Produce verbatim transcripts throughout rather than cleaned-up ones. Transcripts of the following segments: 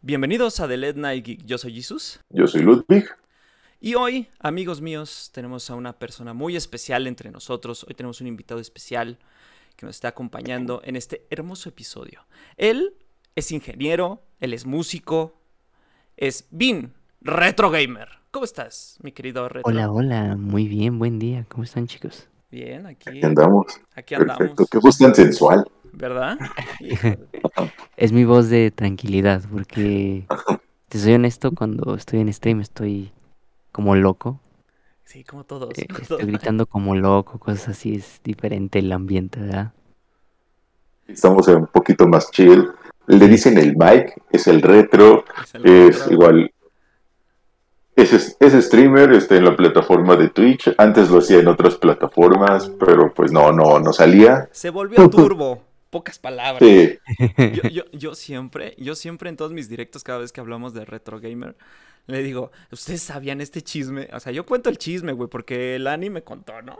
Bienvenidos a The Late Night Geek. Yo soy Jesus. Yo soy Ludwig. Y hoy, amigos míos, tenemos a una persona muy especial entre nosotros. Hoy tenemos un invitado especial que nos está acompañando en este hermoso episodio. Él es ingeniero, él es músico, es Vin, Retro Gamer. ¿Cómo estás, mi querido Retro? Hola, hola, muy bien, buen día. ¿Cómo están, chicos? Bien, aquí, Aquí andamos. aquí andamos. Perfecto. Qué voz tan sensual. ¿Verdad? Híjole. Es mi voz de tranquilidad, porque te soy honesto, cuando estoy en stream estoy como loco. Sí, como todos. eh, como estoy todos. gritando como loco, cosas así, es diferente el ambiente, ¿verdad? Estamos un poquito más chill. Le dicen el Mike, es el retro, Es el es retro. igual. Es, es streamer, está en la plataforma de Twitch. Antes lo hacía en otras plataformas, pero pues no, no, no salía. Se volvió turbo. Pocas palabras. Sí, Yo, yo, yo siempre, yo siempre en todos mis directos, cada vez que hablamos de Retro Gamer, le digo, ¿ustedes sabían este chisme? O sea, yo cuento el chisme, güey, porque el Ani me contó, ¿no?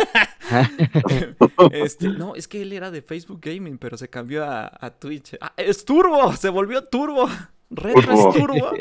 Este, no, es que él era de Facebook Gaming, pero se cambió a, a Twitch. ¡Ah, es turbo! ¡Se volvió turbo! ¡Retro es turbo!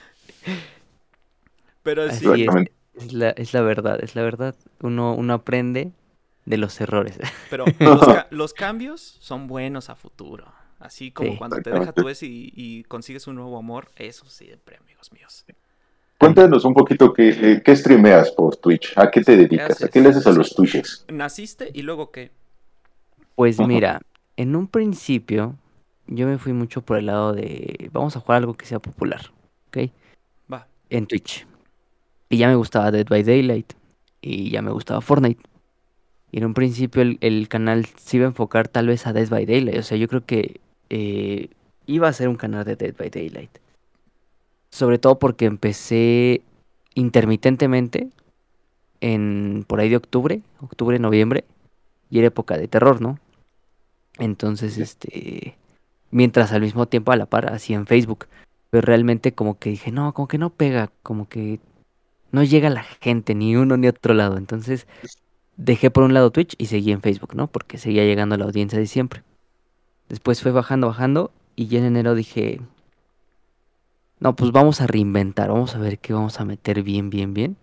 Pero sí, Así es, exactamente. es la, es la verdad, es la verdad. Uno, uno aprende de los errores. pero los, ca- los cambios son buenos a futuro. Así como Sí. cuando te deja tu Exactamente. ex y, y consigues un nuevo amor, eso siempre, amigos míos. Cuéntanos un poquito qué, qué streameas por Twitch. ¿A qué te ¿Qué dedicas? ¿A haces? qué le haces a Sí. los Twitches? ¿Naciste y luego qué? Pues Ujú. mira, en un principio yo me fui mucho por el lado de vamos a jugar algo que sea popular, ¿ok? Va. En Twitch. Y ya me gustaba Dead by Daylight. Y ya me gustaba Fortnite. Y en un principio el, el canal se iba a enfocar tal vez a Dead by Daylight. O sea, yo creo que eh, iba a ser un canal de Dead by Daylight. Sobre todo porque empecé intermitentemente en por ahí de octubre, octubre, noviembre. Y era época de terror, ¿no? Entonces, Sí. este... Mientras al mismo tiempo a la par hacía en Facebook. Pero realmente como que dije, no, como que no pega. Como que no llega la gente, ni uno ni otro lado. Entonces dejé por un lado Twitch y seguí en Facebook, ¿no? Porque seguía llegando a la audiencia de siempre. Después fue bajando, bajando. Y ya en enero dije, no, pues vamos a reinventar. Vamos a ver qué vamos a meter bien, bien, bien.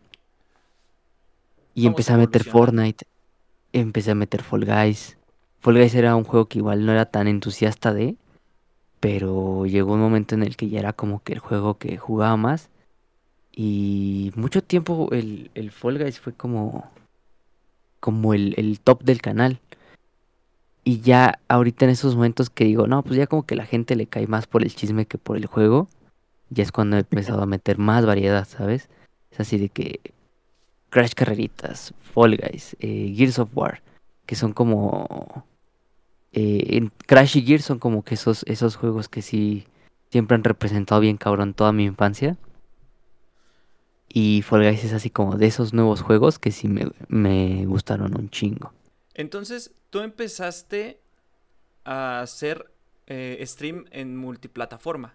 Y Vamos a empecé a meter evolucionar. Fortnite. Empecé a meter Fall Guys. Fall Guys era un juego que igual no era tan entusiasta de. Pero llegó un momento en el que ya era como que el juego que jugaba más. Y mucho tiempo el, el Fall Guys fue como, como el, el top del canal. Y ya ahorita en esos momentos que digo, no, pues ya como que la gente le cae más por el chisme que por el juego. Ya es cuando he empezado a meter más variedad, ¿sabes? Es así de que Crash Carreritas, Fall Guys, eh, Gears of War, que son como... eh, en Crash y Gears son como que esos, esos juegos que sí siempre han representado bien cabrón toda mi infancia. Y Fall Guys es así como de esos nuevos juegos que sí me, me gustaron un chingo. Entonces, tú empezaste a hacer eh, stream en multiplataforma.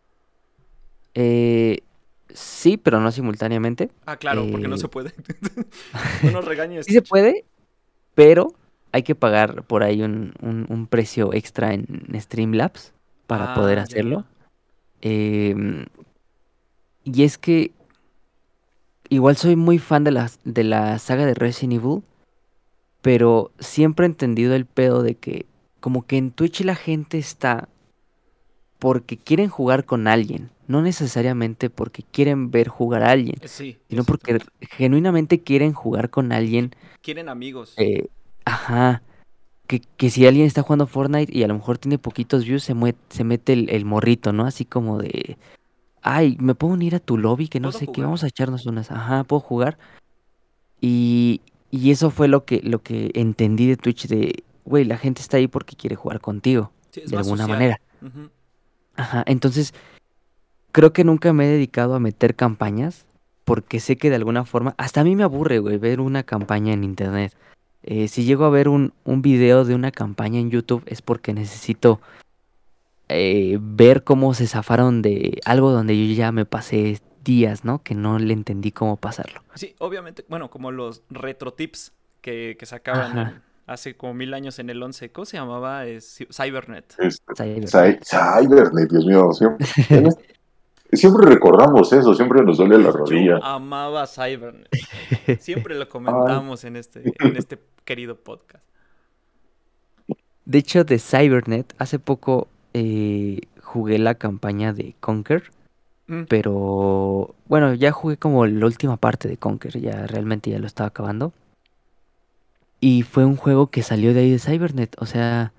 Eh, sí, pero no simultáneamente. Ah, claro, porque no Eh, se puede. No nos regañes, sí se Twitch. puede, pero hay que pagar por ahí un, un- un precio extra en Streamlabs para poder Ah, hacerlo. ya. Em, y es que igual soy muy fan de la, de la saga de Resident Evil, pero siempre he entendido el pedo de que como que en Twitch la gente está porque quieren jugar con alguien, no necesariamente porque quieren ver jugar a alguien, Eh, Sí, sino es cierto. porque genuinamente quieren jugar con alguien. Quieren amigos. eh, ajá, que, que si alguien está jugando Fortnite y a lo mejor tiene poquitos views, se, mue- se mete el, el morrito, ¿no? Así como de, ay, ¿me puedo unir a tu lobby? Que no ¿Puedo sé qué, jugar? vamos a echarnos unas, ajá, ¿puedo jugar? Y, y eso fue lo que, lo que entendí de Twitch de, güey, la gente está ahí porque quiere jugar contigo, Sí, es de más alguna social. manera. Ujú. Ajá, entonces creo que nunca me he dedicado a meter campañas porque sé que de alguna forma, hasta a mí me aburre, güey, ver una campaña en internet. Eh, si llego a ver un, un video de una campaña en YouTube es porque necesito eh, ver cómo se zafaron de algo donde yo ya me pasé días, ¿no? Que no le entendí cómo pasarlo. Sí, obviamente, bueno, como los retro tips que, que sacaban Ajá, en hace como mil años en el once. ¿Cómo se llamaba? Es Cybernet. Este, Cybernet. Cy- Cybernet, Dios mío, siempre, siempre recordamos eso, siempre nos duele la Yo rodilla. amaba Cybernet. Siempre lo Ay, comentamos en este, en este querido podcast. De hecho, de Cybernet, hace poco eh, jugué la campaña de Conquer, Mm, pero bueno, ya jugué como la última parte de Conquer, ya realmente ya lo estaba acabando. Y fue un juego que salió de ahí de Cybernet, o sea,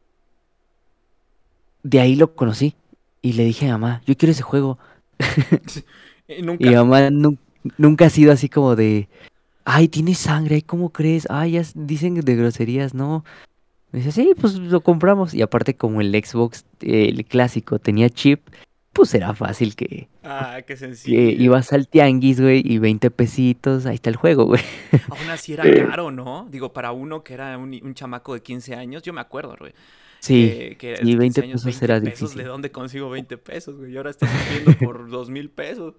de ahí lo conocí. Y le dije a mamá, yo quiero ese juego. y Y mi nunca. mamá nu- nunca ha sido así como de, ay, tiene sangre, ay, ¿cómo crees? Ay, ya s- dicen de groserías, no. Me dice, sí, pues lo compramos. Y aparte, como el Xbox, eh, el clásico, tenía chip, pues era fácil que, Ah, qué que sencillo. ibas al tianguis, güey, y veinte pesitos, ahí está el juego, güey. Aún así era eh, caro, ¿no? Digo, para uno que era un, un chamaco de quince años, yo me acuerdo, güey, Sí, que, que es sí, de quince veinte años, pesos veinte era pesos, ¿de difícil. dónde consigo veinte pesos, güey? Y ahora estás sufriendo por dos mil pesos.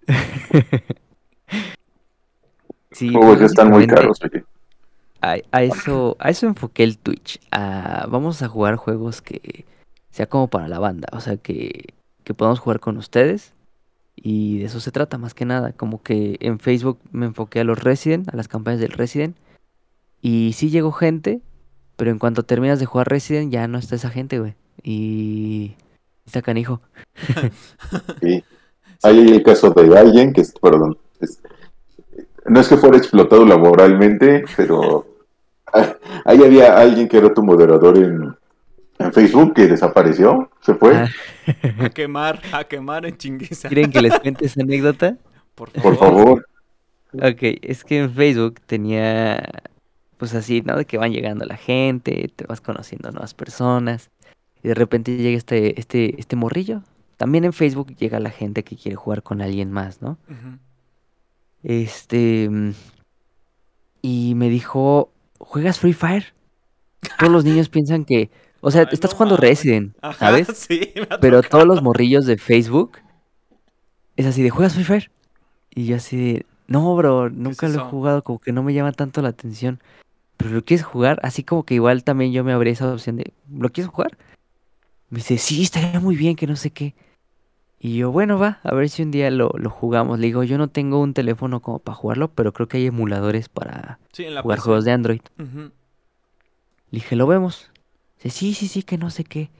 Sí, pues juegos ya están muy básicamente caros, oye. a, a eso, a eso enfoqué el Twitch. A, vamos a jugar juegos que sea como para la banda, o sea, que, que podamos jugar con ustedes. Y de eso se trata más que nada. Como que en Facebook me enfoqué a los Resident, a las campañas del Resident. Y sí llegó gente, pero en cuanto terminas de jugar Resident ya no está esa gente, güey. Y está canijo. Sí. Sí, Hay que... el caso de alguien que, es- perdón, es- no es que fuera explotado laboralmente, pero ah, ahí había alguien que era tu moderador en, en Facebook que desapareció, se Ah, fue, A quemar, a quemar en chinguiza. ¿quieren que les cuente esa anécdota? Por por favor. favor. Ok, es que en Facebook tenía, pues así, ¿no? De que van llegando la gente, te vas conociendo nuevas personas. Y de repente llega este, este, este morrillo. También en Facebook llega la gente que quiere jugar con alguien más, ¿no? Ujú. Este, mm, y me dijo, ¿juegas Free Fire? Todos los niños piensan que, o sea, Ay, estás no jugando mames. Resident, Ajá, ¿sabes? sí, me ha Pero todos los tocado. morrillos de Facebook es así de, ¿juegas Free Fire? Y yo así de, no, bro, ¿Qué es nunca lo he eso? jugado, como que no me llama tanto la atención. ¿Pero lo quieres jugar? Así como que igual también yo me abrí esa opción de, ¿lo quieres jugar? Me dice, sí, estaría muy bien, que no sé qué. Y yo, bueno, va, a ver si un día lo, lo jugamos. Le digo, yo no tengo un teléfono como para jugarlo, pero creo que hay emuladores para Sí, en la jugar juegos P C. de Android. Ujú. Le dije, lo vemos. Dice, sí, sí, sí, que no sé qué.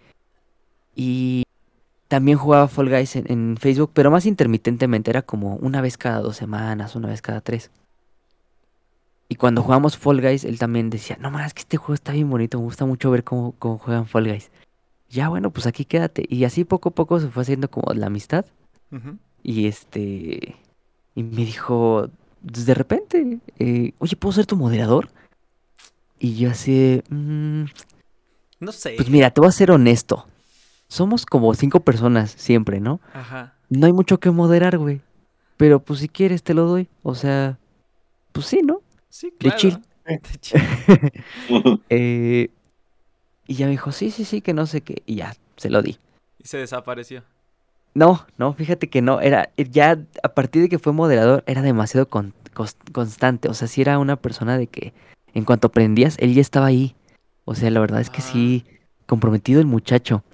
Y también jugaba Fall Guys en, en Facebook, pero más intermitentemente, era como una vez cada dos semanas, una vez cada tres. Y cuando jugamos Fall Guys, él también decía, no más, que este juego está bien bonito, me gusta mucho ver cómo, cómo juegan Fall Guys. Ya, bueno, pues aquí quédate. Y así poco a poco se fue haciendo como la amistad. Ujú. Y este, y me dijo, pues, de repente, eh, oye, ¿puedo ser tu moderador? Y yo así, de, "Mm, No pues sé. mira, te voy a ser honesto. Somos como cinco personas siempre, ¿no? Ajá. No hay mucho que moderar, güey. Pero pues si quieres te lo doy. O sea, pues sí, ¿no? Sí, De chill. claro. De chill. Eh, y ya me dijo, sí, sí, sí, que no sé qué. Y ya, se lo di. Y se desapareció. No, no, fíjate que no. Era, eh, ya a partir de que fue moderador, era demasiado con- cos- constante. O sea, sí era una persona de que en cuanto aprendías, él ya estaba ahí. O sea, la verdad es que Ah, sí, comprometido el muchacho.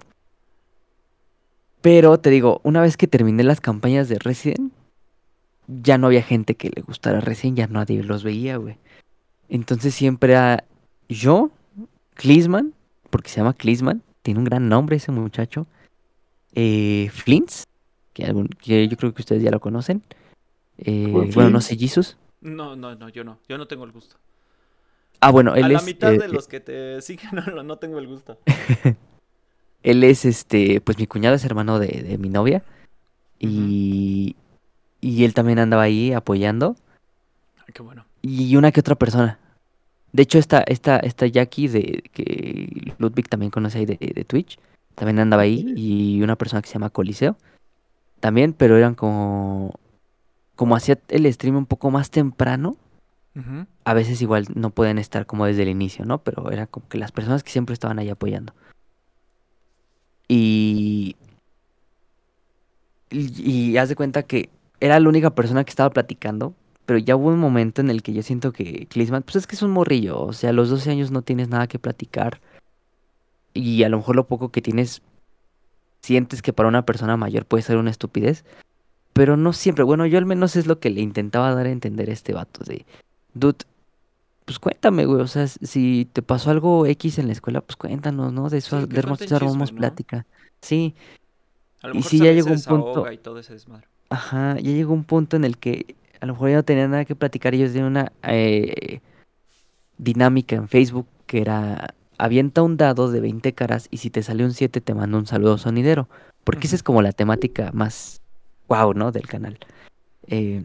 Pero te digo, una vez que terminé las campañas de Resident, ya no había gente que le gustara Resident, ya nadie los veía, güey. Entonces siempre era yo, Clisman, porque se llama Clisman, tiene un gran nombre ese muchacho. Eh, Flintz, que, algún- que yo creo que ustedes ya lo conocen. Buen Eh, bueno, no Flint. sé, Jesus. no, no, no, yo no. Yo no tengo el gusto. Ah, bueno, A él la es, mitad eh, de los que te siguen no, no, no tengo el gusto. él es este, pues mi cuñado es hermano de, de mi novia. Ujú. Y, y él también andaba ahí apoyando. Ay, qué bueno. Y una que otra persona. De hecho, esta, esta, esta Jackie de que Ludwig también conoce ahí de, de Twitch, también andaba ahí, y una persona que se llama Coliseo, también, pero eran como, como hacía el stream un poco más temprano, Ujú. a veces igual no pueden estar como desde el inicio, ¿no? Pero era como que las personas que siempre estaban ahí apoyando. Y, y, y haz de cuenta que era la única persona que estaba platicando, pero ya hubo un momento en el que yo siento que Klinsmann, pues es que es un morrillo, o sea, a los doce años no tienes nada que platicar y a lo mejor lo poco que tienes sientes que para una persona mayor puede ser una estupidez, pero no siempre. Bueno, yo al menos es lo que le intentaba dar a entender a este vato de, dude, pues cuéntame, güey, o sea, s- si te pasó algo X en la escuela, pues cuéntanos, ¿no? De eso, Sí, que de hermoso cuenten chisme, armamos ¿no? plática. Sí, A lo y mejor sí ya también se llegó un punto, desahoga y todo ese desmadre. ajá, ya llegó un punto en el que a lo mejor ya no tenía nada que platicar, ellos tenían una eh, dinámica en Facebook que era, avienta un dado de veinte caras y si te sale un siete te mando un saludo sonidero, porque esa Ujú. es como la temática más wow, ¿no? Del canal. Eh,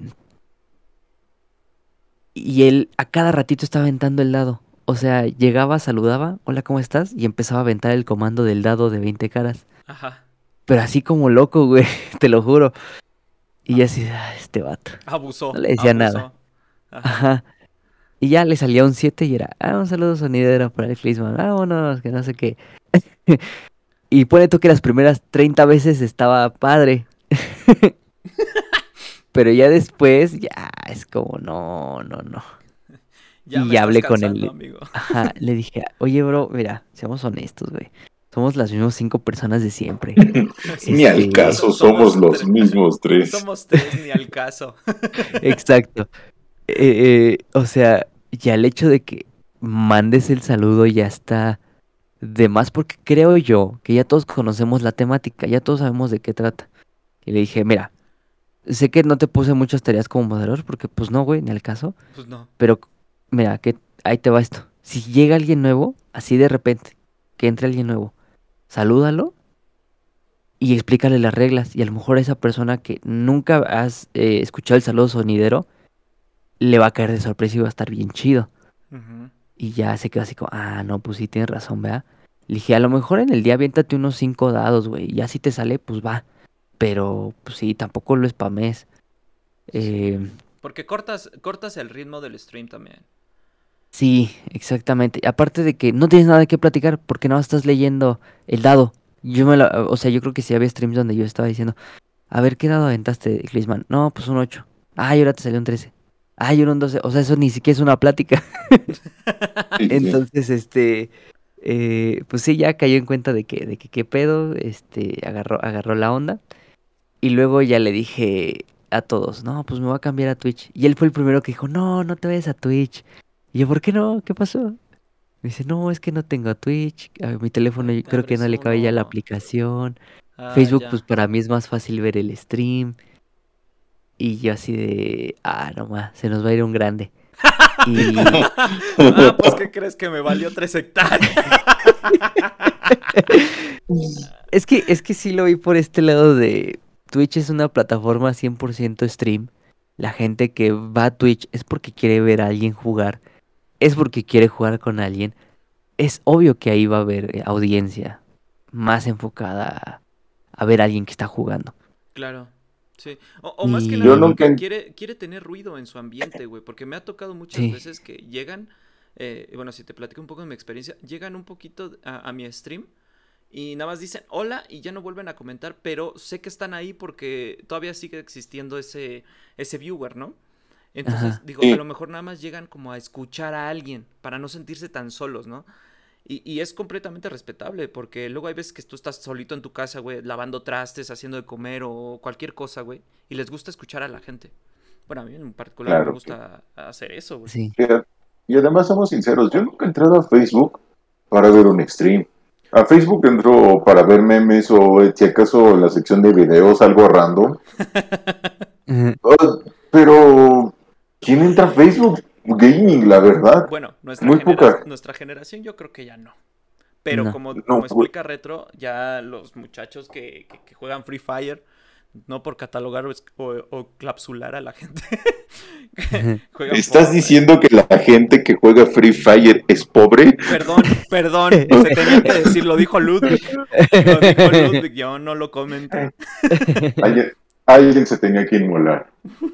y él a cada ratito estaba aventando el dado. O sea, llegaba, saludaba, hola, ¿cómo estás? Y empezaba a aventar el comando del dado de veinte caras. Ajá. Pero así como loco, güey, te lo juro. Y yo Ab- así, "Ah, este vato". No abusó, le decía nada. abusó. Ajá. Ajá. Y ya le salía un siete y era, ah, un saludo sonidero para el Klinsmann. Vámonos, que no sé qué. Y pone tú que las primeras treinta veces estaba padre. Pero ya después, ya es como, no, no, no. Ya Y me ya estás hablé con cansando, él. amigo. Ajá, le dije, oye, bro, mira, seamos honestos, güey. Somos las mismas cinco personas de siempre. Ni al Sí, Este, so- caso, somos somos los tres. mismos tres. Somos tres, ni al caso. exacto. Eh, eh, o sea, ya el hecho de que mandes el saludo ya está de más porque creo yo que ya todos conocemos la temática, ya todos sabemos de qué trata. Y le dije, mira, sé que no te puse muchas tareas como moderador porque pues no, güey, ni al caso. Pues no. Pero mira, que ahí te va esto. Si llega alguien nuevo, así de repente, que entre alguien nuevo, salúdalo y explícale las reglas. Y a lo mejor a esa persona que nunca has eh, escuchado el saludo sonidero, le va a caer de sorpresa y va a estar bien chido. Ujú. Y ya se queda así como, ah, no, pues sí tienes razón, ¿verdad? Le dije, a lo mejor en el día aviéntate unos cinco dados, güey. Y ya si te sale, pues va. Pero, pues sí, tampoco lo spames. Sí. Eh, Porque cortas, cortas el ritmo del stream también. Sí, exactamente. Aparte de que no tienes nada que platicar porque no estás leyendo el dado. Yo me la, o sea, yo creo que sí había streams donde yo estaba diciendo, a ver, ¿qué dado aventaste, Klinsmann? No, pues un ocho. Ay, ahora te salió un trece. Ay, ahora un doce. O sea, eso ni siquiera es una plática. Sí, sí, sí. Entonces, este, eh, pues sí, ya cayó en cuenta de que, de que qué pedo, este, agarró, agarró la onda. Y luego ya le dije a todos, no, pues me voy a cambiar a Twitch. Y él fue el primero que dijo, no, no te vayas a Twitch. Y yo, ¿por qué no? ¿Qué pasó? Me dice, no, es que no tengo Twitch. A mi teléfono Ay, yo te creo que no abres le cabe ya la uno. aplicación. Ah, Facebook, pues ya. para mí es más fácil ver el stream. Y yo así de, ah, no más, se nos va a ir un grande. Y Ah, pues ¿qué crees que me valió tres hectáreas? es que, es que sí lo vi por este lado de Twitch es una plataforma cien por ciento stream. La gente que va a Twitch es porque quiere ver a alguien jugar. Es porque quiere jugar con alguien. Es obvio que ahí va a haber eh, audiencia más enfocada a, a ver a alguien que está jugando. Claro, sí. O, o más que Yo nada Y nunca, porque en- quiere, quiere tener ruido en su ambiente, güey. Porque me ha tocado muchas sí, veces que llegan, eh, bueno, si te platico un poco de mi experiencia, llegan un poquito a, a mi stream y nada más dicen hola y ya no vuelven a comentar, pero sé que están ahí porque todavía sigue existiendo ese, ese viewer, ¿no? Entonces, ajá, digo, a lo sí, mejor nada más llegan como a escuchar a alguien para no sentirse tan solos, ¿no? Y, y es completamente respetable, porque luego hay veces que tú estás solito en tu casa, güey, lavando trastes, haciendo de comer o cualquier cosa, güey, y les gusta escuchar a la gente. Bueno, a mí en particular me claro que gusta hacer eso, güey. sí. sí. Y además, somos sinceros, yo nunca he entrado a Facebook para ver un stream. A Facebook entro para ver memes o eh, si acaso la sección de videos, algo random. Ujú. Ah, pero, ¿quién entra a Facebook? Gaming, la verdad. Bueno, nuestra Muy genera poca. nuestra generación yo creo que ya no. Pero No. como, No, como güey. explica Retro, ya los muchachos que, que, que juegan Free Fire, no por catalogar o, es- o, o clapsular a la gente, que Ujú. juegan ¿Estás Fortnite. diciendo que la gente que juega Free Fire es pobre? Perdón, perdón, se tenía que decir, lo dijo Ludwig. Lo dijo Ludwig, yo no lo comenté. Alguien, alguien se tenía que inmolar.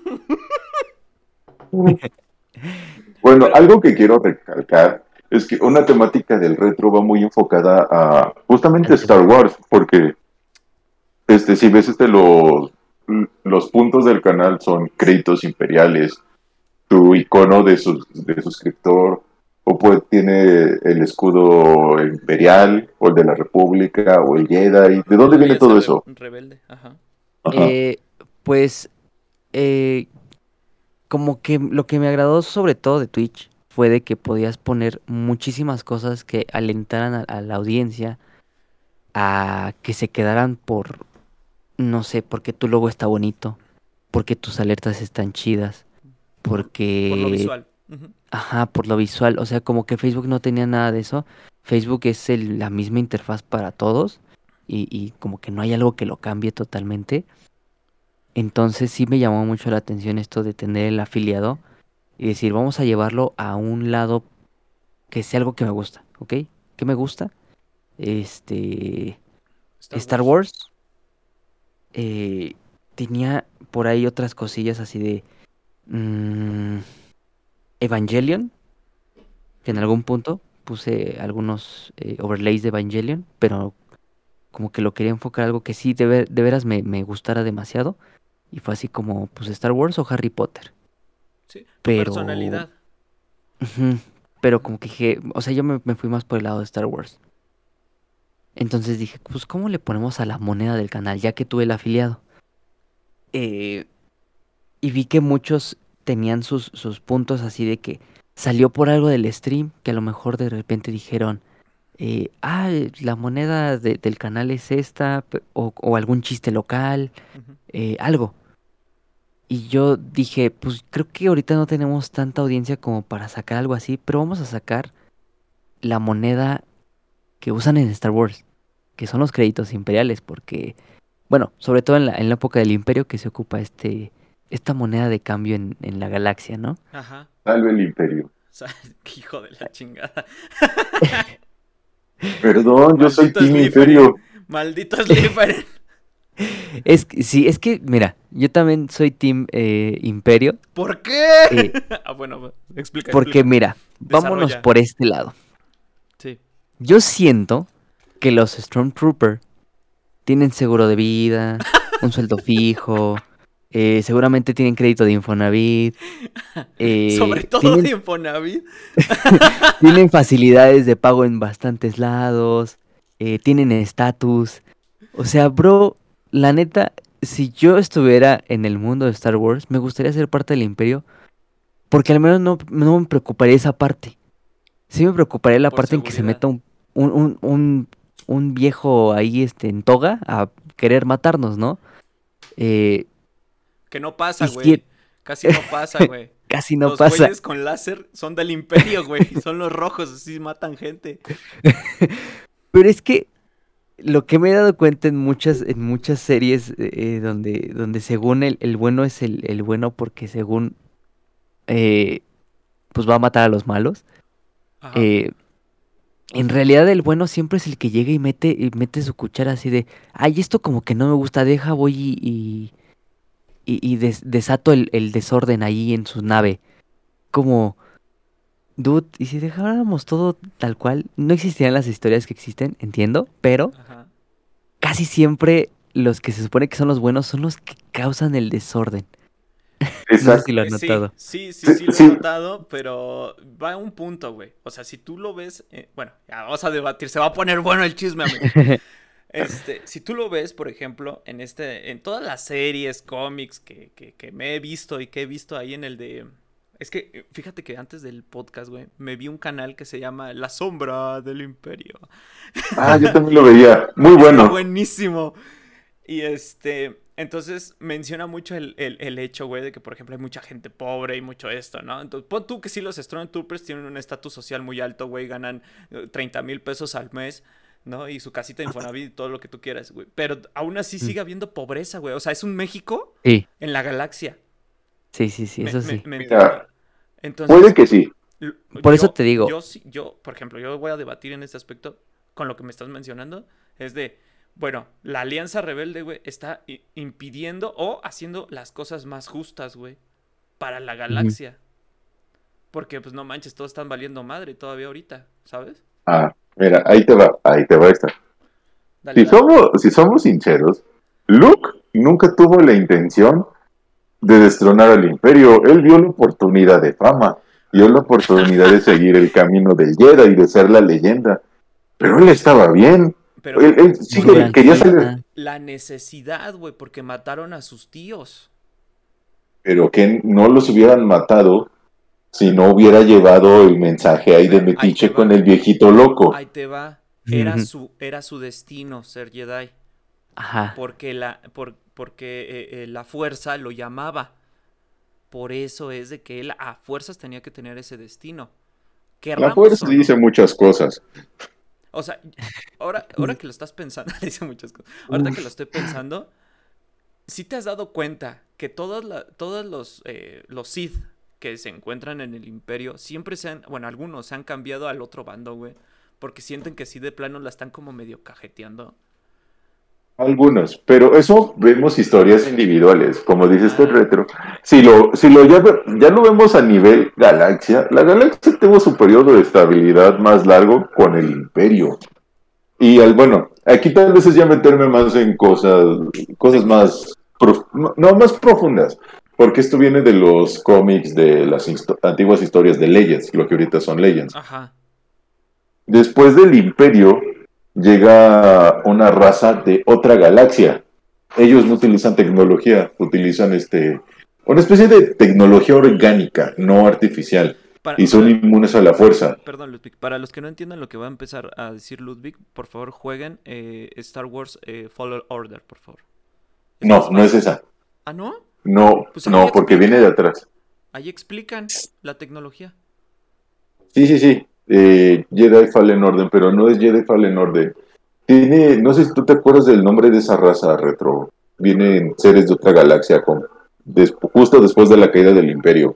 Bueno, Pero, algo que quiero recalcar es que una temática del retro va muy enfocada a justamente Al Star tema. Wars, porque este, si ves este, los, los puntos del canal son créditos imperiales, tu icono de, sus, de suscriptor, o pues tiene el escudo imperial, o el de la República, o el Jedi. ¿De dónde viene Alianza todo Re- eso? Rebelde, ajá. Ajá. Eh, pues, eh, como que lo que me agradó sobre todo de Twitch fue de que podías poner muchísimas cosas que alentaran a, a la audiencia a que se quedaran por, no sé, porque tu logo está bonito, porque tus alertas están chidas, Por, por lo porque, visual. Ujú. ajá, por lo visual, o sea, como que Facebook no tenía nada de eso. Facebook es el- la misma interfaz para todos y, y como que no hay algo que lo cambie totalmente. Entonces sí me llamó mucho la atención esto de tener el afiliado y decir, vamos a llevarlo a un lado que sea algo que me gusta, ¿ok? ¿Qué me gusta? Este, Star Star Wars. Wars. eh, Tenía por ahí otras cosillas así de mm, Evangelion, que en Mm. algún punto puse algunos eh, overlays de Evangelion, pero como que lo quería enfocar a algo que sí de, ver- de veras me, me gustara demasiado. Y fue así como, pues Star Wars o Harry Potter. Sí, tu Pero, personalidad. ujú, pero Ujú. como que dije, o sea, yo me, me fui más por el lado de Star Wars. Entonces dije, pues, ¿cómo le ponemos a la moneda del canal? Ya que tuve el afiliado. Eh, y vi que muchos tenían sus, sus puntos así de que salió por algo del stream, que a lo mejor de repente dijeron, eh, ah, eh, la moneda de- del canal es esta, pe- o, o algún chiste local, Ujú. eh, algo. Y yo dije, pues creo que ahorita no tenemos tanta audiencia como para sacar algo así, pero vamos a sacar la moneda que usan en Star Wars, que son los créditos imperiales, porque, bueno, sobre todo en la, en la época del Imperio que se ocupa este, esta moneda de cambio en, en la galaxia, ¿no? Ajá. Salve el imperio. O sea, qué hijo de la chingada. Perdón, yo soy Maldito Team Slytherin. Imperio. Maldito Slytherin. Es que, sí, es que, mira, yo también soy Team eh, Imperio, ¿Por qué? eh, Ah, bueno, explica, porque, explica. mira, vámonos Desarrolla. por este lado. Sí. Yo siento que los Stormtrooper tienen seguro de vida, un sueldo fijo, eh, seguramente tienen crédito de Infonavit, Sobre eh, todo de tienen, Infonavit. tienen facilidades de pago en bastantes lados, eh, tienen estatus. O sea, bro, la neta, si yo estuviera en el mundo de Star Wars, me gustaría ser parte del Imperio, porque al menos no, no me preocuparía esa parte. Sí me preocuparía la Por parte en que se seguridad. meta un, un, un, un, un viejo ahí este, en toga a querer matarnos, ¿no? Eh, Que no pasa, y si güey. Casi no pasa, güey. casi no Los pasa. güeyes con láser son del Imperio, güey. Son los rojos, así matan gente. Pero es que lo que me he dado cuenta en muchas, en muchas series eh, donde, donde según el, el bueno es el, el bueno porque según eh, pues va a matar a los malos. Ajá. eh, en realidad el bueno siempre es el que llega y mete, y mete su cuchara así de, ay, esto como que no me gusta, deja, voy y, y, y- y des- desato el, el desorden ahí en su nave. Como, dude, y si dejáramos todo tal cual, no existirían las historias que existen, entiendo, pero Ajá. casi siempre los que se supone que son los buenos son los que causan el desorden. No sé si Exacto. lo has Eh, sí, notado. sí, sí, Sí, sí lo he sí, notado, pero va a un punto, güey. O sea, si tú lo ves, eh, bueno, ya vamos a debatir, se va a poner bueno el chisme, amigos. Este, si tú lo ves, por ejemplo, en este, en todas las series, cómics que, que, que me he visto y que he visto ahí en el de... Es que, eh, fíjate que antes del podcast, güey, me vi un canal que se llama La Sombra del Imperio. ah, yo también lo veía. Muy Está bueno. buenísimo. Y este, entonces menciona mucho el, el, el hecho, güey, de que, por ejemplo, hay mucha gente pobre y mucho esto, ¿no? Entonces, pon tú que sí, los Stormtroopers tienen un estatus social muy alto, güey, ganan treinta mil pesos al mes, ¿no? Y su casita de Infonavit y todo lo que tú quieras, güey. Pero aún así Mm, sigue habiendo pobreza, güey. O sea, es un México Sí, en la galaxia. sí, sí, sí, ¿Me, eso me, sí. me entiendes? Mira, puede Entonces, que sí. l- Por eso yo, te digo, yo, sí- yo, por ejemplo, yo voy a debatir en este aspecto con lo que me estás mencionando. Es de, bueno, la Alianza Rebelde, güey, está i- impidiendo o haciendo las cosas más justas, güey, para la ujú, galaxia. Porque, pues, no manches, todos están valiendo madre todavía ahorita, ¿sabes? Ah, mira, ahí te va, ahí te va esta. Dale, Si dale. somos, si somos sinceros, Luke nunca tuvo la intención de destronar al Imperio. Él vio la oportunidad de fama, vio la oportunidad de seguir el camino del Jedi y de ser la leyenda. Pero él estaba bien. Pero Él, él sí Muy que quería salir, tranquila. la necesidad, güey, porque mataron a sus tíos. pero que no los hubieran matado si no hubiera llevado el mensaje ahí de Pero ahí te metiche va. con el viejito loco. Ahí te va. Era su, era su destino ser Jedi. Ajá. Porque la, por, porque eh, eh, la fuerza lo llamaba. Por eso es de que él a fuerzas tenía que tener ese destino. La Querramos fuerza o no. dice muchas cosas. O sea, ahora, ahora que lo estás pensando, dice muchas cosas. Ahorita que lo estoy pensando, si te has dado cuenta que todos, la, todos los, eh, los Sith que se encuentran en el Imperio siempre se han, bueno, algunos se han cambiado al otro bando, güey, porque sienten que sí de plano la están como medio cajeteando. Algunos, pero eso vemos historias individuales, como dice este Ah, retro. Si lo, si lo ya, ve- ya lo vemos a nivel galaxia, la galaxia tuvo su periodo de estabilidad más largo con el Imperio. Y al, bueno, aquí tal vez es ya meterme más en cosas, cosas más, prof- no, no, más profundas, porque esto viene de los cómics de las histo- antiguas historias de Legends, lo que ahorita son Legends. ajá. Después del Imperio llega una raza de otra galaxia. Ellos no utilizan tecnología, utilizan este una especie de tecnología orgánica, no artificial, Para, y son para, inmunes a la fuerza. perdón, Ludwig, para los que no entiendan lo que va a empezar a decir Ludwig, por favor jueguen eh, Star Wars eh, Fallen Order, por favor. Es más No, no es fácil. esa. ¿Ah, no? No, Pues ahí no, porque viene de explican, atrás. ahí explican la tecnología. Sí, sí, sí. Eh, Jedi Fallen Order, pero no es Jedi Fallen Order. Tiene, no sé si tú te acuerdas del nombre de esa raza retro. Vienen seres de otra galaxia con, des- justo después de la caída del Imperio.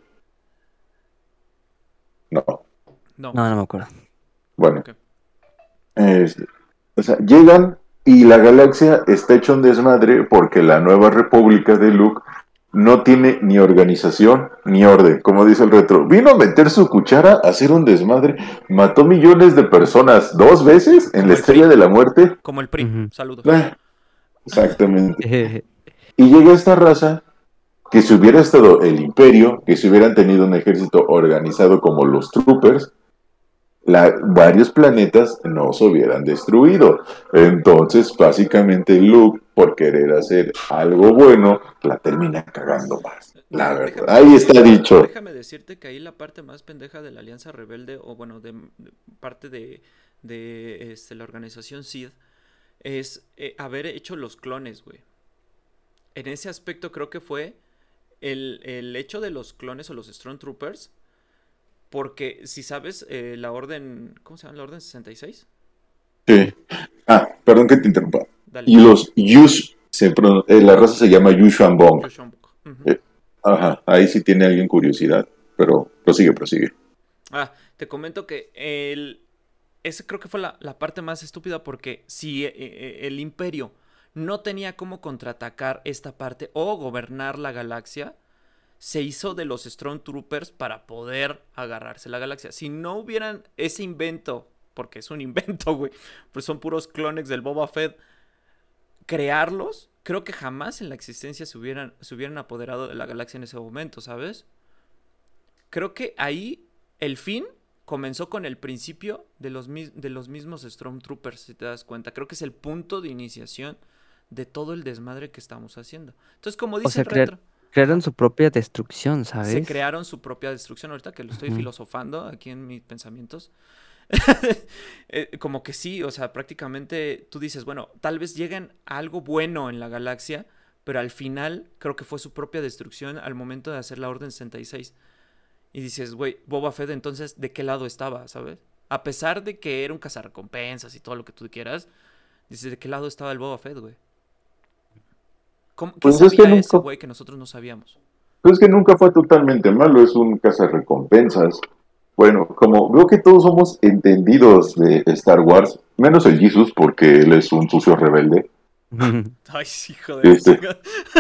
No, No, No, no me acuerdo. bueno. ok. Es- o sea, llegan y la galaxia está hecha un desmadre porque la nueva república de Luke no tiene ni organización ni orden, como dice el retro. Vino a meter su cuchara a hacer un desmadre, mató millones de personas dos veces en Como la el P R I. Estrella de la Muerte. Como el P R I. Ujú. Saludos. Ah, exactamente. Jejeje. Y llega esta raza que si hubiera estado el Imperio, que si hubieran tenido un ejército organizado como los Troopers, la- varios planetas no se hubieran destruido. Entonces, básicamente, Luke, por querer hacer algo bueno, la termina cagando más. La Deja- verdad. déjame Ahí está decirte, dicho. déjame decirte que ahí la parte más pendeja de la Alianza Rebelde, o bueno, de, de parte de, de este, la organización Sith, es eh, haber hecho los clones, güey. En ese aspecto creo que fue el, el hecho de los clones o los Stormtroopers, porque si sabes, eh, la orden, ¿cómo se llama? La orden sesenta y seis. Sí. Ah, perdón que te interrumpa. Dale. Y los Yush, se pro- eh, la raza se llama Yushanbong. Yoshambuk. Ujú. Eh, ajá, ahí sí tiene alguien curiosidad, pero prosigue, prosigue. Ah, te comento que el, ese creo que fue la, la parte más estúpida porque si eh, eh, el imperio no tenía cómo contraatacar esta parte o gobernar la galaxia, se hizo de los Stormtroopers para poder agarrarse la galaxia. Si no hubieran ese invento, porque es un invento, güey, pues son puros clones del Boba Fett, crearlos, creo que jamás en la existencia se hubieran, se hubieran apoderado de la galaxia en ese momento, ¿sabes? Creo que ahí el fin comenzó con el principio de los, mis- de los mismos Stormtroopers, si te das cuenta. Creo que es el punto de iniciación de todo el desmadre que estamos haciendo. Entonces, como O dice sea, el crear- retro, crearon ajá, su propia destrucción, se ¿sabes? crearon su propia destrucción. Ahorita que lo estoy Ujú. filosofando aquí en mis pensamientos, eh, como que sí, o sea, prácticamente tú dices, bueno, tal vez lleguen a algo bueno en la galaxia, pero al final creo que fue su propia destrucción al momento de hacer la Orden sesenta y seis. Y dices, güey, Boba Fett entonces, ¿de qué lado estaba, sabes? A pesar de que era un cazarrecompensas y todo lo que tú quieras, dices, ¿de qué lado estaba el Boba Fett, güey? ¿Cómo- ¿Qué Pues es que sabía ese nunca, güey que nosotros no sabíamos? pues es que nunca fue totalmente malo, es un cazarrecompensas. Bueno, como veo que todos somos entendidos de Star Wars, menos el Jesus, porque él es un sucio rebelde. Ay, sí, hijo de la Este, chingada.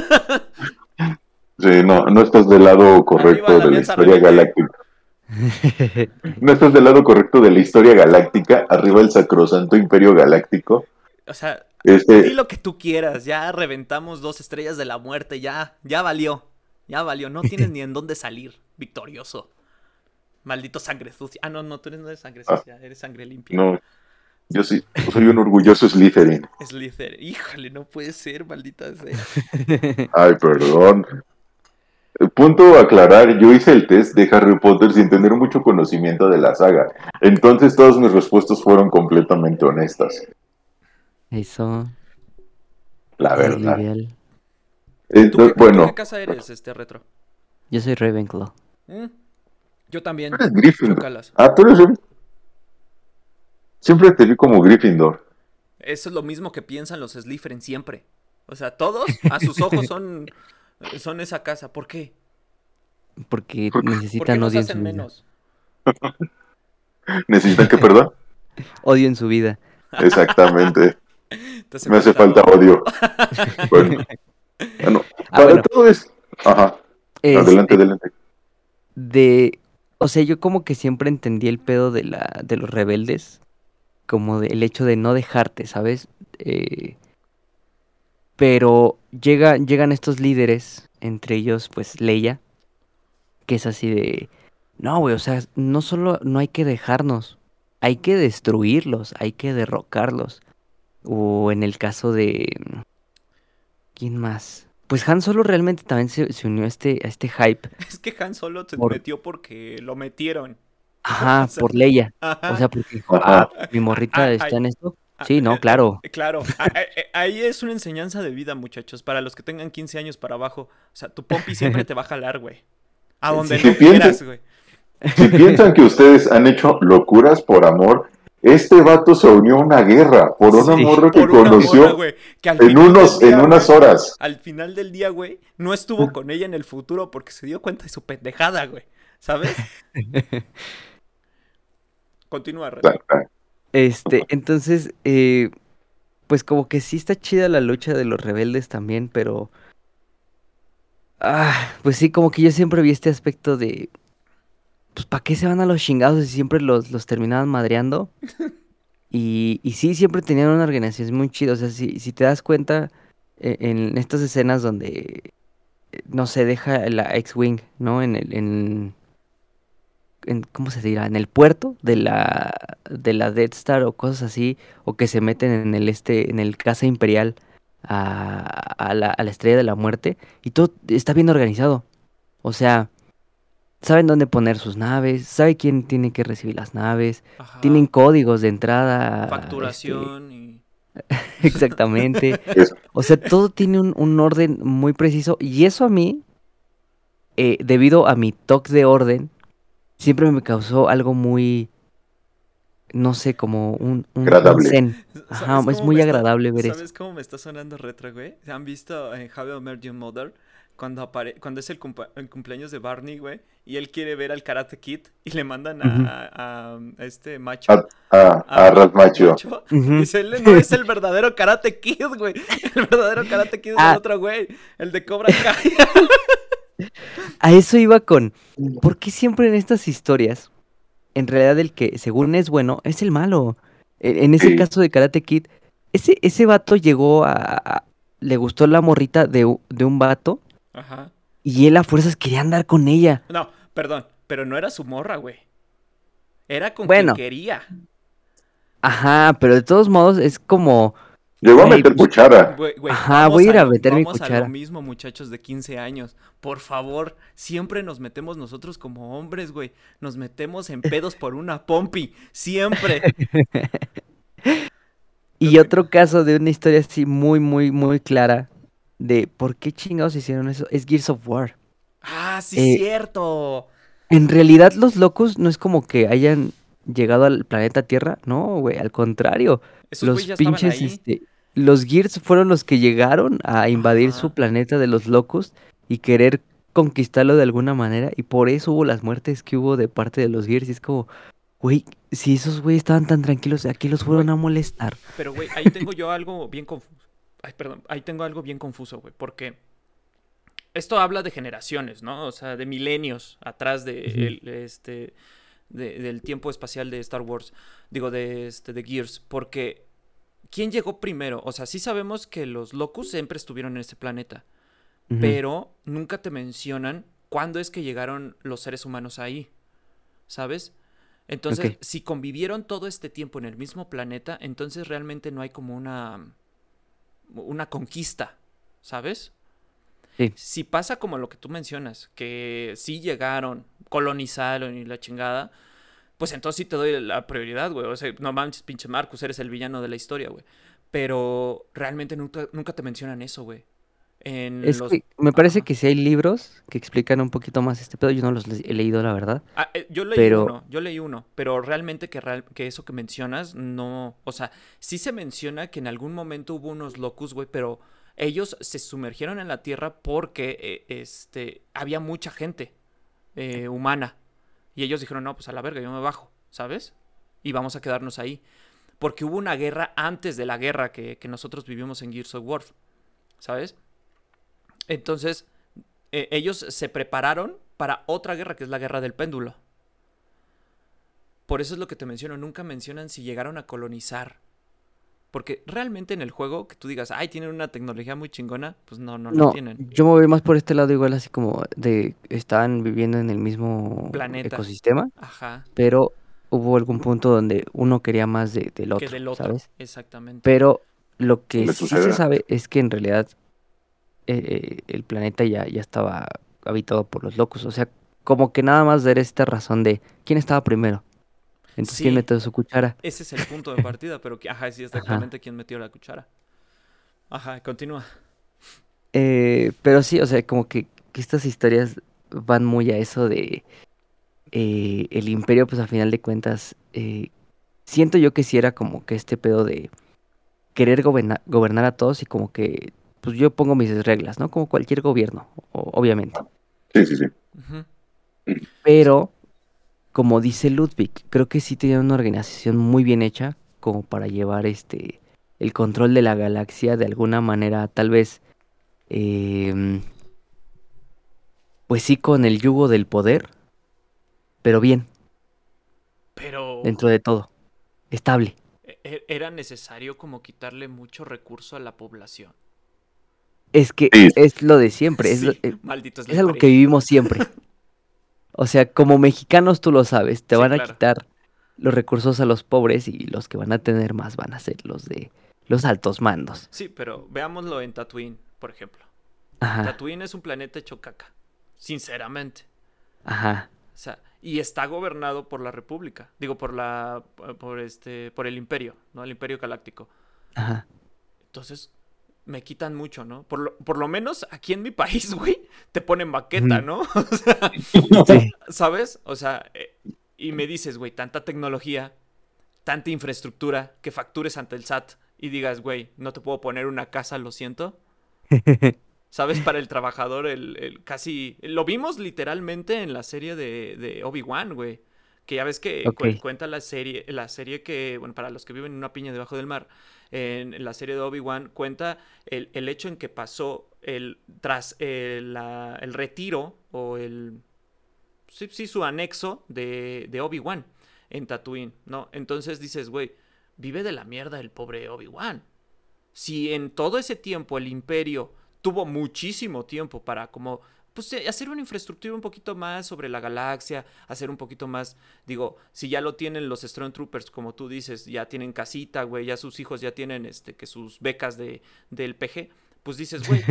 sí, no, no estás del lado Arriba correcto la de la Alianza historia Rebelde. galáctica. No estás del lado correcto de la historia galáctica, arriba el sacrosanto imperio galáctico. O sea, di Este, lo que tú quieras. Ya reventamos dos estrellas de la muerte. Ya, ya valió. Ya valió, no tienes ni en dónde salir victorioso. Maldito sangre sucia. Ah, no, no, tú eres no eres sangre Ah, sucia, eres sangre limpia. no, yo sí, soy un orgulloso Slytherin. Slither. Híjole, no puede ser, maldita sea. Ay, perdón. Punto a aclarar, yo hice el test de Harry Potter sin tener mucho conocimiento de la saga. Entonces todas mis respuestas fueron completamente honestas, Eso, la eso es lo verdad. ideal. ¿Tú Entonces, qué, ¿tú qué bueno, casa eres, este retro? Yo soy Ravenclaw. ¿Mm? Yo también. eres Gryffindor. Chócalas. Ah, tú eres un- Siempre te vi como Gryffindor. Eso es lo mismo que piensan los Slytherin siempre. O sea, todos a sus ojos son, son esa casa. ¿Por qué? Porque ¿Por qué? ¿Por qué necesitan nos odio en hacen su vida. menos? ¿Necesitan que perdón? Odio en su vida. Exactamente. Te hace Me hace falta odio. Bueno, bueno, Ah, para bueno, todo es... Ajá, adelante, este, adelante. de, o sea, yo como que siempre entendí el pedo de la, de los rebeldes, como de- el hecho de no dejarte, ¿sabes? Eh, pero llega, llegan estos líderes, entre ellos, pues, Leia, que es así de, no, güey, o sea, no solo no hay que dejarnos, hay que destruirlos, hay que derrocarlos. O en el caso de, ¿quién más? Pues Han Solo realmente también se, se unió a este, a este hype. Es que Han Solo se Por, metió porque lo metieron. O ajá, sea, por Leia. O ajá. sea, porque dijo, ah, Ajá, pues, mi Ah, morrita ah, está ay, en esto. ah, Sí, no, eh, claro. eh, claro, ah, eh, eh, ahí es una enseñanza de vida, muchachos. Para los que tengan quince años para abajo. O sea, tu pompi siempre te va a jalar, güey. A donde Sí. si no piensan, quieras, güey. si piensan que ustedes han hecho locuras por amor, este vato se unió a una guerra por una Sí. morra que Por una morra, conoció güey. Que al en final del unos, en día, unas güey. horas. Al final del día, güey. No estuvo con ella en el futuro porque se dio cuenta de su pendejada, güey. ¿Sabes? Continúa, Retro. Exacto. Este, entonces, eh, pues como que sí está chida la lucha de los rebeldes también, pero... Ah, pues sí, como que yo siempre vi este aspecto de... Pues, ¿para qué se van a los chingados y siempre los, los terminaban madreando? Y, y sí, siempre tenían una organización muy chida. O sea, si, si te das cuenta, e- en estas escenas donde, eh, no se deja la X-Wing, ¿no? En el, en, en- ¿cómo se dirá? En el puerto de la, de la Death Star o cosas así, o que se meten en el este, en el caza imperial a, a la, a la Estrella de la Muerte, y todo está bien organizado. O sea, saben dónde poner sus naves, sabe quién tiene que recibir las naves, tienen Ajá. códigos de entrada, este, Facturación y... exactamente. Eso. O sea, todo tiene un, un orden muy preciso, y eso a mí, eh, debido a mi toque de orden, siempre me causó algo muy, no sé, como un, un, un Agradable. zen. Ajá, ¿Sabes es cómo muy me está, agradable ver eso. ¿sabes cómo me está sonando retro, güey? ¿Han visto en How I Met Your Mother? Cuando, apare cuando es el, cumpa- el cumpleaños de Barney, güey, y él quiere ver al Karate Kid y le mandan a, Ujú, a- a este A, macho, a, a a Ma- Rasmacho. macho, y ujú. dice, él no es el verdadero Karate Kid, güey. El verdadero Karate Kid es el Ah, otro güey, el de Cobra Kai. a eso iba con, ¿por qué siempre en estas historias, en realidad el que según es bueno, es el malo? E- En ese Sí. caso de Karate Kid, ese, ese vato llegó a, a- le gustó la morrita de, u- de un vato, Ajá. y él a fuerzas quería andar con ella. No, perdón, pero no era su morra, güey. Era con quien Bueno, quería. ajá, pero de todos modos es como, Llegó a güey, meter pues, cuchara. Güey, güey, ajá, vamos voy a a ir a lo, meter mi vamos a lo cuchara. mismo, muchachos de quince años. Por favor, siempre nos metemos nosotros como hombres, güey. Nos metemos en pedos por una pompi. Siempre. Y otro caso de una historia así muy, muy, muy clara de por qué chingados hicieron eso es Gears of War. Ah, sí, Eh, cierto. en realidad los locos no es como que hayan llegado al planeta Tierra, no, güey, al contrario. Esos güeyes Los ya estaban pinches, ahí. este, los Gears fueron los que llegaron a invadir su Ajá. planeta de los locos y querer conquistarlo de alguna manera, y por eso hubo las muertes que hubo de parte de los Gears. Y es como, güey, si esos güeyes estaban tan tranquilos, ¿a qué los Güey, fueron a molestar? pero güey, ahí tengo yo algo bien confuso. Ay, perdón, ahí tengo algo bien confuso, güey. Porque esto habla de generaciones, ¿no? O sea, de milenios atrás de Ujú. el, este, de- del tiempo espacial de Star Wars. Digo, de, este, de Gears. Porque, ¿quién llegó primero? O sea, sí sabemos que los Locus siempre estuvieron en ese planeta. Ujú. pero nunca te mencionan cuándo es que llegaron los seres humanos ahí, ¿sabes? Ok, Entonces, si convivieron todo este tiempo en el mismo planeta, entonces realmente no hay como una, una conquista, ¿sabes? sí. Si pasa como lo que tú mencionas, que sí llegaron, colonizaron y la chingada, pues entonces sí te doy la prioridad, güey. O sea, no manches, pinche Marcus, eres el villano de la historia, güey. Pero realmente nunca, nunca te mencionan eso, güey. En Es los... que me parece Ajá. que sí hay libros que explican un poquito más este pedo. Yo no los le- he leído, la verdad. Ah, eh, yo leí Pero, uno, yo leí uno, pero realmente que, real- que eso que mencionas, no, o sea, sí se menciona que en algún momento hubo unos locus, güey, pero ellos se sumergieron en la Tierra porque, eh, este, había mucha gente eh, humana. Y ellos dijeron, no, pues a la verga, yo me bajo, ¿sabes? Y vamos a quedarnos ahí. Porque hubo una guerra antes de la guerra que, que nosotros vivimos en Gears of War, ¿sabes? Entonces, eh, ellos se prepararon para otra guerra, que es la guerra del péndulo. Por eso es lo que te menciono, nunca mencionan si llegaron a colonizar. Porque realmente en el juego, que tú digas, ay, tienen una tecnología muy chingona, pues no, no la no, tienen. yo me voy más por este lado, igual así como de estaban viviendo en el mismo Planeta. ecosistema, Ajá. pero hubo algún punto donde uno quería más de- del Que otro, del otro, ¿sabes? exactamente. Pero lo que Suele sí se suceder. sabe es que en realidad eh, eh, el planeta ya, ya estaba habitado por los locos. O sea, como que nada más dar esta razón de quién estaba primero. Entonces, ¿quién Sí, metió su cuchara? ese es el punto de partida, pero que, ajá, sí, Ajá. exactamente quién metió la cuchara. Ajá, continúa. Eh, pero sí, o sea, como que, que estas historias van muy a eso de eh, el imperio, pues a final de cuentas, eh, siento yo que sí era como que este pedo de querer goberna- gobernar a todos y como que, pues yo pongo mis reglas, ¿no? Como cualquier gobierno, o- obviamente. Sí, sí, sí. Ujú. Sí, Pero, como dice Ludwig, creo que sí tenía una organización muy bien hecha como para llevar este el control de la galaxia de alguna manera, tal vez, em, pues sí con el yugo del poder, pero bien, pero dentro de todo, estable. e- e- era necesario como quitarle mucho recurso a la población. Es que Sí, es lo de siempre, es, lo- Sí, eh, maldito es es el algo que PRI. vivimos siempre. O sea, como mexicanos tú lo sabes, te Sí, van a claro. quitar los recursos a los pobres y los que van a tener más van a ser los de los altos mandos. Sí, pero veámoslo en Tatooine, por ejemplo. Ajá, Tatooine es un planeta hecho caca, sinceramente. ajá, O sea, y está gobernado por la República. Digo, por la por este por el Imperio, ¿no? El Imperio Galáctico. ajá. Entonces, me quitan mucho, ¿no? Por lo, por lo menos aquí en mi país, güey, te ponen baqueta, Ujú. ¿no? O sea, Sí. ¿sabes? O sea, eh, y me dices, güey, tanta tecnología, tanta infraestructura, que factures ante el S A T y digas, güey, no te puedo poner una casa, lo siento. ¿Sabes? Para el trabajador, el, el casi... Lo vimos literalmente en la serie de, de Obi-Wan, güey. Que ya ves que Ok, cu- cuenta la serie, la serie que, bueno, para los que viven en una piña debajo del mar, en, en la serie de Obi-Wan cuenta el, el hecho en que pasó el, tras el, la- el retiro o el, sí, sí, su anexo de, de Obi-Wan en Tatooine, ¿no? Entonces dices, güey, vive de la mierda el pobre Obi-Wan. Si en todo ese tiempo el imperio tuvo muchísimo tiempo para como pues eh, hacer una infraestructura un poquito más sobre la galaxia, hacer un poquito más, digo, si ya lo tienen los Stormtroopers, como tú dices, ya tienen casita, güey, ya sus hijos ya tienen este que sus becas de del P G, pues dices, güey,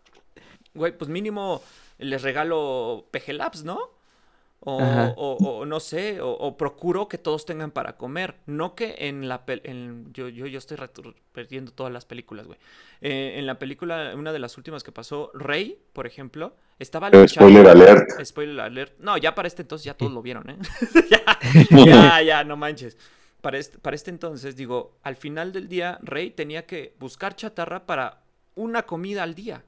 güey, pues mínimo les regalo P G Labs, ¿no? O, ajá. o, o no sé, o, o procuro que todos tengan para comer. No que en la... pel- en- yo, yo, yo estoy retu- perdiendo todas las películas, güey. Eh, en la película, una de las últimas que pasó, Rey, por ejemplo, estaba spoiler luchando... alert. Spoiler alert. No, ya para este entonces ya todos lo vieron, ¿eh? ya, ya, ya, no manches. Para este, para este entonces, digo, al final del día, Rey tenía que buscar chatarra para una comida al día.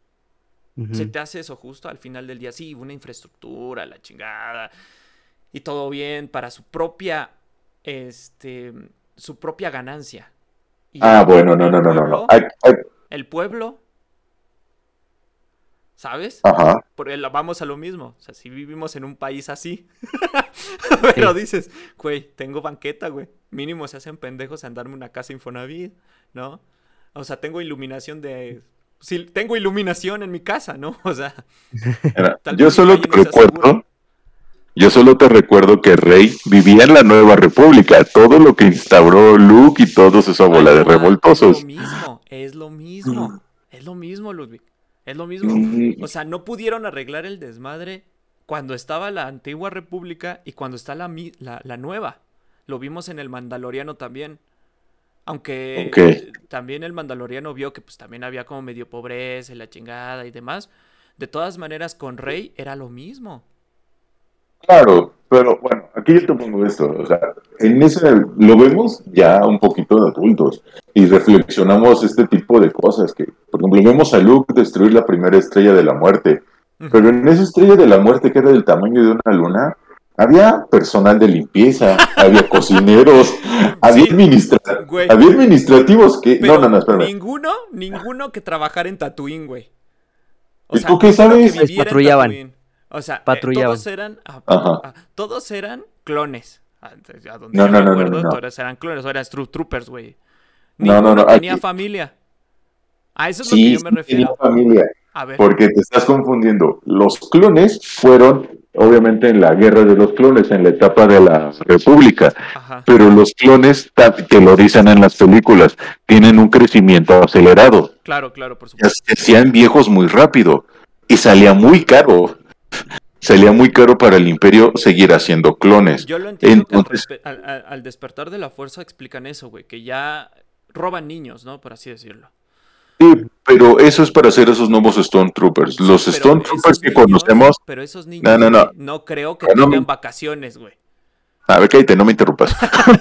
¿Se Ujú. te hace eso justo al final del día? Sí, una infraestructura, la chingada, y todo bien para su propia, este, su propia ganancia. Y Ah, el, bueno, no, el no, no, no, no. pueblo, Ay, ay, el pueblo, ¿sabes? ajá. Porque vamos a lo mismo. O sea, si vivimos en un país así, pero Sí. dices, güey, tengo banqueta, güey. Mínimo se hacen pendejos en darme una casa Infonavit, ¿no? O sea, tengo iluminación de si tengo iluminación en mi casa, ¿no? O sea, Mira, tal yo vez mi solo calle te no sea segura. recuerdo, yo solo te recuerdo que Rey vivía en la Nueva República. Todo lo que instauró Luke y todos esa bola Ahí de te va, es lo revoltosos. mismo, es lo mismo, es lo mismo, Ludwig, es lo mismo. Mm, O sea, no pudieron arreglar el desmadre cuando estaba la antigua república y cuando está la, mi- la, la nueva. Lo vimos en el Mandaloriano también. ok, Aunque también el Mandaloriano vio que pues también había como medio pobreza y la chingada y demás. De todas maneras, con Rey era lo mismo. claro, pero bueno, aquí yo te pongo esto, o sea, en ese lo vemos ya un poquito de adultos y reflexionamos este tipo de cosas que, por ejemplo, vemos a Luke destruir la primera estrella de la muerte, pero Ujú. en esa estrella de la muerte que era del tamaño de una luna, había personal de limpieza, había cocineros, había, Sí, administra- güey. había administrativos que, no, no, no, Pero espérame, ninguno, ninguno que trabajara en Tatooine, güey. O ¿y sea, tú qué ninguno que sabes? Les viviera en patrullaban, Tatooine. O sea, eh, todos patrullaban. eran. Ah, patru- Ajá, ah, todos eran clones. A, a donde no, yo me no, no, no, no, acuerdo, no, todos eran clones, o eran True Troopers, güey. no, no, no, Ninguno tenía aquí, familia. A eso es lo que sí, yo me sí tenía refiero. familia. A ver. Porque te estás confundiendo. Los clones fueron, obviamente, en la guerra de los clones, en la etapa de la República. Ajá. Pero los clones, ta- que lo dicen en las películas, tienen un crecimiento acelerado. Claro, claro, por Ya supuesto. se hacían viejos muy rápido. Y salía muy caro. Salía muy caro para el imperio seguir haciendo clones. Yo lo entiendo que al, Entonces, respe- al, al- al despertar de la fuerza explican eso, güey. Que ya roban niños, ¿no? Por así decirlo. sí, pero eso es para hacer esos nuevos Stormtroopers. Sí, Los pero Stormtroopers esos que niños, conocemos, pero esos no, niños, no, no. güey, no creo que No me, tengan vacaciones, güey. a ver, cállate, no me interrumpas.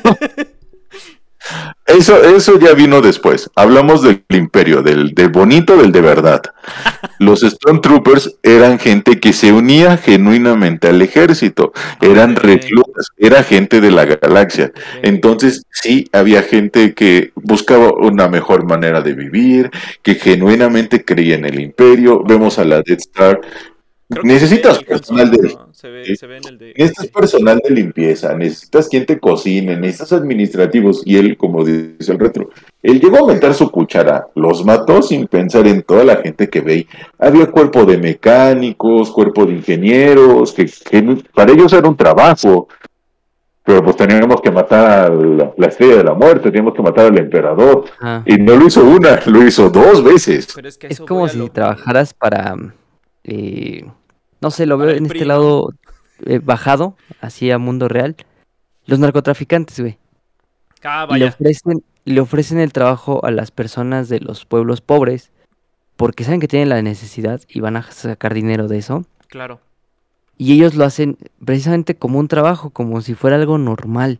Eso, eso ya vino después. Hablamos del imperio, del, del bonito, del de verdad. Los Stormtroopers eran gente que se unía genuinamente al ejército. Ok, Eran reclutas, era gente de la galaxia. ok. Entonces, sí, había gente que buscaba una mejor manera de vivir, que genuinamente creía en el imperio. Ok. Vemos a la Death Star. Creo que se ve en Necesitas el Han personal Solo, de... ¿no? Se ve, ¿sí? se ve en el de. Necesitas Ok. personal de limpieza, necesitas quien te cocine, necesitas administrativos. Y él, como dice el retro, él llegó a meter su cuchara, los mató sin pensar en toda la gente que ve. Había cuerpo de mecánicos, cuerpo de ingenieros, que, que para ellos era un trabajo. Pero pues teníamos que matar a la, la estrella de la muerte, teníamos que matar al emperador. Ah, Y no lo hizo una, lo hizo dos veces. Pero es que a es eso como voy a si lo. trabajaras para, eh, no sé, lo veo Para el en P R este I, ¿no? lado eh, bajado, así a mundo real. Los narcotraficantes, güey. Ah, Y le vaya. ofrecen, le ofrecen el trabajo a las personas de los pueblos pobres porque saben que tienen la necesidad y van a sacar dinero de eso. Claro. Y ellos lo hacen precisamente como un trabajo, como si fuera algo normal.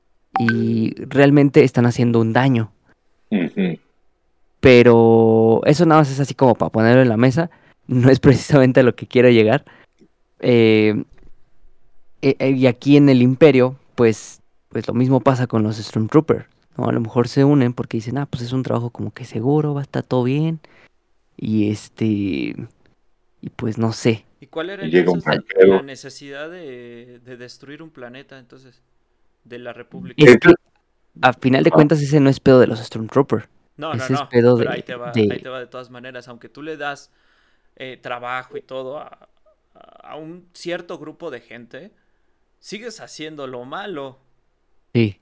Y realmente están haciendo un daño. Ujú. Pero eso nada más es así como para ponerlo en la mesa. No es precisamente a lo que quiero llegar. Eh, eh, eh, y aquí en el Imperio, pues, pues lo mismo pasa con los Stormtroopers, ¿no? A lo mejor se unen porque dicen, ah, pues es un trabajo como que seguro, va a estar todo bien. Y este, y pues no sé. ¿Y cuál era Y llega un entonces la, la banquero. necesidad de, de destruir un planeta, entonces? De la República. Es Este- que a final de Ajá. cuentas ese no es pedo de los Stormtroopers. No, no, Ese es no. pedo Pero ahí de, te va, ahí de... te va de todas maneras. Aunque tú le das eh, trabajo y todo a, a un cierto grupo de gente, sigues haciendo lo malo. Sí,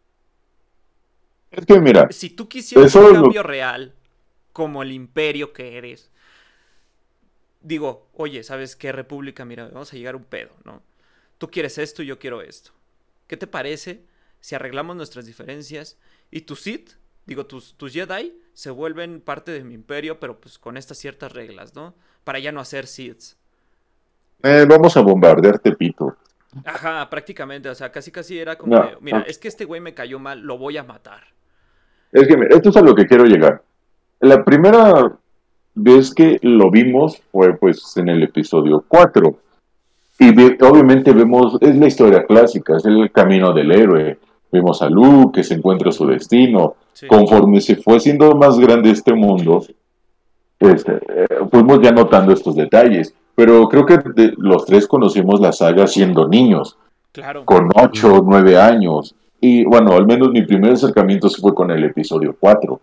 Es que mira, Si tú quisieras eso un lo- cambio real, como el imperio que eres, digo, oye, ¿sabes qué, República? Mira, vamos a llegar a un pedo, ¿no? Tú quieres esto y yo quiero esto. ¿Qué te parece si arreglamos nuestras diferencias y tus Sith, digo, tus, tus Jedi, se vuelven parte de mi imperio, pero pues con estas ciertas reglas, ¿no? Para ya no hacer Siths. eh, vamos a bombardear Tepito. Ajá, prácticamente, o sea, casi casi era como No, de, mira, no. es que este güey me cayó mal, lo voy a matar. Es que mira, esto es a lo que quiero llegar. La primera vez que lo vimos fue pues en el episodio cuatro. Y ve- obviamente vemos, es la historia clásica, es el camino del héroe. Vemos a Luke que se encuentra su destino. Sí, Conforme se fue haciendo más grande este mundo, pues eh, fuimos ya notando estos detalles. Pero creo que de- los tres conocimos la saga siendo niños, claro. con sí. ocho, nueve años. Y bueno, al menos mi primer acercamiento sí fue con el episodio cuatro.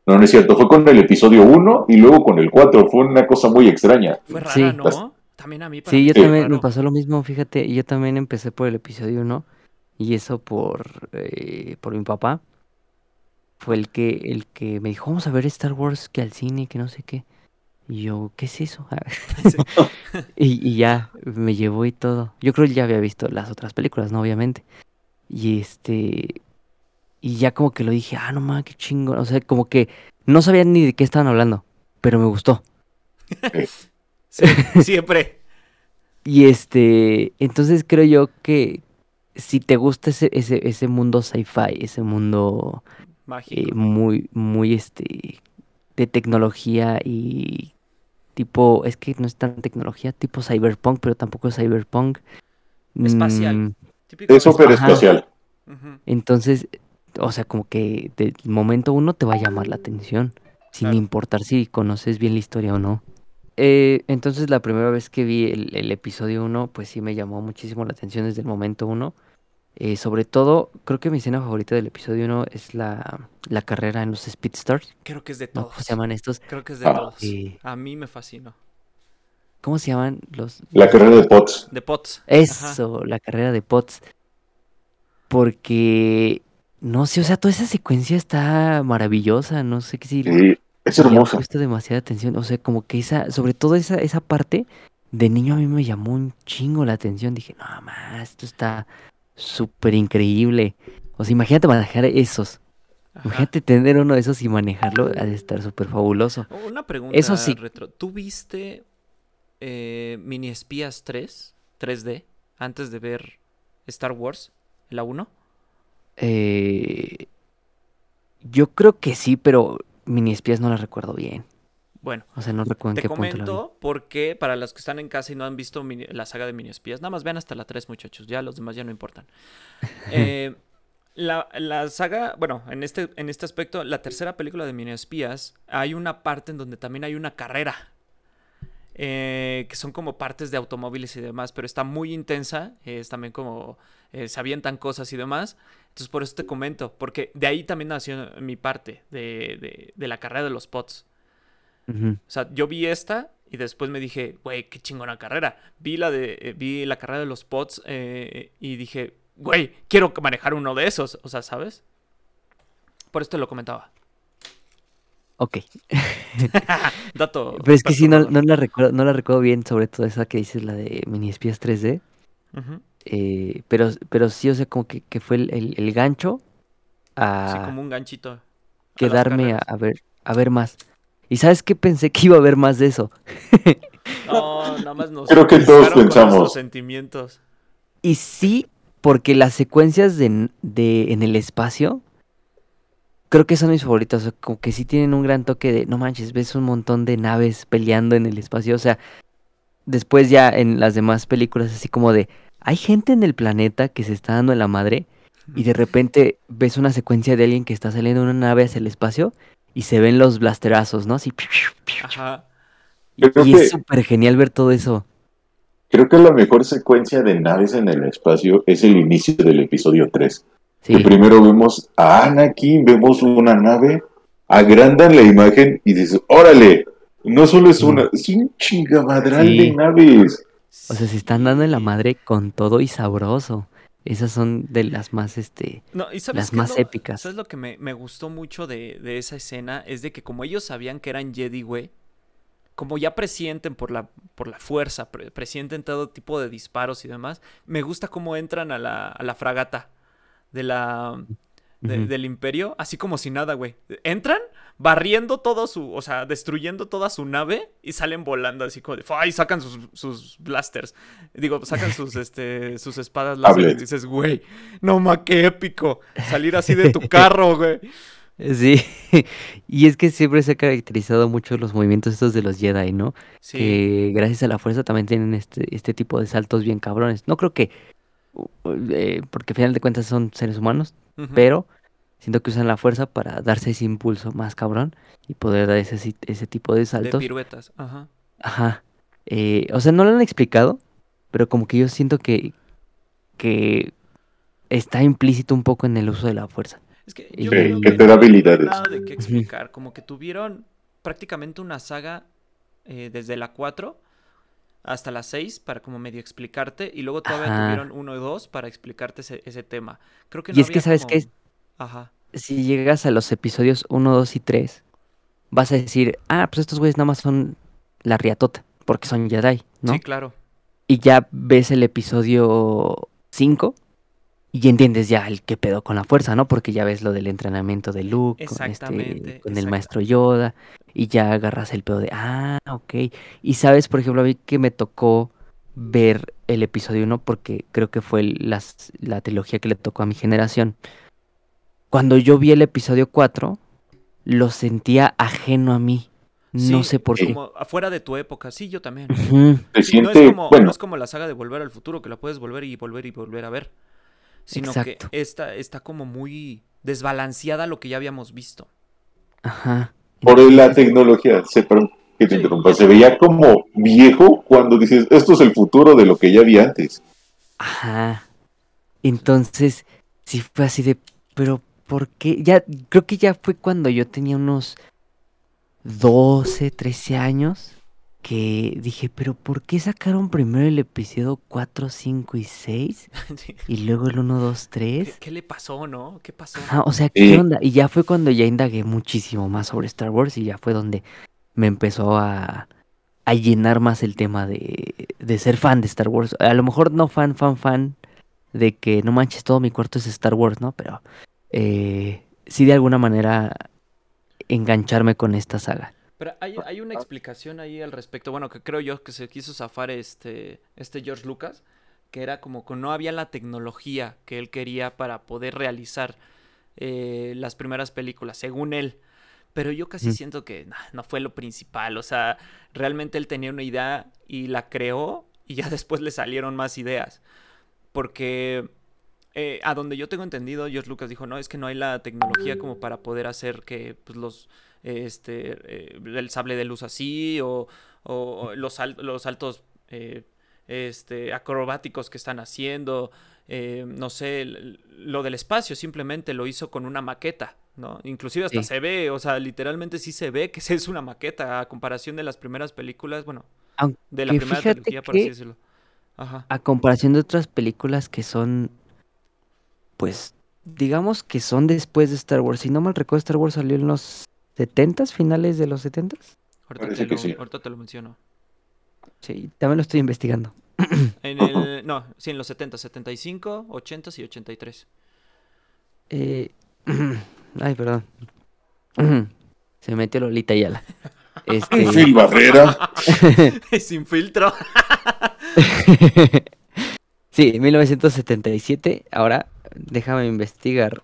No, no es cierto, fue con el episodio uno y luego con el cuatro. Fue una cosa muy extraña. Fue rara, Sí, ¿no? También a mí, para sí, mí yo fue muy Sí. también me raro. pasó lo mismo, fíjate, yo también empecé por el episodio uno y eso por, eh, por mi papá. Fue el que, el que me dijo, vamos a ver Star Wars que al cine, que no sé qué. Y yo, ¿qué es eso? Sí. Y, y ya me llevó y todo. Yo creo que ya había visto las otras películas, ¿no? Obviamente. Y este, y ya como que lo dije, ah, no mames, qué chingón. O sea, como que no sabía ni de qué estaban hablando, pero me gustó. Sí. Sí, siempre. Y este, entonces creo yo que si te gusta ese, ese, ese mundo sci-fi, ese mundo eh, Mágico. muy, muy este, de tecnología y tipo, es que no es tan tecnología, tipo cyberpunk, pero tampoco es cyberpunk. Espacial. Mm, Típico Es de súper espacio. ajá, espacial. Ujú, entonces, o sea, como que del momento uno te va a llamar la atención, sin claro. importar si conoces bien la historia o no. Eh, entonces, la primera vez que vi el, el episodio uno, pues sí me llamó muchísimo la atención desde el momento uno. Eh, sobre todo, creo que mi escena favorita del episodio uno es la, la carrera en los Speedstars, Creo que es de ¿no? ¿Cómo se todos. llaman estos? Creo que es de Ah, todos. Eh, A mí me fascinó. ¿cómo se llaman los, la los... carrera de Potts. De Pots. Ajá. Eso, la carrera de Potts. Porque, no sé, o sea, toda esa secuencia está maravillosa, no sé qué si Sí, es le han hermosa. puesto demasiada atención, o sea, como que esa, sobre todo esa, esa parte de niño a mí me llamó un chingo la atención, dije, no más, esto está súper increíble. O sea, imagínate manejar esos, Ajá. imagínate tener uno de esos y manejarlo, ha de estar súper fabuloso. Una Eso pregunta sí, retro. ¿Tú viste eh, Mini Espías tres, tres D, antes de ver Star Wars, la uno? eh, yo creo que sí, pero Mini Espías no la recuerdo bien, Bueno, o sea, no recuerdo en te qué punto la vi. comento porque para los que están en casa y no han visto mini- la saga de Mini Espías, nada más vean hasta la tres, muchachos, ya los demás ya no importan. Eh, la, la saga, bueno, en este, en este aspecto, la tercera película de Mini Espías, hay una parte en donde también hay una carrera, eh, que son como partes de automóviles y demás, pero está muy intensa, eh, es también como eh, se avientan cosas y demás. Entonces por eso te comento, porque de ahí también nació mi parte, de, de, de la carrera de los pods. Ujú. O sea, yo vi esta y después me dije, güey, qué chingona carrera. Vi la, de, eh, vi la carrera de los pods eh, y dije, güey, quiero manejar uno de esos. O sea, ¿sabes? Por esto te lo comentaba. Ok. Dato Pero es que sí, no, perturbador. no la recuerdo, no la recuerdo bien, sobre todo esa que dices, la de Mini Espías tres D. Ujú. eh, pero, pero sí, o sea, como que, que fue el, el- el gancho Sí, a como un ganchito a las quedarme a, carreras. a ver, a ver más. ¿Y sabes qué? Pensé que iba a haber más de eso. No, nada más nos Creo que Y, s- todos ofuscaron con nuestros pensamos. sentimientos. y sí, porque las secuencias de, n- de en el espacio, creo que son mis favoritas. O sea, como que sí tienen un gran toque de, no manches, ves un montón de naves peleando en el espacio. O sea, después ya en las demás películas, así como de, hay gente en el planeta que se está dando en la madre y de repente ves una secuencia de alguien que está saliendo en una nave hacia el espacio y se ven los blasterazos, ¿no? Así, Ajá. y, Creo y es que, súper genial ver todo eso. creo que la mejor secuencia de naves en el espacio es el inicio del episodio tres. Que Sí, primero vemos a Anakin, vemos una nave, agrandan la imagen y dices, órale, no solo es sí, una, es un chingamadral de sí. naves. O sea, se están dando en la Sí. madre con todo y sabroso. Esas son de las más, este, No, ¿y sabes las qué es más lo, épicas. sabes lo que me, me gustó mucho de, de esa escena? Es de que como ellos sabían que eran Jedi, güey, como ya presienten por la, por la fuerza, pre- presienten todo tipo de disparos y demás, me gusta cómo entran a la, a la fragata de la, de- Ujú. del imperio, así como si nada, güey. Entran barriendo todo su, o sea, destruyendo toda su nave y salen volando así como de, ¡ay! Sacan sus, sus blasters. Digo, sacan sus, este, sus espadas láser y Tablet. dices, güey, no ma, qué épico. Salir así de tu carro, güey. Sí, y es que siempre se ha caracterizado mucho los movimientos estos de los Jedi, ¿no? Sí. Que gracias a la fuerza también tienen este, este tipo de saltos bien cabrones. No creo que, u- u- eh, porque al final de cuentas son seres humanos, Ujú. pero siento que usan la fuerza para darse ese impulso más cabrón y poder dar ese, si- ese tipo de De saltos. piruetas, ajá. Ajá. Eh, o sea, no lo han explicado, pero como que yo siento que, que está implícito un poco en el uso de la fuerza. Es que yo Sí, creo que que te da no hay habilidades. nada de qué Ujú. explicar. Como que tuvieron prácticamente una saga eh, desde la cuatro hasta la seis para como medio explicarte. Y luego todavía tuvieron Ajá. uno y dos para explicarte ese, ese tema. Creo que Y no es que, había ¿sabes como... qué? Ajá. Si llegas a los episodios uno, dos y tres, vas a decir, ah, pues estos güeyes nada más son la riatota, porque son Jedi, Sí, ¿no? claro. Y ya ves el episodio cinco y ya entiendes ya el qué pedo con la fuerza, ¿no? Porque ya ves lo del entrenamiento de Luke con este, Exactamente, con el exacta. maestro Yoda, y ya agarras el pedo de, ah, ok. Y sabes, por ejemplo, a mí que me tocó ver el episodio uno porque creo que fue el- las, la trilogía que le tocó a mi generación. Cuando yo vi el episodio cuatro lo sentía ajeno a mí. No Sí, sé por Sí, qué. como afuera de tu época. Sí, yo también. Ujú, se Sí, no es siente, como, no bueno, es como la saga de Volver al Futuro, que la puedes volver y volver y volver a ver. Sino que exacto. esta está como muy desbalanceada a lo que ya habíamos visto. Ajá. por la Entonces, tecnología, se, perdón que te Sí, y interrumpa, se eso. veía como viejo cuando dices, esto es el futuro de lo que ya vi antes. ajá. Entonces, sí fue así de, pero ¿por qué? Ya, creo que ya fue cuando yo tenía unos doce trece años que dije, pero ¿por qué sacaron primero el episodio cuatro cinco y seis Sí. y luego el uno dos ¿Qué, tres? qué le pasó, no? ¿Qué pasó? Ajá, o sea, ¿qué Sí, onda? Y ya fue cuando ya indagué muchísimo más sobre Star Wars y ya fue donde me empezó a, a llenar más el tema de, de ser fan de Star Wars. A lo mejor no fan, fan, fan de que no manches, todo mi cuarto es Star Wars, ¿no? Pero eh, sí de alguna manera engancharme con esta saga. Pero hay, hay una explicación ahí al respecto. Bueno, que creo yo que se quiso zafar este, este George Lucas, que era como que no había la tecnología que él quería para poder realizar eh, las primeras películas, según él. Pero yo casi Ujú. siento que nah, no fue lo principal. O sea, realmente él tenía una idea y la creó y ya después le salieron más ideas. Porque eh, a donde yo tengo entendido, George Lucas dijo, no, es que no hay la tecnología como para poder hacer que pues, los, eh, este, eh, el sable de luz así o, o los, sal- los saltos eh, este, acrobáticos que están haciendo, eh, no sé, el- lo del espacio simplemente lo hizo con una maqueta, ¿no? Inclusive hasta Sí. se ve, o sea, literalmente sí se ve que es una maqueta a comparación de las primeras películas, bueno, de la Aunque primera fíjate trilogía, por así que decirlo. Ajá. a comparación de otras películas que son, pues, digamos que son después de Star Wars. Si no mal recuerdo, Star Wars salió en los setentas, finales de los setentas. Ahorita te parece que lo, sí. ahorita te lo menciono. Sí, también lo estoy investigando. En el. No, sí, en los setenta, setenta y cinco, ochenta y ochenta y tres. Eh, ay, perdón. Se me metió Lolita Ayala. Este. Phil Barrera. Sin filtro. Sí, mil novecientos setenta y siete. Ahora, déjame investigar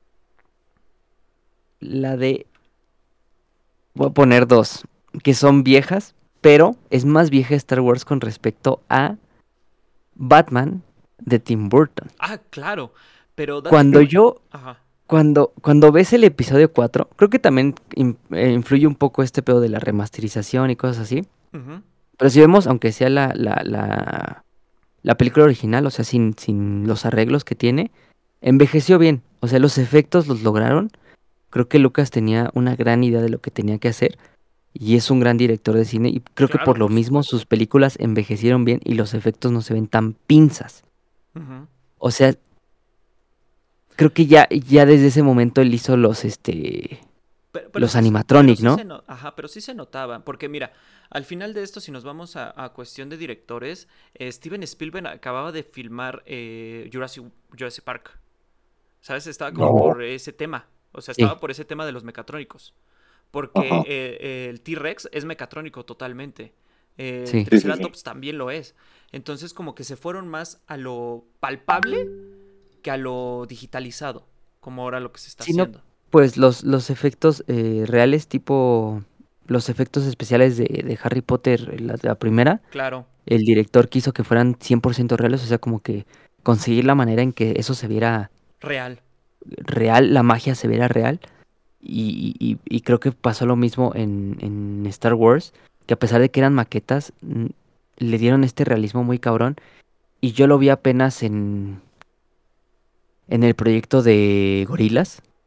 la de... Voy a poner dos, que son viejas, pero es más vieja Star Wars con respecto a Batman de Tim Burton. Ah, claro. Pero date Cuando cuenta. yo, Ajá. cuando, cuando ves el episodio cuatro, creo que también in- eh, influye un poco este pedo de la remasterización y cosas así. Ujú. Pero si vemos, aunque sea la, la, la, la película original, o sea, sin, sin los arreglos que tiene, envejeció bien. O sea, los efectos los lograron. Creo que Lucas tenía una gran idea de lo que tenía que hacer. Y es un gran director de cine. Y creo que Claro, por lo por mismo supuesto. sus películas envejecieron bien y los efectos no se ven tan pinzas. Ujú. O sea, creo que ya, ya desde ese momento él hizo los, este, Pero, pero los sí, pero animatronic, sí se ¿no? no- ajá, pero sí se notaba. Porque mira, al final de esto, si nos vamos a, a cuestión de directores, eh, Steven Spielberg acababa de filmar eh, Jurassic, Jurassic Park. ¿Sabes? Estaba como No. por ese tema. O sea, estaba Sí, por ese tema de los mecatrónicos. Porque Ajá. eh, eh, el T-Rex es mecatrónico totalmente. Eh, el sí. Sí, sí, sí. Triceratops también lo es. Entonces como que se fueron más a lo palpable que a lo digitalizado, como ahora lo que se está Si no, haciendo. pues los, los efectos eh, reales, tipo los efectos especiales de, de Harry Potter, la, la primera, Claro, el director quiso que fueran cien por ciento reales, o sea, como que conseguir la manera en que eso se viera real. real, la magia se viera real. Y, y- y creo que pasó lo mismo en, en Star Wars, que a pesar de que eran maquetas, mm, le dieron este realismo muy cabrón. Y yo lo vi apenas en, en el proyecto de Gorilas.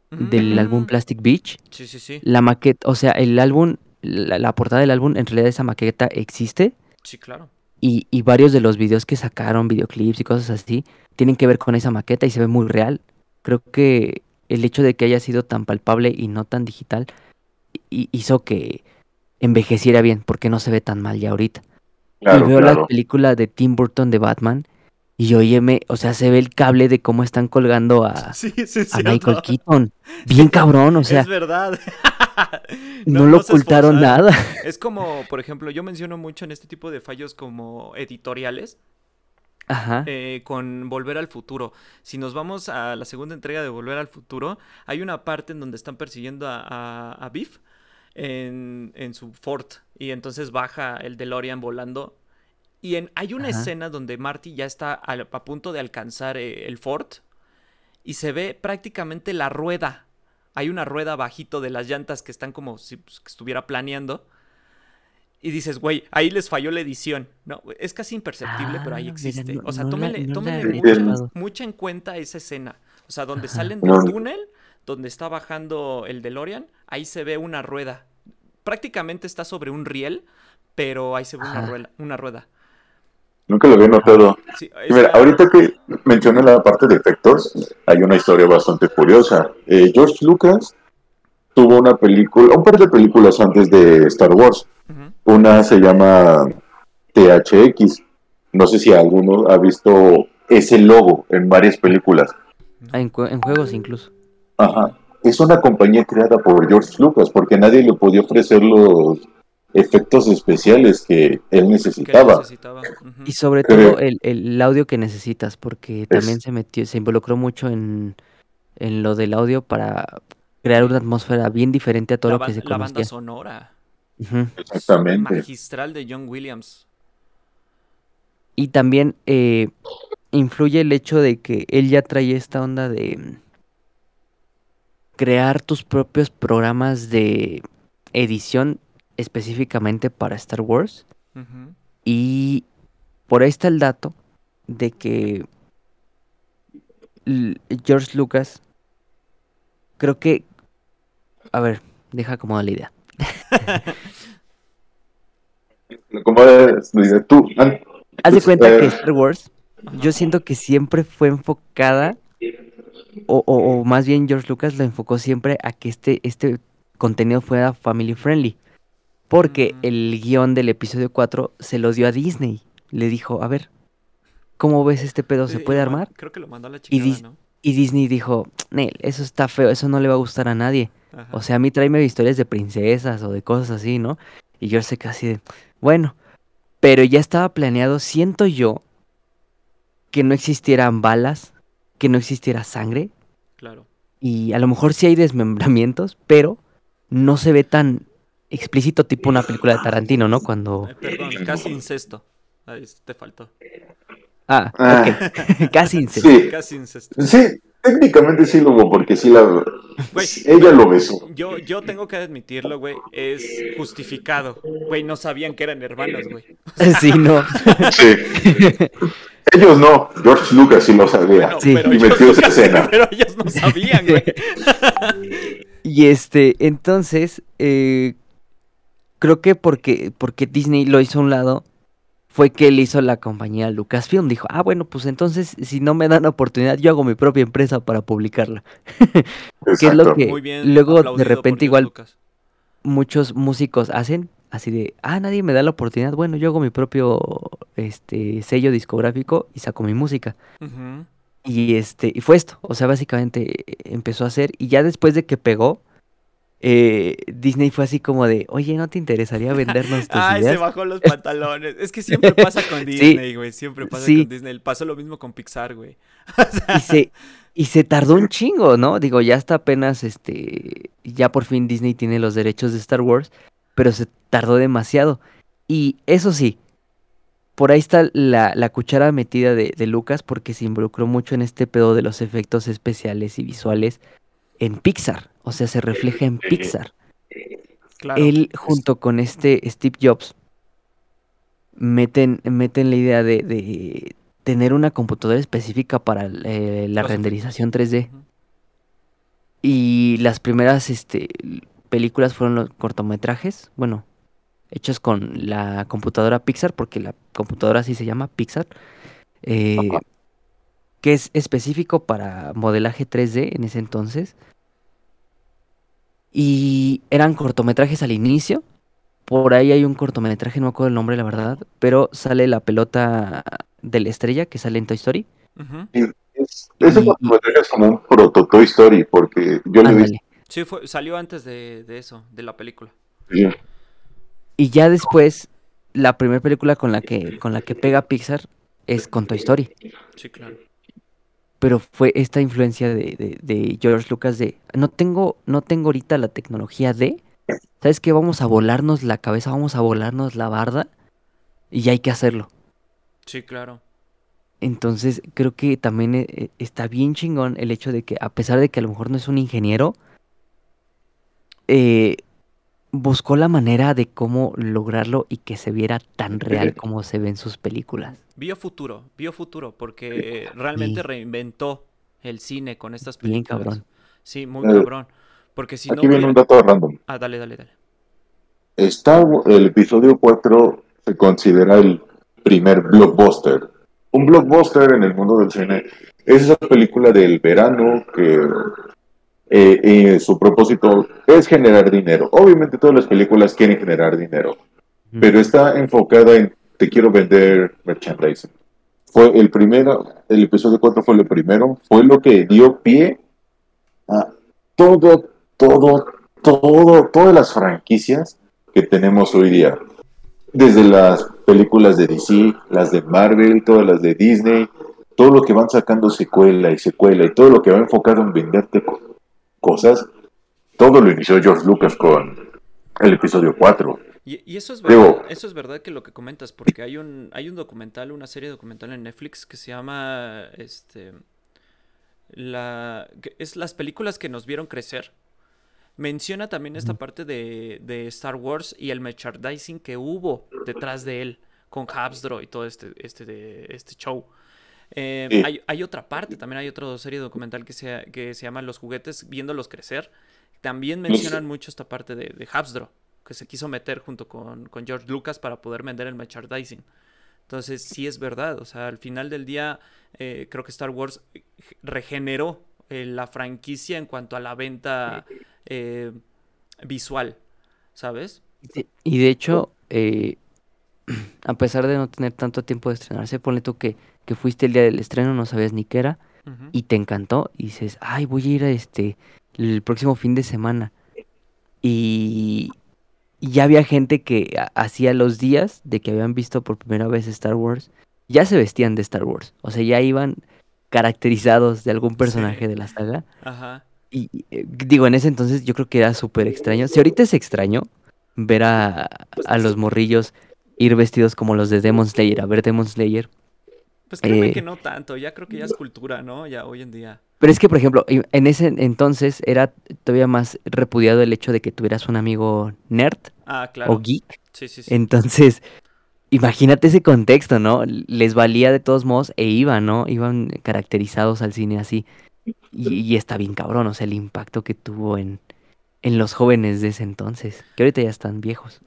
del álbum Ujú. Plastic Beach. Sí, sí, sí. La maqueta, o sea, el álbum, la, la portada del álbum, en realidad esa maqueta existe Sí, claro. y, y varios de los videos que sacaron, videoclips y cosas así, tienen que ver con esa maqueta y se ve muy real. Creo que el hecho de que haya sido tan palpable y no tan digital hi- hizo que envejeciera bien, porque no se ve tan mal ya ahorita. Y Claro, veo la claro. película de Tim Burton de Batman y óyeme, o sea, se ve el cable de cómo están colgando a, Sí, sí, es a Michael cierto. Keaton. Sí, Bien cabrón, o es sea, verdad. no No, lo no se ocultaron esforzaron. nada. Es como, por ejemplo, yo menciono mucho en este tipo de fallos como editoriales, Ajá, eh, con Volver al Futuro. Si nos vamos a la segunda entrega de Volver al Futuro, hay una parte en donde están persiguiendo a, a, a Biff en, en su Ford. Y entonces baja el DeLorean volando. Y en, hay una ajá. escena donde Marty ya está a, a punto de alcanzar eh, el Ford. Y se ve prácticamente la rueda. Hay una rueda bajito de las llantas que están como si pues, que estuviera planeando. Y dices, güey, ahí les falló la edición. No, es casi imperceptible, pero ahí Ah, mira, existe. no, O sea, no la, tómenle, no la tómenle había mucha, El- notado. mucha en cuenta esa escena. O sea, donde Ajá. salen del no, túnel, donde está bajando el DeLorean, ahí se ve una rueda. Prácticamente está sobre un riel, pero ahí se ve una Ajá, rueda. Una rueda. nunca lo había ajá. notado. Sí, Y mira, está. ahorita que mencioné la parte de efectos, hay una historia bastante curiosa. Eh, George Lucas tuvo una película, un par de películas antes de Star Wars. Ujú. Una se llama T H X. No sé si alguno ha visto ese logo en varias películas. Ah, No. En, jue- en juegos incluso. Ajá. Es una compañía creada por George Lucas porque nadie le podía ofrecer los efectos especiales que él Que él necesitaba. necesitaba. Y Ujú. sobre todo Creo, el, el audio que necesitas, porque también es se metió, se involucró mucho en, en lo del audio para crear una Y atmósfera bien diferente a todo la, lo que ban- se la banda conocía. sonora. Ujú. exactamente. Magistral de John Williams. Y también eh, influye el hecho de que él ya trae esta onda de mm, crear tus propios programas de edición específicamente para Star Wars. Ujú. Y por ahí está el dato de que L- George Lucas, creo que, a ver, deja acomodar la idea. Como es, dice, tú, an- Haz de pues, cuenta que eh, Star Wars, yo Ajá. siento que siempre fue enfocada, o, o- o más bien George Lucas lo enfocó siempre a que este, este contenido fuera family friendly. Porque Mm, el guión del episodio cuatro se lo dio a Disney. Le dijo, a ver, ¿cómo ves este pedo? ¿Se y puede lo man- armar? creo que lo mandó a la Y, chingada, Dis- ¿no? y Disney dijo, Nel, eso está feo, eso no le va a gustar a nadie. O Ajá. sea, a mí tráeme historias de princesas o de cosas así, ¿no? Y yo sé casi de, bueno, pero ya estaba planeado, siento yo, que no existieran balas, que no existiera sangre, Claro. y a lo mejor sí hay desmembramientos, pero no se ve tan explícito tipo una película de Tarantino, ¿no? Cuando... Eh, perdón, casi incesto. Ahí te faltó. Ah, ok, ah, casi incesto. sí, Casi incesto. sí, técnicamente sí lo hubo, porque sí la, Güey, ella pero lo besó. yo, yo tengo que admitirlo, güey. Es justificado. Güey, no sabían que eran hermanos, güey. O Sí, sea, no. Sí, ellos no, George Lucas sí lo sabía bueno, Sí. pero y yo metió esa Lucas sí, escena. pero ellos no sabían, güey. Y este, entonces, eh, creo que porque, porque Disney lo hizo a un lado, fue que él hizo la compañía Lucasfilm. Dijo, ah, bueno, pues entonces, si no me dan oportunidad, yo hago mi propia empresa para publicarla. Que es lo Exacto. que Muy bien, luego de aplaudido por repente George igual Lucas. muchos músicos hacen, así de, ah, nadie me da la oportunidad, bueno, yo hago mi propio este sello discográfico y saco mi música. Ujú. Y este, y fue esto, o sea, básicamente eh, empezó a hacer, y ya después de que pegó, eh, Disney fue así como de, oye, ¿no te interesaría vendernos tus Ay, se ideas? bajó los pantalones. Es que siempre pasa con Sí, Disney, güey. Siempre pasa con sí, Disney. Pasó lo mismo con Pixar, güey. y se, y se tardó un chingo, ¿no? Digo, ya hasta apenas, este, ya por fin Disney tiene los derechos de Star Wars, pero se tardó demasiado. Y eso sí, por ahí está la, la cuchara metida de, de Lucas porque se involucró mucho en este pedo de los efectos especiales y visuales en Pixar, o sea, se refleja en Pixar. Claro. Él junto con este Steve Jobs meten, meten la idea de, de tener una computadora específica para eh, la Los efectos. renderización tres D. Ujú. Y las primeras este, películas fueron los cortometrajes, bueno, hechos con la computadora Pixar, porque la computadora así se llama Pixar, Ajá. eh, que es específico para modelaje tres D en ese entonces. Y eran cortometrajes al inicio. Por ahí hay un cortometraje, no me acuerdo el nombre, la verdad, pero sale la pelota de la estrella que sale en Toy Story. Ujú. Y es, ese Y, y cortometraje es como un proto Toy Story, porque yo lo he visto. ándale. Sí, fue, salió antes de, de eso, de la película. Sí. Y ya después, la primera película con la que, con la que pega Pixar es con Toy Story. Sí, claro. Pero fue esta influencia de, de, de George Lucas de, no tengo, no tengo ahorita la tecnología de, ¿sabes qué? Vamos a volarnos la cabeza, vamos a volarnos la barda y ya hay que hacerlo. Sí, claro. Entonces creo que también eh, eh, está bien chingón el hecho de que a pesar de que a lo mejor no es un ingeniero, eh, buscó la manera de cómo lograrlo y que se viera tan real como se ve en sus películas. Vio futuro, vio futuro, porque realmente Y reinventó el cine con estas bien películas. cabrón. Sí, muy Eh, cabrón. Porque si no aquí viene un hubiera... dato random. Ah, dale, dale, dale. Star Wa- el episodio cuatro se considera el primer blockbuster. Un blockbuster en el mundo del cine es esa película del verano que eh, eh, su propósito es generar dinero. Obviamente todas las películas quieren generar dinero, Ujú. pero está enfocada en te quiero vender merchandising. Fue el primero, el episodio cuatro fue el primero, fue lo que dio pie a todo, todo, todo, todas las franquicias que tenemos hoy día. Desde las películas de D C, las de Marvel, todas las de Disney, todo lo que van sacando secuela y secuela y todo lo que va enfocado en venderte co- cosas, todo lo inició George Lucas con el episodio cuatro. Y, y eso es verdad, Digo, eso es verdad que lo que comentas, porque hay un, hay un documental, una serie documental en Netflix que se llama, este, la, que es las películas que nos vieron crecer. Menciona también esta Ujú. parte de, de Star Wars y el merchandising que hubo detrás de él, con Hasbro y todo este, este, de, este show. Eh, sí, hay, hay otra parte, también hay otra serie documental que se, que se llama Los juguetes, viéndolos crecer. También mencionan mucho esta parte de, de Hasbro, que se quiso meter junto con, con George Lucas para poder vender el merchandising. Entonces, sí es verdad, o sea, al final del día, eh, creo que Star Wars regeneró eh, la franquicia en cuanto a la venta eh, visual, ¿sabes? Sí, y de hecho, eh, a pesar de no tener tanto tiempo de estrenarse, ponle tú que, que fuiste el día del estreno, no sabías ni qué era, Ujú. y te encantó, y dices, ay, voy a ir a este, el próximo fin de semana. Y, y ya había gente que ha- hacía los días de que habían visto por primera vez Star Wars, ya se vestían de Star Wars, o sea, ya iban caracterizados de algún Sí, personaje de la saga. ajá. Y y, eh, digo, en ese entonces yo creo que era súper extraño. Si ahorita es extraño ver a, Pues, a los morrillos ir vestidos como los de Demon Slayer, a ver Demon Slayer. pues créeme que eh, no tanto, ya creo que ya es cultura, ¿no? Ya hoy en día. pero es que, por ejemplo, i- en ese entonces era todavía más repudiado el hecho de que tuvieras un amigo nerd Ah, o claro. geek. Sí, sí, sí. Entonces, imagínate ese contexto, ¿no? Les valía de todos modos e iban, ¿no? Iban caracterizados al cine así. Y, y está bien cabrón, o sea, el impacto que tuvo en, en los jóvenes de ese entonces, que ahorita ya están viejos.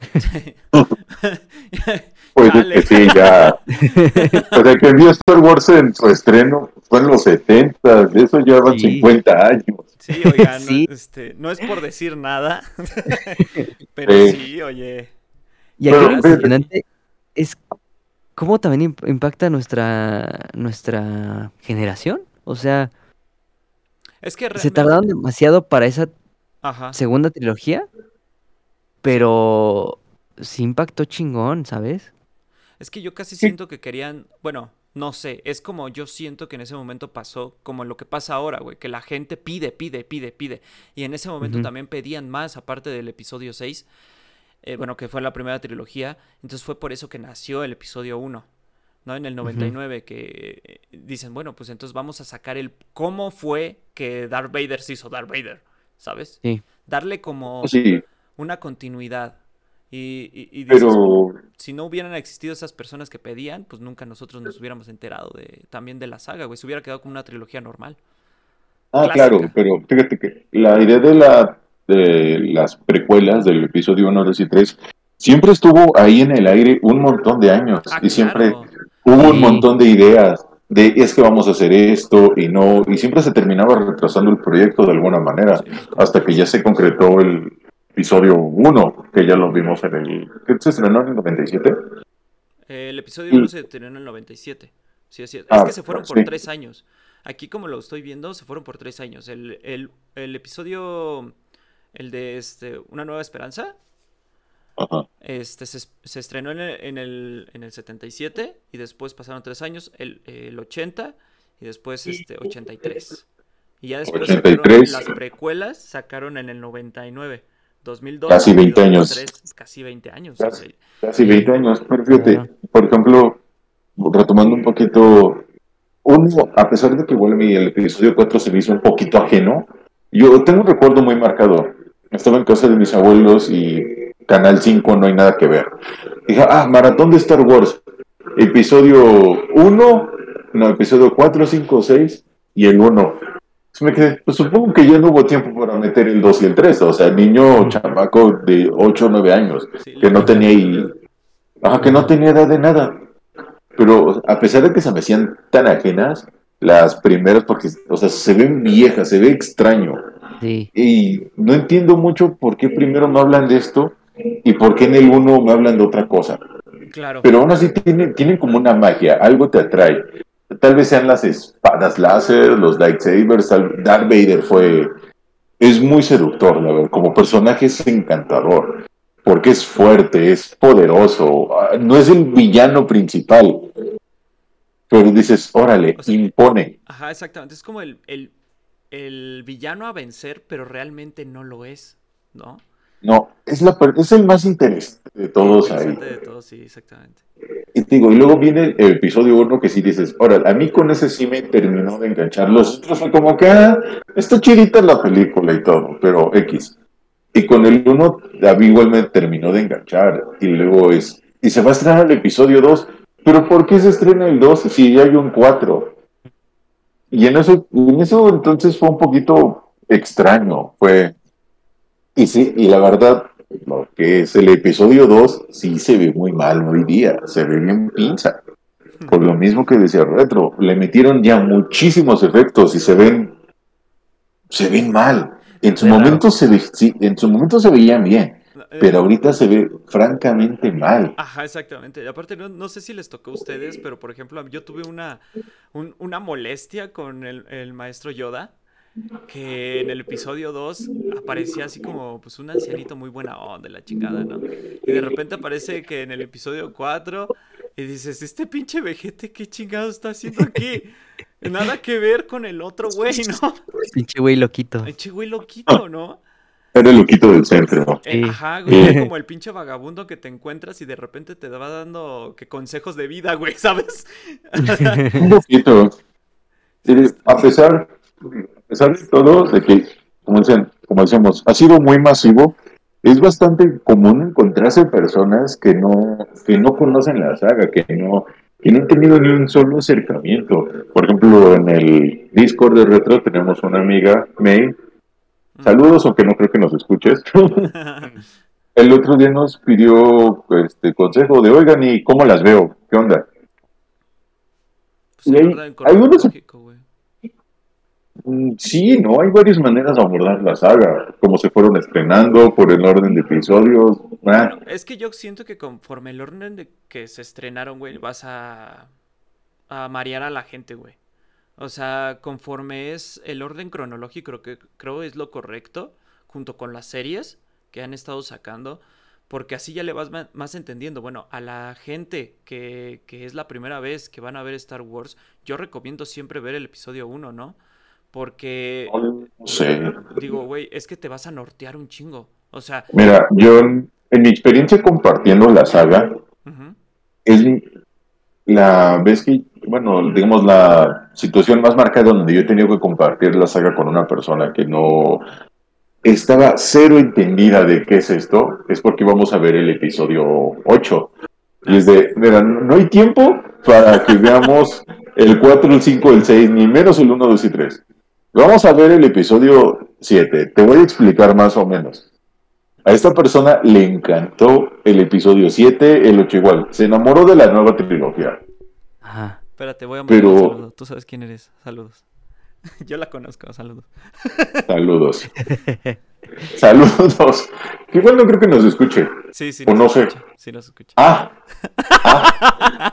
pues es que Chale. sí, ya. O sea, que vio Star Wars en su estreno fue en los setenta, de eso ya van Sí, cincuenta años. Sí, oiga, no, sí. este, no es por decir nada, pero Eh, sí, oye, Y aquí lo pero ya, fíjate, sí. impresionante es cómo también imp- impacta nuestra, nuestra generación. O sea, Es que se tardaron realmente, demasiado para esa ajá, segunda trilogía, sí. pero sí impactó chingón, ¿sabes? Es que yo casi sí, siento que querían, bueno, no sé, es como yo siento que en ese momento pasó, como lo que pasa ahora, güey, que la gente pide, pide, pide, pide. Y en ese momento Ujú, también pedían más, aparte del episodio seis, eh, bueno, que fue la primera trilogía, entonces fue por eso que nació el episodio uno, ¿no? En el noventa y ujú. nueve que eh, dicen, bueno, pues entonces vamos a sacar el cómo fue que Darth Vader se hizo Darth Vader, ¿sabes? Sí. Darle como sí, una continuidad. Y, y, y dices, pero si no hubieran existido esas personas que pedían, pues nunca nosotros nos hubiéramos enterado de también de la saga, güey. Se hubiera quedado como una trilogía normal. Ah, claro, clásica. pero fíjate que la idea de la de las precuelas del episodio uno, dos y tres siempre estuvo ahí en el aire un montón de años Ah, y siempre claro. hubo un Sí, montón de ideas de es que vamos a hacer esto y no, y siempre se terminaba retrasando el proyecto de alguna manera, Sí, pues como hasta que tres ya se años. concretó el episodio uno, que ya lo vimos en el, ¿qué se estrenó en el noventa y siete? Eh, el episodio uno Y, se terminó en el noventa y siete. Sí, es cierto. Es que ah, se fueron por sí, tres años. Aquí, como lo estoy viendo, se fueron por tres años. El, el, el episodio, el de este, Una Nueva Esperanza, ajá, este, se, se estrenó en el, en el, en el setenta y siete y después pasaron tres años, el, el ochenta y después este ochenta y tres. Y ya después ochenta y sacaron tres las precuelas, sacaron en el noventa y nueve, dos mil dos casi y veinte dos mil años, tres, casi veinte años, casi, güey. casi veinte sí, años, pero fíjate, claro. por ejemplo, retomando un poquito, uno, a pesar de que igual mi- el episodio cuatro se me hizo un poquito ajeno, yo tengo un recuerdo muy marcado. Estaba en casa de mis abuelos y Canal cinco no hay nada que ver. Dije, ah, maratón de Star Wars, episodio uno, no, episodio cuatro, cinco, seis y el uno. Entonces me quedé, pues supongo que ya no hubo tiempo para meter el dos y el tres, o sea, niño chamaco de ocho o nueve años, Sí, que no tenía, literalmente. y, ajá, que no tenía edad de nada. Pero a pesar de que se me hacían tan ajenas, las primeras, porque, o sea, se ven viejas, se ve extraño. Sí, Y no entiendo mucho por qué primero me hablan de esto y por qué en el uno me hablan de otra cosa. Claro. Pero aún así tienen, tienen como una magia, algo te atrae. Tal vez sean las espadas láser, los lightsabers, tal- Darth Vader fue... Es muy seductor, la verdad. Como personaje es encantador. Porque es fuerte, es poderoso. ah, No es el villano principal, pero dices, órale, O sea, eh, impone. ajá, exactamente. Es como el, el, el villano a vencer, pero realmente no lo es, ¿no? No, es, la, per- es el más interesante de El todos ahí. interesante de todo, sí, exactamente. Y te digo, y luego viene el episodio uno que sí dices, órale, a mí con ese sí me terminó de enganchar. Los otros fue como que, ah, está chidita la película y todo, pero X. Y con el uno a mí igual me terminó de enganchar. Y luego es, y se va a estrenar el episodio dos, pero ¿por qué se estrena el dos si ya hay un cuatro? Y en eso, en eso entonces fue un poquito extraño, fue, y sí, y la verdad, lo que es el episodio dos sí se ve muy mal hoy día, se ve bien pinza. Por lo mismo que decía Retro, le metieron ya muchísimos efectos y se ven, se ven mal. En su De la... momento se ve, sí, en su momento se veían bien, eh, pero ahorita se ve francamente mal. ajá, exactamente. Y aparte, no, no sé si les tocó a ustedes, pero por ejemplo, yo tuve una, un- una molestia con el, el maestro Yoda, que en el episodio dos aparecía así como pues un ancianito muy buena onda, la chingada, ¿no? Y de repente aparece que en el episodio cuatro y dices, este pinche vejete, ¿qué chingado está haciendo aquí? Nada que ver con el otro güey, ¿no? pinche güey loquito. Pinche güey loquito, ¿no? Era el loquito del centro. Eh, Sí. ajá, güey, era Eh, como el pinche vagabundo que te encuentras y de repente te va dando que consejos de vida, güey, ¿sabes? un poquito. Sí, Eh, está- a pesar, a pesar de todo, de que, como, dicen, como decíamos, ha sido muy masivo, es bastante común encontrarse personas que no, que no conocen la saga, que no, que no han tenido ni un solo acercamiento. Por ejemplo, en el Discord de Retro tenemos una amiga, May, Ujú. saludos, aunque no creo que nos escuches. El otro día nos pidió este consejo de, oigan, ¿y cómo las veo? ¿Qué onda? Pues Y el hay, orden hay unos. cronológico, güey. Mm, Sí, no, hay varias maneras de abordar la saga, como se fueron estrenando, por el orden de episodios. Ah, Bueno, es que yo siento que conforme el orden de que se estrenaron, güey, vas a, a marear a la gente, güey. O sea, conforme es el orden cronológico, creo que creo es lo correcto, junto con las series que han estado sacando, porque así ya le vas ma- más entendiendo. Bueno, a la gente que, que es la primera vez que van a ver Star Wars, yo recomiendo siempre ver el episodio uno, ¿no? Porque, no di- sé. digo, güey, es que te vas a nortear un chingo. O sea, Mira, yo en, en mi experiencia compartiendo la saga, ujú, es la vez que, bueno, digamos, la situación más marcada donde yo he tenido que compartir la saga con una persona que no estaba cero entendida de qué es esto, es porque íbamos a ver el episodio ocho. Y ah, es sí. de, mira, no hay tiempo para que veamos el cuatro, el cinco, el seis, ni menos el uno, dos y tres. Vamos a ver el episodio siete. Te voy a explicar más o menos. A esta persona le encantó el episodio siete, el ocho igual. Se enamoró de la nueva trilogía. Ajá. Espérate, voy a mandar un Pero, saludo. Tú sabes quién eres. Saludos. Yo la conozco, saludos. saludos. Saludos. Que igual no creo que nos escuche. Sí, sí, O nos no sé. escucha. Sí, nos escucha. Ah, ah,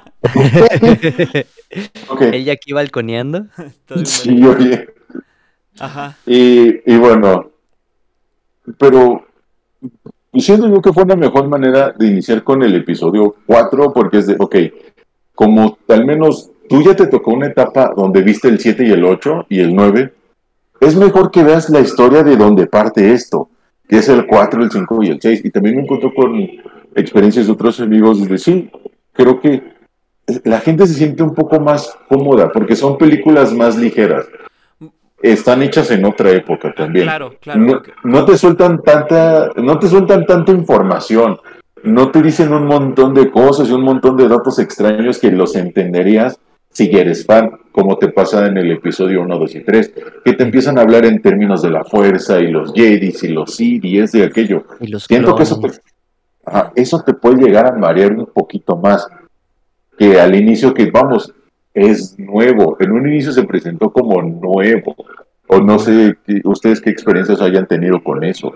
ok. Ella aquí balconeando. Está bien, Sí, bueno. oye. Ajá. Y, y bueno, pero siento yo que fue una mejor manera de iniciar con el episodio cuatro porque es de, ok, como al menos tú ya te tocó una etapa donde viste el siete y el ocho y el nueve, es mejor que veas la historia de donde parte esto, que es el cuatro, el cinco y el seis. Y también me encontré con experiencias de otros amigos de sí, creo que la gente se siente un poco más cómoda porque son películas más ligeras. Están hechas en otra época Ah, también. claro, claro. No, Porque... no te sueltan tanta, no te sueltan tanta información. No te dicen un montón de cosas y un montón de datos extraños que los entenderías si eres fan, como te pasa en el episodio uno, dos y tres, que te empiezan a hablar en términos de la fuerza y los Jedis y los Sith y es de aquello. Y los Siento que eso te, clones. ajá, eso te puede llegar a marear un poquito más que al inicio que, vamos, es nuevo. En un inicio se presentó como nuevo. O no sé qué- ustedes qué experiencias hayan tenido con eso.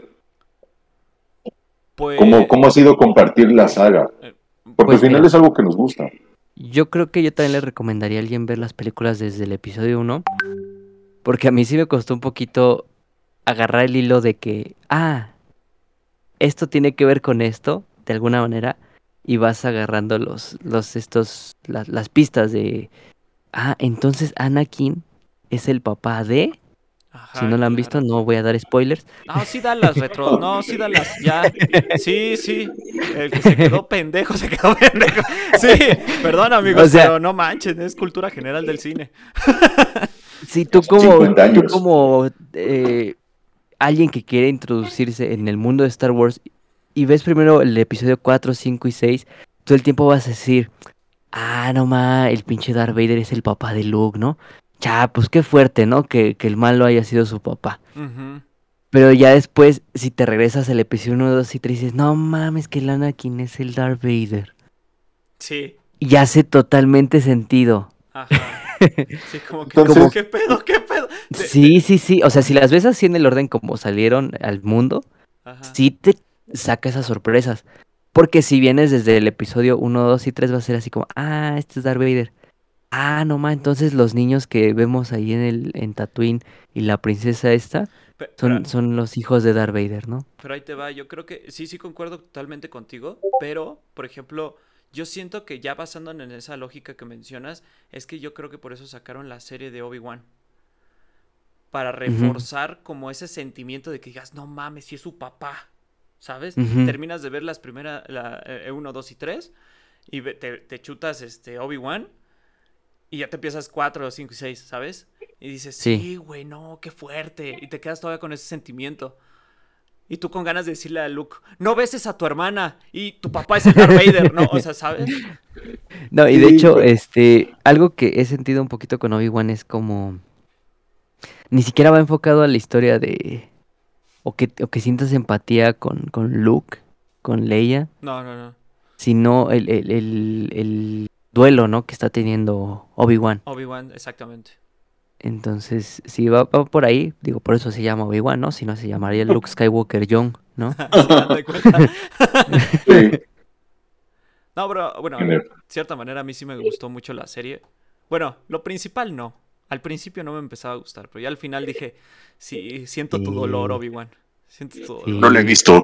¿Cómo, Pues... cómo ha sido compartir la saga? eh, Porque al Pues final mira, es algo que nos gusta. yo creo que yo también le recomendaría a alguien ver las películas desde el episodio uno, porque a mí sí me costó un poquito agarrar el hilo de que, ah, esto tiene que ver con esto, de alguna manera, y vas agarrando los, los, estos, las, las pistas de, ah, entonces Anakin es el papá de, si Ajá, no la han visto, claro. no voy a dar spoilers. No, sí dan las retro, no, sí dan las, ya, sí, sí, el que se quedó pendejo, se quedó pendejo, sí, perdón amigos, O sea, pero no manchen, es cultura general del cine. si tú Son como, cincuenta tú años. como eh, alguien que quiere introducirse en el mundo de Star Wars y ves primero el episodio cuatro, cinco y seis, todo el tiempo vas a decir, ah, no ma, el pinche Darth Vader es el papá de Luke, ¿no? Ya, pues qué fuerte, ¿no? Que, que el malo haya sido su papá. Ujú. Pero ya después, si te regresas al episodio uno, dos y tres, dices, no mames, que el Anakin es el Darth Vader. Sí, Y hace totalmente sentido. ajá, sí, como que, Como, Entonces, ¿qué pedo, qué pedo? De- sí, de- sí, sí. O sea, si las ves así en el orden como salieron al mundo, Ajá, sí te saca esas sorpresas. Porque si vienes desde el episodio uno, dos y tres va a ser así como, ah, este es Darth Vader. Ah, no ma, entonces los niños que vemos ahí en el en Tatooine y la princesa esta Pe- pero, son, son los hijos de Darth Vader, ¿no? pero ahí te va, yo creo que sí, sí concuerdo totalmente contigo, pero, por ejemplo, yo siento que ya basándonos en esa lógica que mencionas, es que yo creo que por eso sacaron la serie de Obi-Wan. Para Ujú, reforzar como ese sentimiento de que digas, no mames, si es su papá, ¿sabes? ujú. Terminas de ver las primeras, la uno, dos y tres y ve- te, te chutas este Obi-Wan y ya te empiezas cuatro, cinco y seis, ¿sabes? Y dices, Sí. sí, güey, no, qué fuerte. Y te quedas todavía con ese sentimiento. Y tú con ganas de decirle a Luke, no beses a tu hermana y tu papá es el Darth Vader, ¿no? O sea, ¿sabes? No, y de sí, hecho, pero- este, algo que he sentido un poquito con Obi-Wan es como, ni siquiera va enfocado a la historia de, o que, o que sientas empatía con, con Luke, con Leia, No, no, no. sino el, el, el, el duelo, ¿no? Que está teniendo Obi-Wan. Obi-Wan, exactamente. Entonces, si va, va por ahí, digo, por eso se llama Obi-Wan, ¿no? Si no, se llamaría Luke Skywalker Young, ¿no? Sí, date cuenta. sí, No, pero bueno, en de el- cierta manera a mí sí me gustó mucho la serie. Bueno, lo principal no. Al principio no me empezaba a gustar, pero ya al final dije, sí, siento tu dolor, Sí, Obi-Wan. Siento tu dolor. no lo he sí. visto.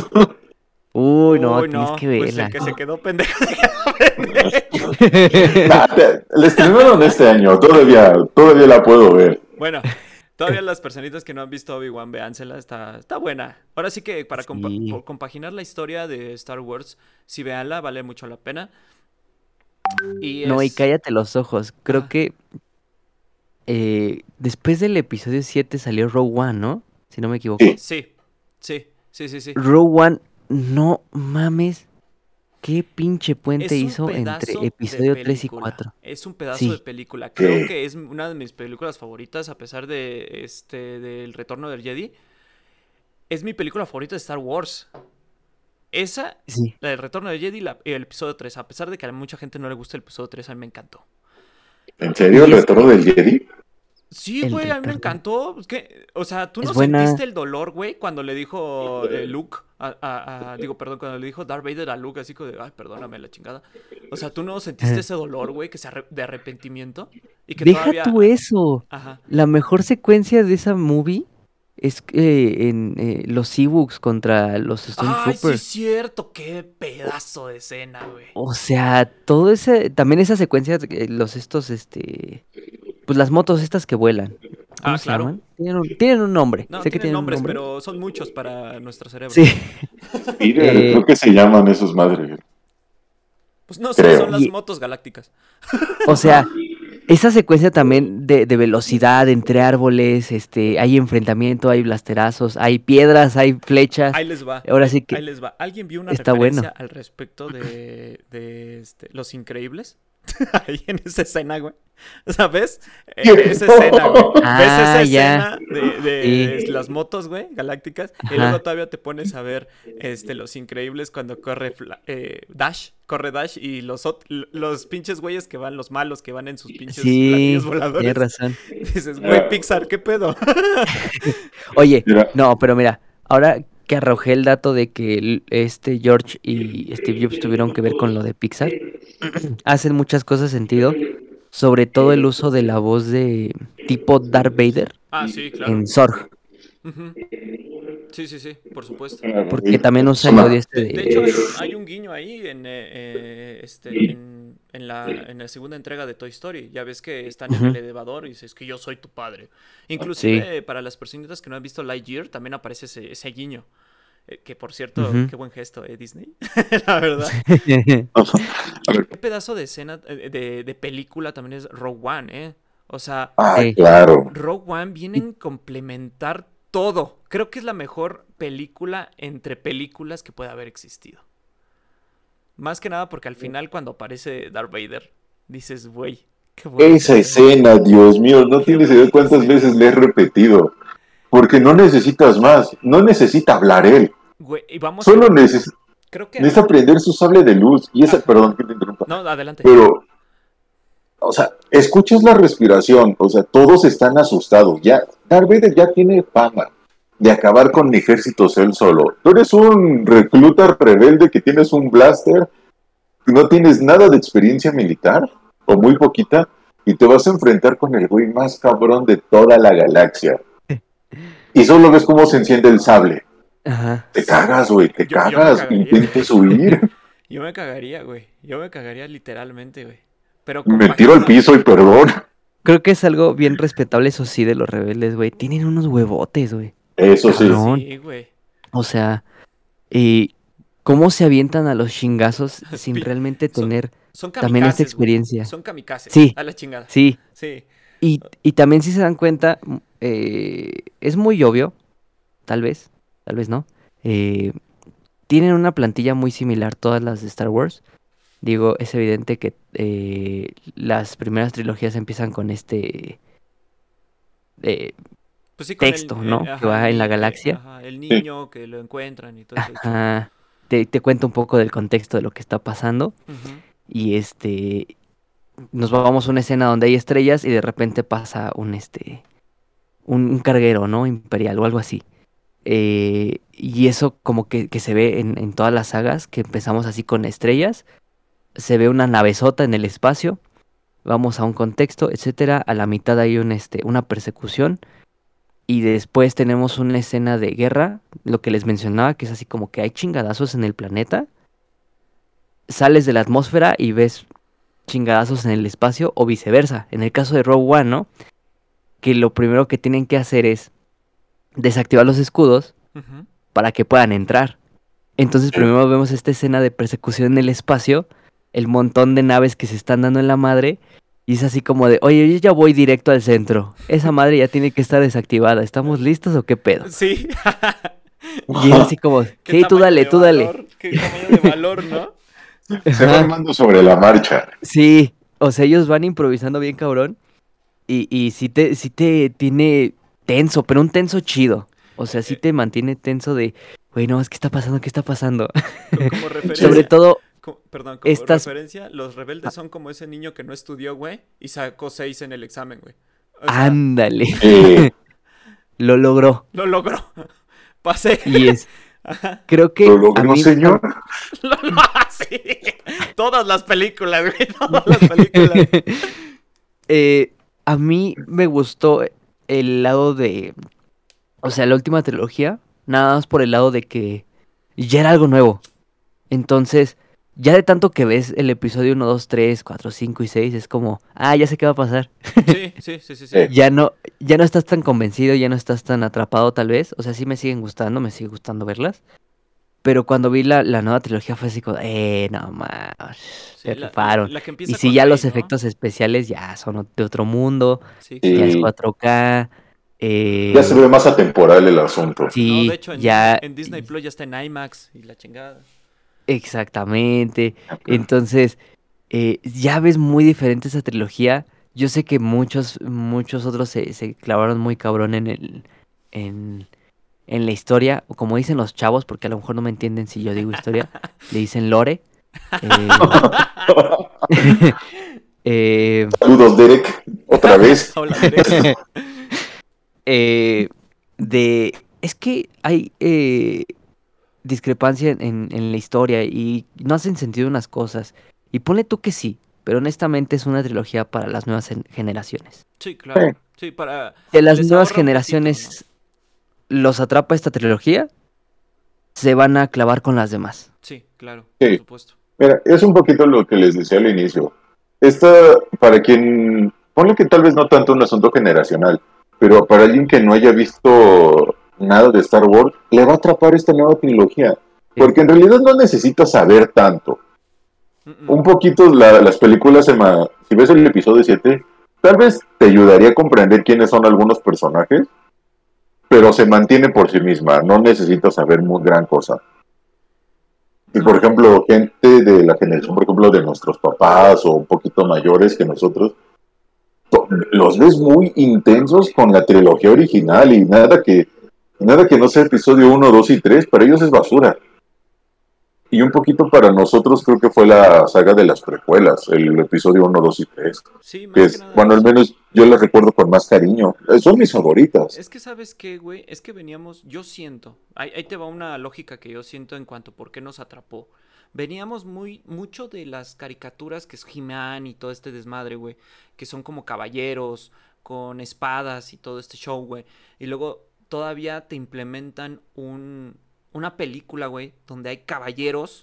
Uy, no, Uy, tienes no, que pues el verla. que se quedó pendejo se quedó pendejo. Nah, te- la estrenaron este año, todavía, todavía la puedo ver. Bueno, todavía las personitas que no han visto Obi-Wan, véansela, está, está buena. Ahora sí que para compa- Sí. por compaginar la historia de Star Wars, sí véanla, vale mucho la pena. Y No, y es... cállate los ojos. Creo Ah, que eh, después del episodio siete salió Rogue One, ¿no? Si no me equivoco. Sí, sí, sí, sí, sí, sí. Rogue One, no mames. ¿Qué pinche puente Es un hizo entre pedazo de episodio tres y película. cuatro? Es un pedazo de Sí, película. Sí. Creo que es una de mis películas favoritas, a pesar de este del Retorno del Jedi. Es mi película favorita de Star Wars. Esa, sí. la del Retorno del Jedi, la- y el episodio tres. A pesar de que a mucha gente no le gusta el episodio tres, a mí me encantó. ¿En serio el Y es retorno que del Jedi? Sí, el güey, a mí me retorno encantó. Es que, o sea, ¿tú es no buena. sentiste el dolor, güey, cuando le dijo eh, Luke a, a- a- digo, perdón, cuando le dijo Darth Vader a Luke, así como de, ay, perdóname la chingada? O sea, ¿tú no sentiste ese dolor, güey, que se arre- de arrepentimiento? Y que Deja todavía, tú eso. ajá. La mejor secuencia de esa movie es que en eh, los Ewoks contra los Ay, sí es Stormtroopers. cierto, qué pedazo de escena, güey. O sea, todo ese, también esa secuencia, de que los estos, este, pues las motos estas que vuelan. ¿Cómo Ah, se claro. llaman? Tienen un, tienen un nombre. No, Sé que tienen tienen un nombres, nombre. pero son muchos para nuestro cerebro. Sí. Speeder, Eh, creo que se llaman esos madres. Pues no sé, Creo. son las y, motos galácticas. o sea, esa secuencia también de, de velocidad entre árboles, este, hay enfrentamiento, hay blasterazos, hay piedras, hay flechas. Ahí les va, Ahora ahí, sí ahí que les va. ¿Alguien vio una está referencia bueno. al respecto de, de este, Los Increíbles? Ahí en esa escena, güey. ¿Sabes? Eh, esa escena, güey. ¿Ves esa Ah, ya. escena de, de Sí. las motos, güey, galácticas? Y Ajá. luego todavía te pones a ver este, Los Increíbles cuando corre Fla- eh, Dash, corre Dash y los, ot- los pinches güeyes que van, los malos que van en sus pinches platillos Sí, tienes voladores. razón. Dices, güey, Pixar, ¿qué pedo? Oye, Mira, no, pero mira, ahora que arrojé el dato de que el- este George y Steve Jobs tuvieron que ver con lo de Pixar, hacen muchas cosas sentido, sobre todo el uso de la voz de tipo Darth Vader Ah, sí, claro. en Zorg, Ujú. Sí, sí, sí, por supuesto. porque y también es usa el audio una, este De, de hecho, hay un, de... hay un guiño ahí en, eh, eh, este, en, en la, en la segunda entrega de Toy Story. Ya ves que están en el Ujú, elevador y dices que yo soy tu padre. sí, Inclusive, eh, para las personitas que no han visto Lightyear, también aparece ese, ese guiño. Eh, que, por cierto, ujú. qué buen gesto, ¿eh, Disney? La verdad. a ver, Qué pedazo de escena, eh, de, de película también es Rogue One, ¿eh? O sea, ah, Sí, claro. Rogue One viene y- a complementar todo. Creo que es la mejor película entre películas que puede haber existido. Más que nada porque al final cuando aparece Darth Vader, dices, güey, qué bonita Esa escena. escena, Dios mío, no Qué tienes idea bonita cuántas escena. veces le he repetido. Porque no necesitas más, no necesita hablar él. Güey, y vamos Solo a... neces- Creo que... necesita prender su sable de luz. Y esa, Ajá. perdón que te interrumpa, No, adelante. pero, o sea, escuchas la respiración, o sea, todos están asustados. Ya, Darth Vader ya tiene fama de acabar con ejércitos él solo. Tú eres un recluta rebelde que tienes un blaster, no tienes nada de experiencia militar, o muy poquita, y te vas a enfrentar con el güey más cabrón de toda la galaxia. Y solo ves cómo se enciende el sable. Ajá. Te cagas, güey, te Yo, yo me cagas, cagaría. intentes huir. Yo me cagaría, güey. Yo me cagaría literalmente, güey. Pero Me tiro al compagina... piso y perdón. Creo que es algo bien respetable, eso sí, de los rebeldes, güey. Tienen unos huevotes, güey. Eso sí. Cabrón. Sí, güey. O sea, y cómo se avientan a los chingazos sin Pi- realmente Son, tener son también esta kamikazes, güey. experiencia. Son kamikazes. Sí, A la chingada. sí. Sí. Y, y también si se dan cuenta, m- eh, es muy obvio, tal vez, tal vez no. eh, tienen una plantilla muy similar todas las de Star Wars. Digo, es evidente que eh, las primeras trilogías empiezan con este eh, Pues sí, con el, texto, eh, ¿no? Que ajá, el, va en la ni- eh, galaxia. ajá, el Sí. niño que lo encuentran y todo ese show. Ajá, te, te cuento un poco del contexto de lo que está pasando. Ujú. Y este, nos vamos a una escena donde hay estrellas y de repente pasa un este, un, un carguero, ¿no? Imperial o algo así. Eh, y eso como que, que se ve en, en todas las sagas, que empezamos así con estrellas, se ve una navezota en el espacio, vamos a un contexto, etcétera, a la mitad hay un, este, una persecución, y después tenemos una escena de guerra, lo que les mencionaba, que es así como que hay chingadazos en el planeta, sales de la atmósfera y ves chingadazos en el espacio, o viceversa, en el caso de Rogue One, ¿no? Que lo primero que tienen que hacer es desactivar los escudos Ujú. para que puedan entrar. Entonces primero vemos esta escena de persecución en el espacio, el montón de naves que se están dando en la madre, y es así como de, oye, yo ya voy directo al centro, esa madre ya tiene que estar desactivada, ¿estamos listos o qué pedo? Sí. Y es así como, Qué sí, tú tamaño dale, de tú dale. valor, qué tamaño de valor, ¿no? Se va Ajá, armando sobre la marcha. sí, o sea, ellos van improvisando bien cabrón y, y sí te, sí te tiene tenso, pero un tenso chido. O sea, sí Eh, te mantiene tenso de, güey, no, es que está pasando, ¿qué está pasando? co- como Sobre Sí. referencia, todo co- perdón, como estas... referencia, los rebeldes son como ese niño que no estudió, güey, y sacó seis en el examen, güey. O sea, Ándale, Eh, lo logró. lo logró. Pasé. Y es, Ajá. creo ¿Lo que a logró, mí, señor? tam- Lo, lo así. Todas las películas, güey. Todas las películas. eh, a mí me gustó el lado de, o sea, la última trilogía, nada más por el lado de que ya era algo nuevo. Entonces, ya de tanto que ves el episodio uno, dos, tres, cuatro, cinco y seis, es como, ah, ya sé qué va a pasar. Sí, sí, sí, sí, sí. Eh, Ya no, ya no estás tan convencido, ya no estás tan atrapado tal vez. O sea, sí me siguen gustando, me sigue gustando verlas. Pero cuando vi la, la nueva trilogía fue así como, eh, no más, Sí, se la, la, rifaron. la que Y empieza sí, con ya Rey, los ¿no? efectos especiales ya son o- de otro mundo, Sí, ya claro. es y cuatro K, ya se eh, ve más atemporal el asunto. No, de sí, hecho, en Disney, ya, en Disney Plus ya está en IMAX y la chingada. exactamente. Entonces, eh, ya ves muy diferente esa trilogía. Yo sé que muchos, muchos otros se, se clavaron muy cabrón en el, en, en la historia, o como dicen los chavos, porque a lo mejor no me entienden si yo digo historia, le dicen lore. eh, eh, Saludos, Derek, otra vez. Hola, Derek. eh, de, es que hay eh, discrepancia en, en- en la historia y no hacen sentido unas cosas. Y ponle tú que sí, pero honestamente es una trilogía para las nuevas gen- generaciones. Sí, Eh, claro. Sí, para... Si a las Les nuevas ahorra un poquito, ¿no? generaciones los atrapa esta trilogía, se van a clavar con las demás. Sí, claro, por sí. supuesto. Mira, es un poquito lo que les decía al inicio. Esta, para quien, ponle que tal vez no tanto un asunto generacional, pero para alguien que no haya visto nada de Star Wars, le va a atrapar esta nueva trilogía. Sí. Porque en realidad no necesita saber tanto. Mm, mm. Un poquito la- las películas, en ma- si ves el episodio siete, tal vez te ayudaría a comprender quiénes son algunos personajes, pero se mantiene por sí misma, no necesita saber muy gran cosa. Y por No, ejemplo, gente de la generación, por ejemplo, de nuestros papás o un poquito mayores que nosotros, to- los ves muy intensos con la trilogía original y nada que, nada que no sea episodio uno, dos y tres, para ellos es basura. Y un poquito para nosotros creo que fue la saga de las precuelas, el episodio uno, dos y tres, sí, que más que es, nada bueno, al eso. menos yo las recuerdo con más cariño. Eh, Son mis favoritas. Es que, ¿sabes qué, güey? Es que veníamos, yo siento, ahí, ahí te va una lógica que yo siento en cuanto a por qué nos atrapó. Veníamos muy, mucho de las caricaturas que es He-Man y todo este desmadre, güey, que son como caballeros, con espadas y todo este show, güey. Y luego todavía te implementan un, una película, güey, donde hay caballeros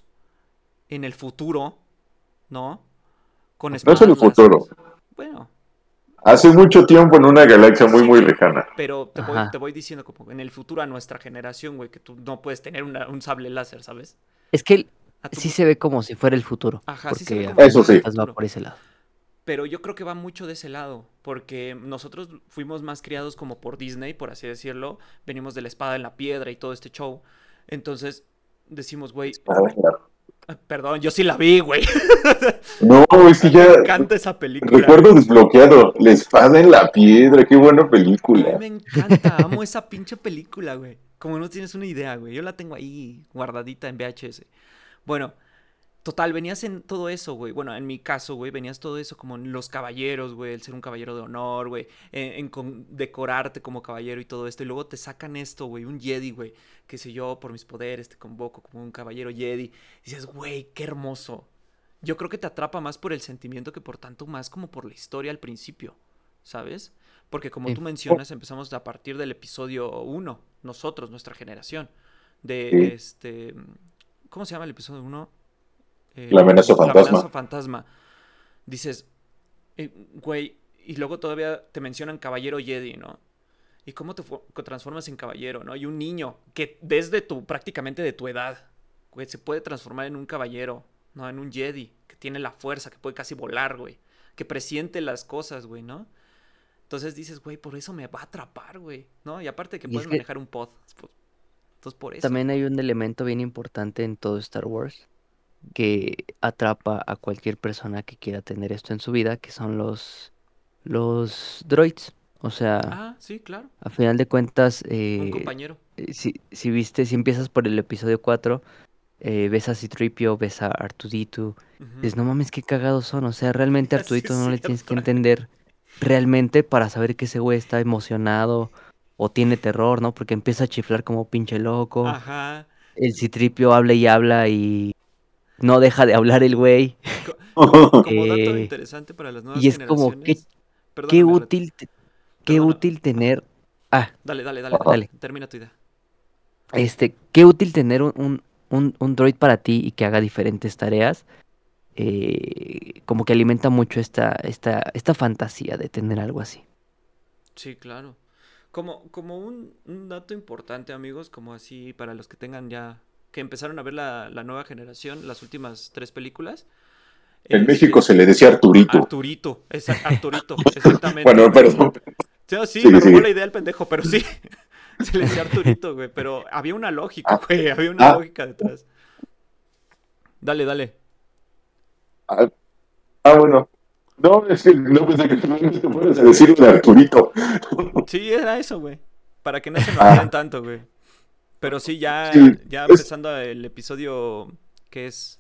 en el futuro, ¿no? Con No es el espadas futuro. láseres. Bueno, Hace mucho tiempo en una galaxia muy, sí, muy güey. lejana. Pero te voy, te Ajá. voy diciendo como en el futuro a nuestra generación, güey, que tú no puedes tener una- un sable láser, ¿sabes? Es que A tu... sí se ve como si fuera el futuro, Ajá, sí se ve porque a como si fin Eso de fuera el sí. cuentas va futuro. por ese lado. Pero yo creo que va mucho de ese lado, porque nosotros fuimos más criados como por Disney, por así decirlo. Venimos de la espada en la piedra y todo este show. Entonces decimos, güey, ah, perdón, yo sí la vi, güey. No, es A que mí me ya encanta esa película, recuerdo güey. desbloqueado. La espada en la piedra, qué buena A mí película. me encanta, amo esa pinche película, güey. Como no tienes una idea, güey. Yo la tengo ahí guardadita en V H S. Bueno, total, venías en todo eso, güey. Bueno, en mi caso, güey, venías todo eso como en los caballeros, güey, el ser un caballero de honor, güey, en, en con- decorarte como caballero y todo esto. Y luego te sacan esto, güey, un Jedi, güey, que sé yo, por mis poderes te convoco como un caballero Jedi. Y dices, güey, qué hermoso. Yo creo que te atrapa más por el sentimiento que por tanto más como por la historia al principio, ¿sabes? Porque como Sí. tú mencionas, empezamos a partir del episodio uno, nosotros, nuestra generación, de Sí, este... ¿Cómo se llama el episodio uno? la eh, amenaza La amenaza fantasma. fantasma. Dices, eh, güey, y luego todavía te mencionan caballero Jedi, ¿no? ¿Y cómo te fu- te transformas en caballero, ¿no? Y un niño que desde tu, prácticamente de tu edad, güey, se puede transformar en un caballero, ¿no? En un Jedi, que tiene la fuerza, que puede casi volar, güey. Que presiente las cosas, güey, ¿no? Entonces dices, güey, por eso me va a atrapar, güey, ¿no? Y aparte que Y es puedes que manejar un pod. Pues, entonces por eso. también hay un elemento bien importante en todo Star Wars, que atrapa a cualquier persona que quiera tener esto en su vida, que son los, los droids. O sea, Ah, sí, claro. a final de cuentas, Un eh, compañero. eh, si, si viste, si empiezas por el episodio cuatro, eh, ves a C-tres P O, ves a Artudito, Ujú. dices, no mames, qué cagados son. O sea, realmente a Sí, Artudito es no le tienes que cierto. entender realmente para saber que ese güey está emocionado o tiene terror, ¿no? Porque empieza a chiflar como pinche loco. Ajá. El C-tres P O habla y habla y no deja de hablar el güey. Co- como, como dato Eh, interesante para las nuevas y es como, qué, generaciones. qué Perdóname, Red. útil, te- qué Perdona. útil tener. Ah, Dale, dale, dale, dale. dale. Termina tu idea. Este, qué útil tener un, un, un, un droid para ti y que haga diferentes tareas. Eh, como que alimenta mucho esta, esta, esta fantasía de tener algo así. Sí, claro. Como, como un, un dato importante, amigos, como así para los que tengan ya, que empezaron a ver la, la nueva generación, las últimas tres películas. En México Este, se le decía Arturito. Arturito, esa- Arturito, exactamente. Bueno, perdón. Sí, no, sí, me Sigue, robó sigue. la idea el pendejo, pero sí, se le decía Arturito, güey, pero había una lógica, Ah, güey, había una ah, lógica detrás. Dale, dale. ah, ah, bueno. No, es que no pensé que te fueras a decir de Arturito. Sí, era eso, güey, para que no se enojaran Ah, tanto, güey. Pero sí, ya, sí, ya es, empezando el episodio que es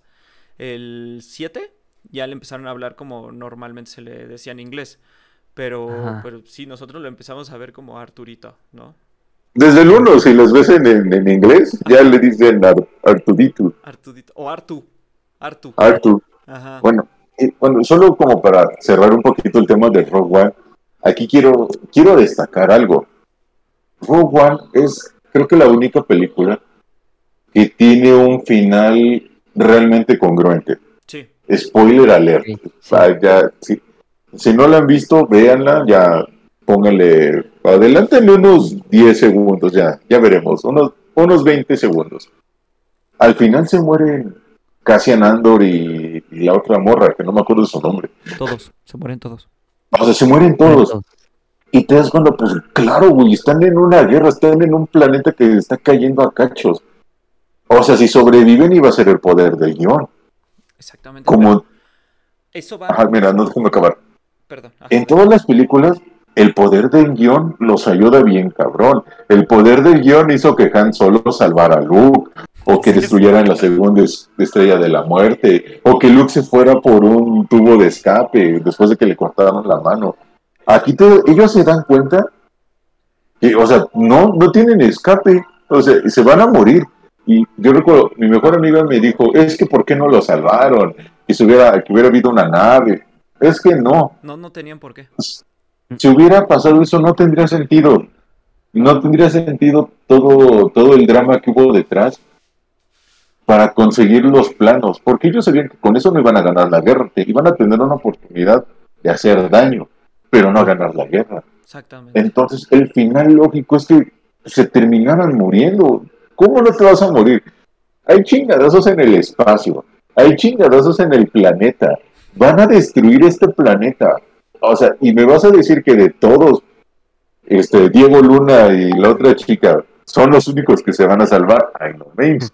el siete ya le empezaron a hablar como normalmente se le decía en inglés. Pero, Ajá. pero sí, nosotros lo empezamos a ver como Arturito, ¿no? desde el uno, si los ves en, en, en inglés, ya Ajá, le dicen Ar- Arturito, Artudito. O Artu. Artu. Artur. Ajá. Bueno, y, bueno, solo como para cerrar un poquito el tema de Rogue One, aquí quiero, quiero destacar algo. Rogue One es, creo que la única película que tiene un final realmente congruente. Sí. Spoiler alert. Sí, sí. Ah, ya, si, si no la han visto, véanla, ya pónganle, adelántenle unos diez segundos, ya, ya veremos, unos, unos veinte segundos. Al final se mueren Cassian Andor y, y la otra morra, que no me acuerdo de su nombre. Todos. Se mueren todos. O sea, se mueren Mueren todos. todos. Y te das cuenta, pues claro, güey, están en una guerra, están en un planeta que está cayendo a cachos. O sea, si sobreviven iba a ser el poder del guión. Exactamente. Pero Como, eso va. ajá, mira, no déjame acabar. Perdón. Ajá, En dale. todas las películas, el poder del guión los ayuda bien, cabrón. El poder del guión hizo que Han Solo salvara a Luke, o que Sí, es destruyeran la cierto. segunda es- estrella de la muerte, o que Luke se fuera por un tubo de escape después de que le cortaron la mano. Aquí te- ellos se dan cuenta que, o sea, no, no tienen escape, o sea, se van a morir. Y yo recuerdo, mi mejor amiga me dijo, es que ¿por qué no lo salvaron? Que, se hubiera, que hubiera habido una nave. Es que no, No, no tenían por qué. si hubiera pasado eso no tendría sentido. No tendría sentido todo, todo el drama que hubo detrás para conseguir los planos, porque ellos sabían que con eso no iban a ganar la guerra, que iban a tener una oportunidad de hacer daño, pero no a ganar la guerra. Exactamente. Entonces, el final lógico es que se terminaran muriendo. ¿Cómo no te vas a morir? Hay chingadazos en el espacio, hay chingadazos en el planeta. Van a destruir este planeta. O sea, y me vas a decir que de todos, este, Diego Luna y la otra chica son los únicos que se van a salvar. Ay, no, mames.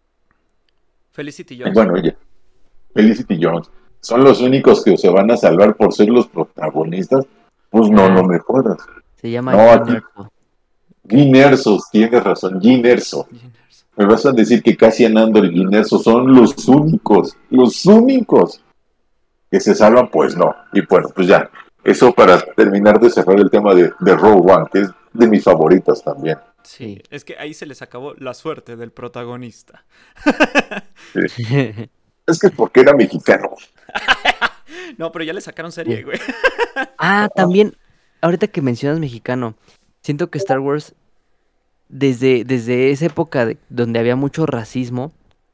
Felicity Y Jones. bueno, ella, Felicity Jones, son los únicos que se van a salvar por ser los protagonistas. Pues no, Ah, no me jodas. se llama No, Jyn aquí, Erso. ¿Qué? Ginersos, tienes razón, Ginerso. Jenners. Me vas a decir que Cassian Andor y Ginerso son los únicos, los únicos que se salvan, pues no. Y bueno, pues ya. Eso para terminar de cerrar el tema de, de Rogue One, que es de mis favoritas también. Sí, Sí. es que ahí se les acabó la suerte del protagonista. Sí. Es que porque era mexicano. No, pero ya le sacaron serie, Sí. güey. Ah, también, ahorita que mencionas mexicano, siento que Star Wars, desde, desde esa época de- donde había mucho racismo,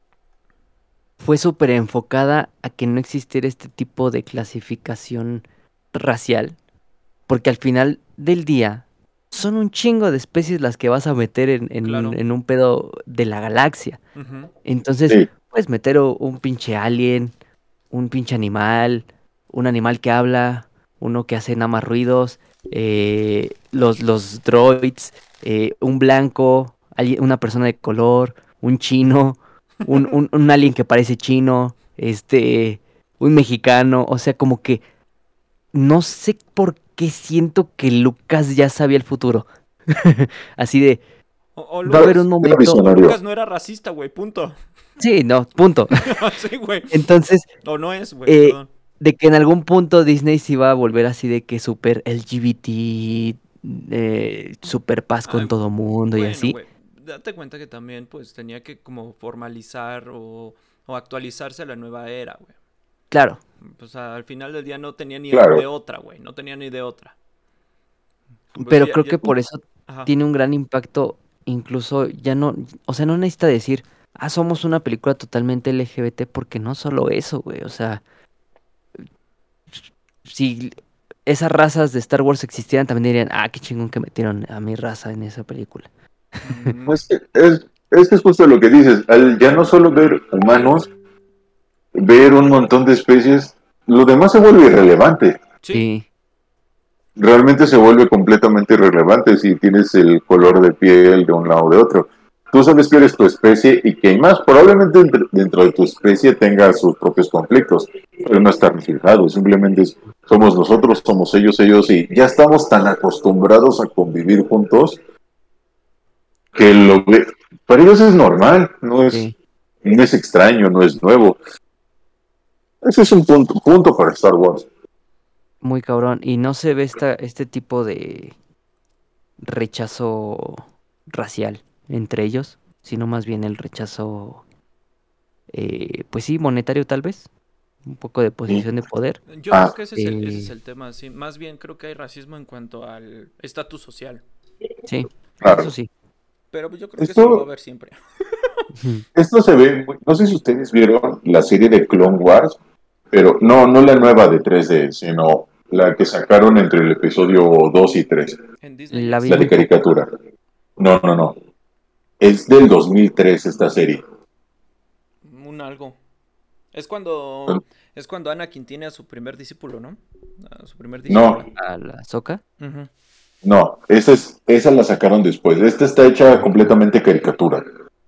fue súper enfocada a que no existiera este tipo de clasificación racial, porque al final del día son un chingo de especies las que vas a meter en, en- Claro. en un pedo de la galaxia. Ujú. Entonces, Sí, puedes meter o- un pinche alien, un pinche animal, un animal que habla, uno que hace nada más ruidos, eh, los, los droids, eh, un blanco, alguien- una persona de color, un chino. un, un, un alien que parece chino, este, un mexicano, o sea, como que no sé por qué siento que Lucas ya sabía el futuro. Así de, O, o va a haber un Lucas, Era momento, o visionario. Lucas no era racista, güey, punto. sí, no, punto. Sí, güey. Entonces, O no es, güey, eh, perdón. de que en algún punto Disney se iba a volver así de que super L G B T, eh, super paz con Ay, todo mundo y bueno, así. güey, date cuenta que también, pues, tenía que como formalizar o, o actualizarse a la nueva era, güey. Claro, Pues al final del día no tenía ni de Claro, otra, güey, no tenía ni de otra. Pues sí, pero ya, creo ya- que por eso ajá. tiene un gran impacto, incluso ya no, o sea, no necesita decir, ah, somos una película totalmente L G B T, porque no solo eso, güey, o sea, si esas razas de Star Wars existieran, también dirían, ah, qué chingón que metieron a mi raza en esa película. Mm, pues es, es que es justo lo que dices. Al ya no solo ver humanos, ver un montón de especies, lo demás se vuelve irrelevante. sí, Sí, Realmente se vuelve completamente irrelevante si tienes el color de piel de un lado o de otro. Tú sabes que eres tu especie y que hay más. Probablemente dentro, dentro de tu especie tenga sus propios conflictos, pero no está reflejado. Simplemente es, somos nosotros, somos ellos, ellos, y ya estamos tan acostumbrados a convivir juntos que lo ve, para ellos es normal, no es, sí, no es extraño, no es nuevo. Ese es un punto, punto para Star Wars. muy cabrón. Y no se ve esta, este tipo de rechazo racial entre ellos, sino más bien el rechazo, eh, pues sí, monetario tal vez, un poco de Y, posición de poder. yo creo ah, que ese es el, ese es eh, el tema, sí. Más bien creo que hay racismo en cuanto al estatus social. sí, eso claro. sí. Pero pues yo creo que eso lo va a Esto, haber siempre. esto se ve, muy- no sé si ustedes vieron la serie de Clone Wars, pero no, no la nueva de tres D, sino la que sacaron entre el episodio dos y tres, En Disney La vi la X X. muy de poco. caricatura. No, no, no. Es del dos mil tres esta serie. Un algo. Es cuando es cuando Anakin tiene a su primer discípulo, ¿no? A su primer discípula. No, A la Soca. Ujú. no, esa, es, esa la sacaron después. Esta está hecha completamente caricatura.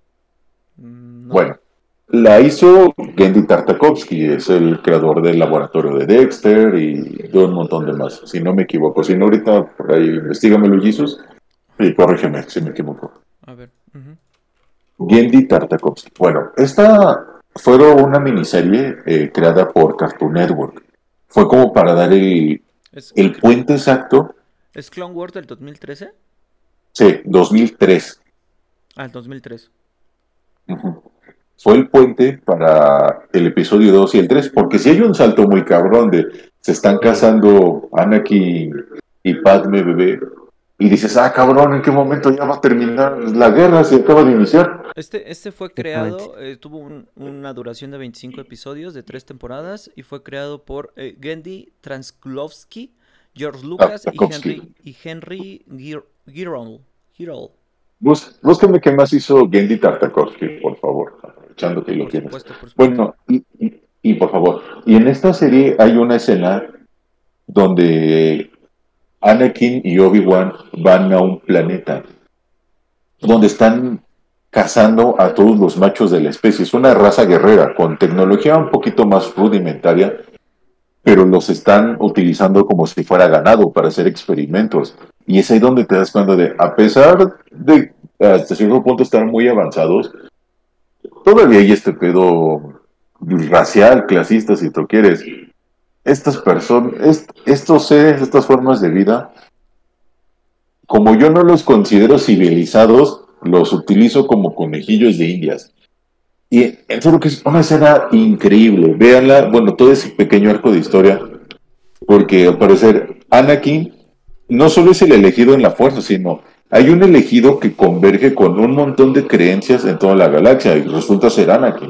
Mm, no. Bueno, la hizo Gendy Tartakovsky, es el creador del laboratorio de Dexter y de un montón de más, si no me equivoco. Si no, ahorita por ahí investígamelo, Jesus, y corrígeme si me equivoco. A ver. Ujú. Gendy Tartakovsky. Bueno, esta fue una miniserie eh, creada por Cartoon Network. Fue como para dar el, ¿Es, el puente exacto. ¿Es Clone Wars del dos mil trece? Sí, dos mil tres. Ah, el dos mil tres. Ujú. Fue el puente para el episodio dos y el tres, porque si hay un salto muy cabrón de se están casando Anakin y Padme bebé, y dices, ah, cabrón, ¿en qué momento ya va a terminar la guerra? Se acaba de iniciar. Este, este fue Exactamente. creado, eh, tuvo un- una duración de veinticinco episodios de tres temporadas y fue creado por eh, Gendy Transglovsky, George Lucas y Tartakovsky. Henry, y Henry Gir- Girol. Girol. Bus, búscame qué más hizo Gendy Tartakovsky, por favor, aprovechando que lo Por tienes. supuesto, por supuesto. Bueno, y, y, y por favor, y en esta serie hay una escena donde Anakin y Obi-Wan van a un planeta donde están cazando a todos los machos de la especie. Es una raza guerrera con tecnología un poquito más rudimentaria, pero los están utilizando como si fuera ganado para hacer experimentos. Y es ahí donde te das cuenta de, a pesar de hasta cierto punto estar muy avanzados, todavía hay este pedo racial, clasista, si tú quieres. Estas personas, est estos seres, estas formas de vida, como yo no los considero civilizados, los utilizo como conejillos de indias. Y en serio que es una escena increíble. Véanla, bueno, todo ese pequeño arco de historia, porque al parecer Anakin no solo es el elegido en la fuerza, sino hay un elegido que converge con un montón de creencias en toda la galaxia y resulta ser Anakin.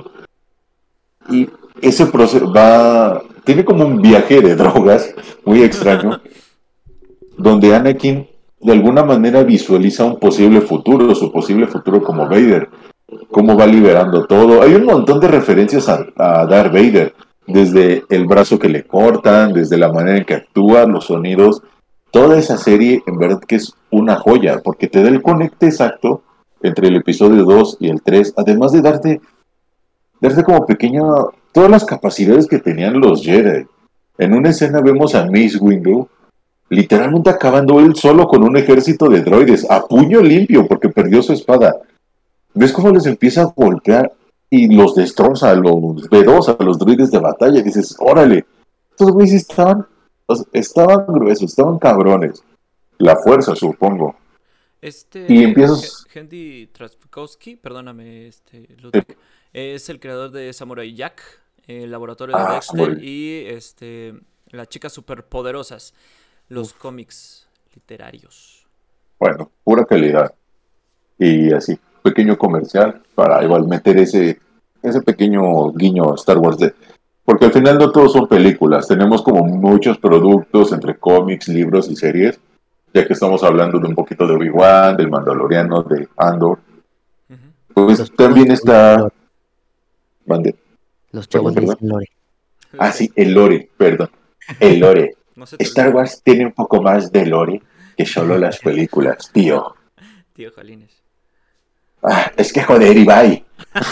Y ese proceso va, tiene como un viaje de drogas muy extraño, donde Anakin de alguna manera visualiza un posible futuro, su posible futuro como Vader, cómo va liberando todo. Hay un montón de referencias a, a Darth Vader, desde el brazo que le cortan, desde la manera en que actúa, los sonidos. Toda esa serie en verdad que es una joya, porque te da el conecte exacto entre el episodio dos y el tres, además de darte darte como pequeño, todas las capacidades que tenían los Jedi. En una escena vemos a Mace Windu literalmente acabando él solo con un ejército de droides, a puño limpio, porque perdió su espada. ¿Ves cómo les empieza a golpear y los destroza a los B dos, a los droides de batalla? Y dices, órale, estos güeyes estaban, estaban gruesos, estaban cabrones. La fuerza, supongo. Este Y empiezas... He- Hendy Traskowski, perdóname, este Ludwig, es el creador de Samurai Jack, el laboratorio de Ah, Dexter Samurai. y este las chicas superpoderosas, los cómics literarios. Bueno, pura calidad. Y así, pequeño comercial para igual meter ese, ese pequeño guiño a Star Wars. De, porque al final no todos son películas, tenemos como muchos productos entre cómics, libros y series, ya que estamos hablando de un poquito de Obi-Wan, del Mandaloriano, de Andor. Ujú. Pues Los también chavos está... le dicen Mande. Los Perdón, chavos le perdón. dicen lore. Ah, sí, el lore, perdón. El lore. No se te Star olvide, Wars tiene un poco más de lore que solo las películas, tío. tío Jalines. Ah, es que joder, Ibai.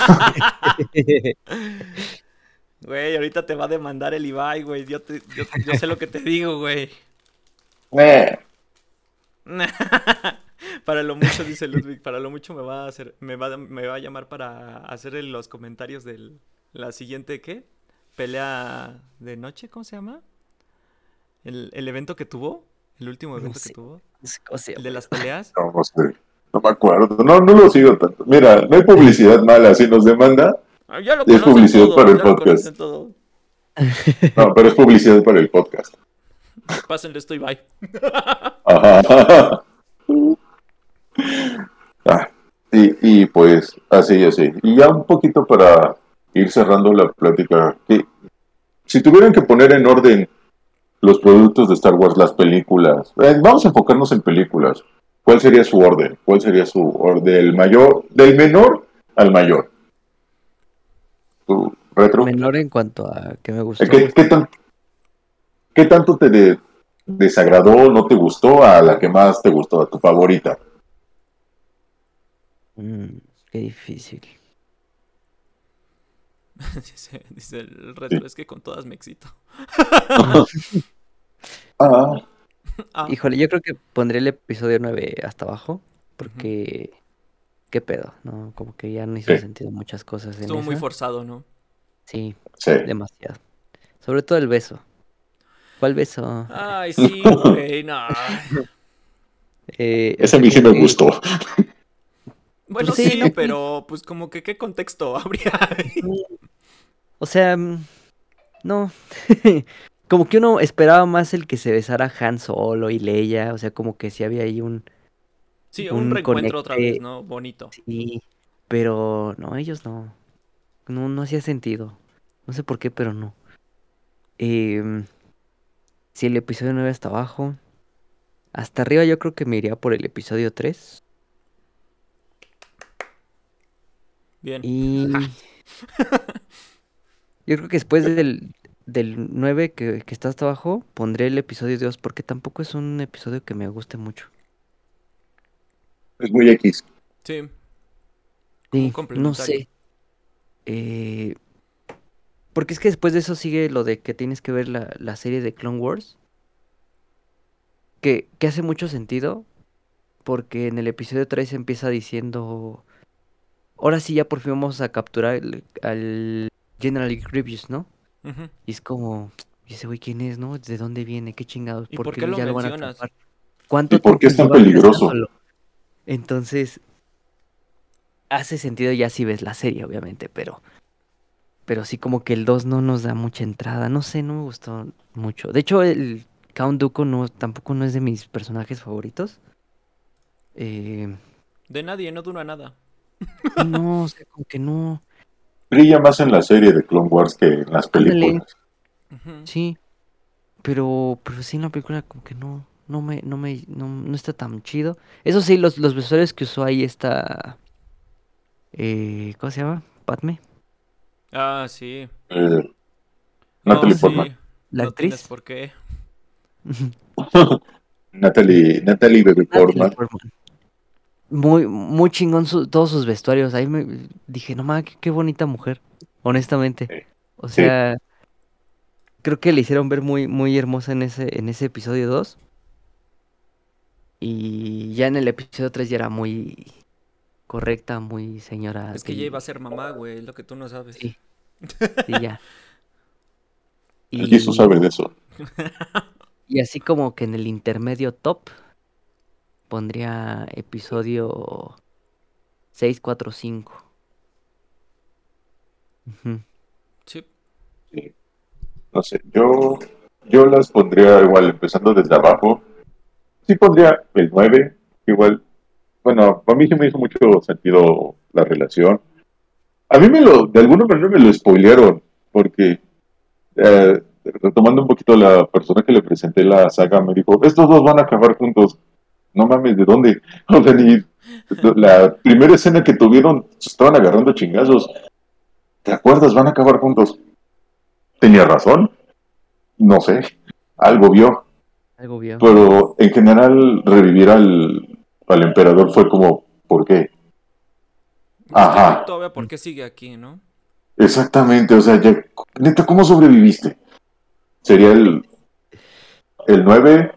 Güey, ahorita te va a demandar el Ibai, güey. Yo, te- yo, yo sé lo que te digo, güey. Eh, Para lo mucho, dice Ludwig, para lo mucho me va a hacer, me va, a- me va a llamar para hacer el- los comentarios de la siguiente, ¿qué? Pelea de noche, ¿cómo se llama? El, el evento que tuvo, el último No evento sé, que tuvo, no sé cómo se el de llama. las peleas. no, no sé. No me acuerdo. No, no lo sigo tanto. Mira, no hay publicidad mala. Si nos demanda, Ah, ya lo es conocen publicidad todo, para el ya lo podcast. conocen todo. No, pero es publicidad para el podcast. Pásenle esto Ibai. Ajá. Ah, y, y pues, así, así. Y ya un poquito para ir cerrando la plática. Que, si tuvieran que poner en orden los productos de Star Wars, las películas, eh, vamos a enfocarnos en películas. ¿Cuál sería su orden? ¿Cuál sería su orden? Del mayor, del menor al mayor. ¿Tu retro? Menor en cuanto a que me Eh, gustó. ¿Qué, qué, tan- qué tanto te de- desagradó, no te gustó, a la que más te gustó, a tu favorita? Mm, qué difícil. dice, dice el retro, Sí. es que con todas me excito. Ah, Ah, Híjole, yo creo que pondré el episodio nueve hasta abajo, porque qué pedo, ¿no? Como que ya no hizo Sí. sentido muchas cosas en estuvo muy esa. forzado, ¿no? Sí, sí. demasiado. Sobre todo el beso. ¿Cuál beso? Ay, sí, güey, no. Eh, o Ese a sea, mí sí como me que- gustó. Bueno, Pues sí, sí, ¿no? pero pues como que qué contexto habría ahí? O sea, mm, no. Como que uno esperaba más el que se besara Han Solo y Leia. O sea, como que sí había ahí un, Sí, un un reencuentro otra vez, conecte. ¿no? Bonito. Sí, pero no, ellos no. No, no hacía sentido. No sé por qué, pero no. Em, si el episodio nueve hasta abajo. Hasta arriba yo creo que me iría por el episodio tres. Bien. Y yo creo que después del, del nueve que, que está hasta abajo, pondré el episodio dos porque tampoco es un episodio que me guste mucho. Es muy X. Sí, como un Sí, no complementario. sé. Eh, porque es que después de eso sigue lo de que tienes que ver la, la serie de Clone Wars. Que, que hace mucho sentido. Porque en el episodio tres empieza diciendo. Ahora sí ya por fin vamos a capturar el- al General Grievous, ¿no? Ujú. Y es como, ¿y ese güey quién es, no? ¿De dónde viene? ¿Qué chingados? ¿Y ¿Por por qué qué lo ya lo van a mencionas? atrapar? ¿Cuánto ¿Y por qué tiempo es tan lleva peligroso? cazándolo? Entonces, hace sentido ya si ves la serie, obviamente, pero, pero sí como que el dos no nos da mucha entrada. No sé, no me gustó mucho. De hecho, el Count Dooku no, tampoco no es de mis personajes favoritos. Eh, De nadie, no dura nada. y no, o sea, como que no. Brilla más en la serie de Clone Wars que en las Ándale, películas. Ujú. sí. Pero, pero sí en la película como que no, no me, no me, no, no está tan chido. Eso sí, los, los vestuarios que usó ahí está, eh, ¿cómo se llama? Padme, Ah, sí. Eh, No, Natalie sí. Portman. la No tienes actriz. por qué. Natalie, Natalie Bebe Natalie Portman. Portman. Muy, muy chingón su- todos sus vestuarios. Ahí me dije, no mames, qué, qué bonita mujer. honestamente. Sí. O Sí. sea, creo que le hicieron ver muy, muy hermosa en ese, en ese episodio dos. Y ya en el episodio tres ya era muy correcta, muy señora Es que ya iba a del... ser mamá, güey, es lo que tú no sabes. Sí, sí, ya. El Jesús Y, sabe de eso. y así como que en el intermedio top pondría episodio seis, cuatro, cinco. Ujú. Sí. Sí. No sé, yo, yo las pondría igual, empezando desde abajo. Sí pondría el nueve igual. Bueno, a mí sí me hizo mucho sentido la relación. A mí me lo, de alguna manera me lo spoilearon, porque eh, retomando un poquito la persona que le presenté la saga, me dijo, estos dos van a acabar juntos. No mames, ¿de dónde? O sea, ni la primera escena que tuvieron se estaban agarrando chingazos. ¿Te acuerdas? Van a acabar juntos. ¿Tenía razón? No sé. Algo vio. Algo bien. Pero en general revivir al, al emperador fue como, ¿por qué? Este güey Ajá, todavía, ¿por Mm. qué sigue aquí, no? exactamente. O sea, ya, neta, ¿cómo sobreviviste? Sería el, el nueve,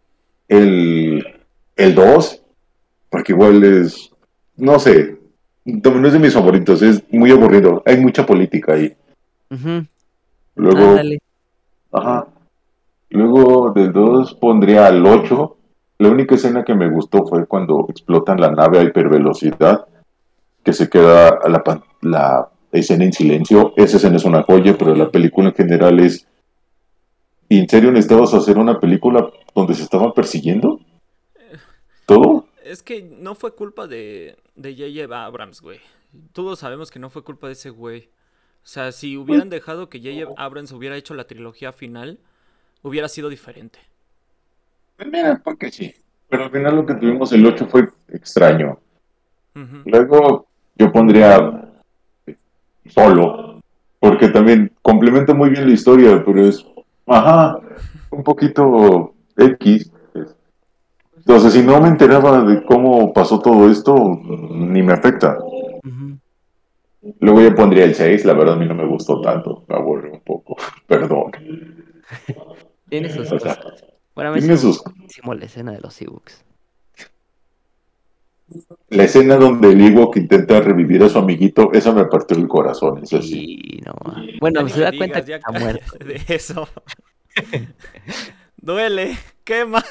el, el dos, porque igual es, no sé, no es de mis favoritos, es muy aburrido. Hay mucha política ahí. Ujú. Luego, Ándale. ajá. Luego del dos pondría al ocho. La única escena que me gustó fue cuando explotan la nave a hipervelocidad, que se queda a la, pan- la escena en silencio. Esa escena es una joya, pero la Joya. película en general es... ¿Y en serio necesitabas hacer una película donde se estaban persiguiendo? ¿Todo? Es que no fue culpa de, de J J. Abrams, güey. Todos sabemos que no fue culpa de ese güey. O sea, si Pues, hubieran dejado que J J. Abrams hubiera hecho la trilogía final, hubiera sido diferente. mira, porque sí. Pero al final lo que tuvimos el ocho fue extraño. Ujú. Luego yo pondría solo, porque también complementa muy bien la historia, pero es, ajá, un poquito X. Entonces, si no me enteraba de cómo pasó todo esto, ni me afecta. Ujú. Luego yo pondría el seis, la verdad a mí no me gustó tanto, me aburrió un poco, perdón. Tiene sus O sea, cosas. Bueno, a mí sí tiene me sus... gustó muchísimo la escena de los ebooks. La escena donde el Ewok intenta revivir a su amiguito, esa me partió el corazón, es así. Y no. Ya Bueno, ni se me da cuenta digas, que ya está muerto, cállate güey. de eso. Duele, quema.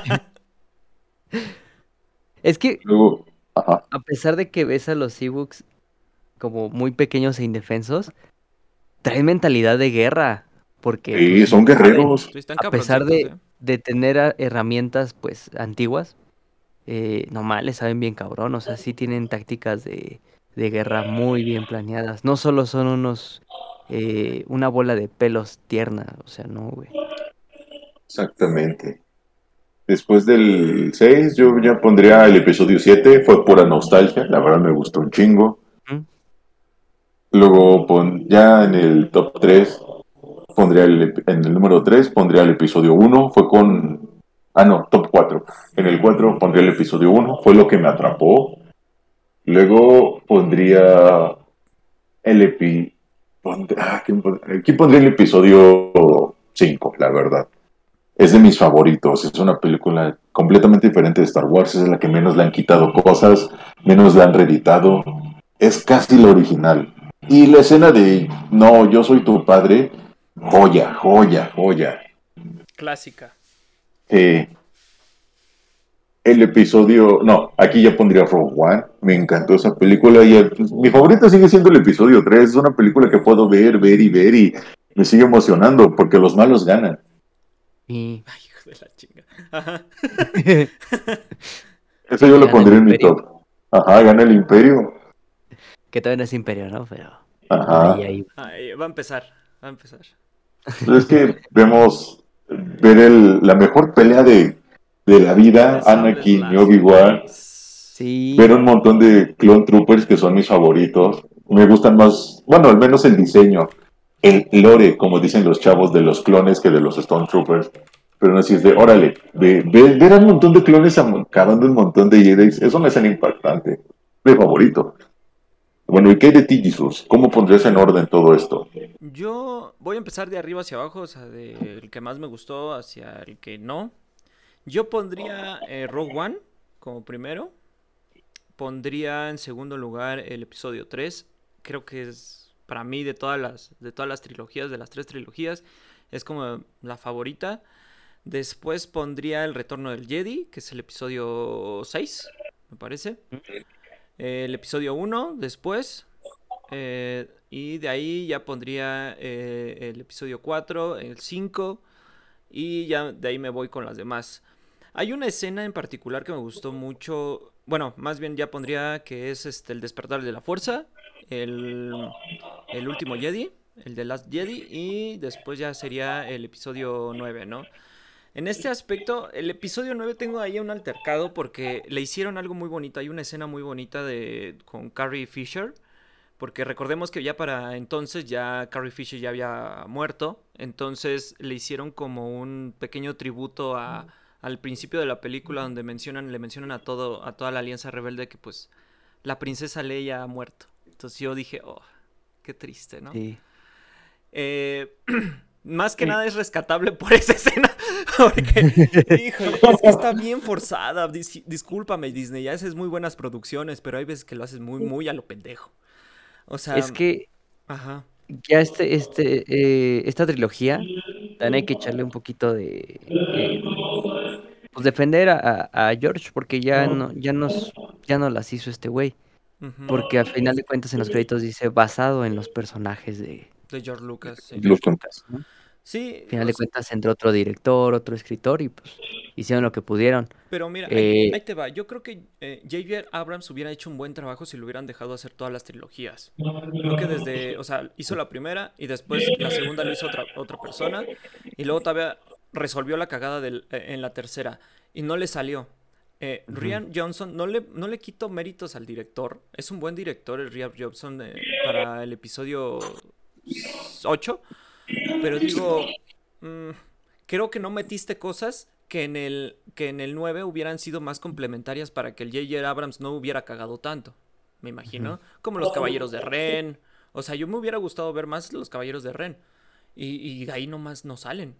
Es que Luego, ajá, a pesar de que ves a los ebooks como muy pequeños e indefensos, traen mentalidad de guerra. Porque sí, pues son saben, guerreros. Sí, están a pesar cabroncitos, de, eh. de tener a- herramientas pues antiguas, eh, nomás le saben bien cabrón. O sea, sí tienen tácticas de, de guerra muy bien planeadas. No solo son unos eh, una bola de pelos tierna. O sea, no, güey. Exactamente. Después del seis, yo ya pondría el episodio siete, fue pura nostalgia, la verdad me gustó un chingo. ¿Mm? Luego, pon, ya en el top tres pondría el, ep- en el número tres pondría el episodio uno, fue con... Ah, no, top cuatro. En el cuatro pondría el episodio uno, fue lo que me atrapó. Luego pondría el epi... pond- ah, ¿quién pon- aquí pondría el episodio cinco, la verdad. Es de mis favoritos, es una película completamente diferente de Star Wars, es la que menos le han quitado cosas, menos la han reeditado, es casi la original. Y la escena de, no, yo soy tu padre, joya, joya, joya. Clásica. Eh, el episodio, no, aquí ya pondría Rogue One, me encantó esa película y el- pues, mi favorita sigue siendo el episodio tres, es una película que puedo ver, ver y ver y me sigue emocionando porque los malos ganan. Y Ay, hijo de la chinga. Ajá. Eso sí, yo que lo gana el pondría en mi imperio. top. Ajá, gana el imperio. Que todavía no es imperio, ¿no? Pero ahí, Ajá. ahí. Ay, va a empezar, va a empezar. Pero es que vemos ver el, la mejor pelea de, de la vida, De sables Anakin y láser, Obi-Wan. güey. Ver Sí. un montón de Clone Troopers que son mis favoritos. Me gustan más, bueno, al menos el diseño, el lore, como dicen los chavos de los clones que de los Stormtroopers. Pero no así es de, órale, ve- ve- ver a un montón de clones acabando un montón de Jedi, eso me hace impactante. Mi favorito. Bueno, ¿y qué hay de ti, Jesus? ¿Cómo pondrías en orden todo esto? Yo voy a empezar de arriba hacia abajo, o sea, del que más me gustó hacia el que no. Yo pondría eh, Rogue One como primero. Pondría en segundo lugar el episodio tres. Creo que es para mí de todas las de todas las trilogías, de las tres trilogías, es como la favorita. Después pondría El Retorno del Jedi, que es el episodio seis, me parece. El episodio uno después. Eh, y de ahí ya pondría eh, el episodio cuatro, el cinco. Y ya de ahí me voy con las demás. Hay una escena en particular que me gustó mucho. Bueno, más bien ya pondría que es este el despertar de la fuerza. El, el último Jedi. El de Last Jedi. Y después ya sería el episodio nueve, ¿no? En este aspecto, el episodio nueve tengo ahí un altercado porque le hicieron algo muy bonito. Hay una escena muy bonita de con Carrie Fisher. Porque recordemos que ya para entonces ya Carrie Fisher ya había muerto. Entonces le hicieron como un pequeño tributo a, al principio de la película donde mencionan, le mencionan a todo, a toda la Alianza Rebelde que pues la princesa Leia ha muerto. Entonces yo dije, oh, qué triste, ¿no? Sí. Eh, más que nada es rescatable por esa escena. Porque, híjole, es que está bien forzada. Dis- discúlpame, Disney, ya haces muy buenas producciones, pero hay veces que lo haces muy, muy a lo pendejo. O sea, Es que ajá. ya este, este, eh, esta trilogía, también hay que echarle un poquito de, eh, pues defender a, a- a George, porque ya no, ya nos, ya no las hizo este güey. Ujú. Porque al final de cuentas en los créditos dice basado en los personajes de, De George Lucas, de sí. George Lucas. Lucas, ¿no? Al Sí, final o de sea, cuentas entró otro director, otro escritor y pues hicieron lo que pudieron. pero mira, ahí, Eh, ahí te va. Yo creo que eh, J J. Abrams hubiera hecho un buen trabajo si lo hubieran dejado hacer todas las trilogías. Creo que desde, o sea, hizo la primera y después la segunda lo hizo otra, otra persona y luego todavía resolvió la cagada del- eh, en la tercera y no le salió. Eh, ujú, Rian Johnson, no le, no le quito méritos al director. Es un buen director el Rian Johnson eh, para el episodio ocho. Pero digo, mm, creo que no metiste cosas que en el que en el nueve hubieran sido más complementarias para que el J J. Abrams no hubiera cagado tanto. Me ujú. imagino. Como los Caballeros de Ren. O sea, yo me hubiera gustado ver más los Caballeros de Ren. Y, y de ahí nomás no salen.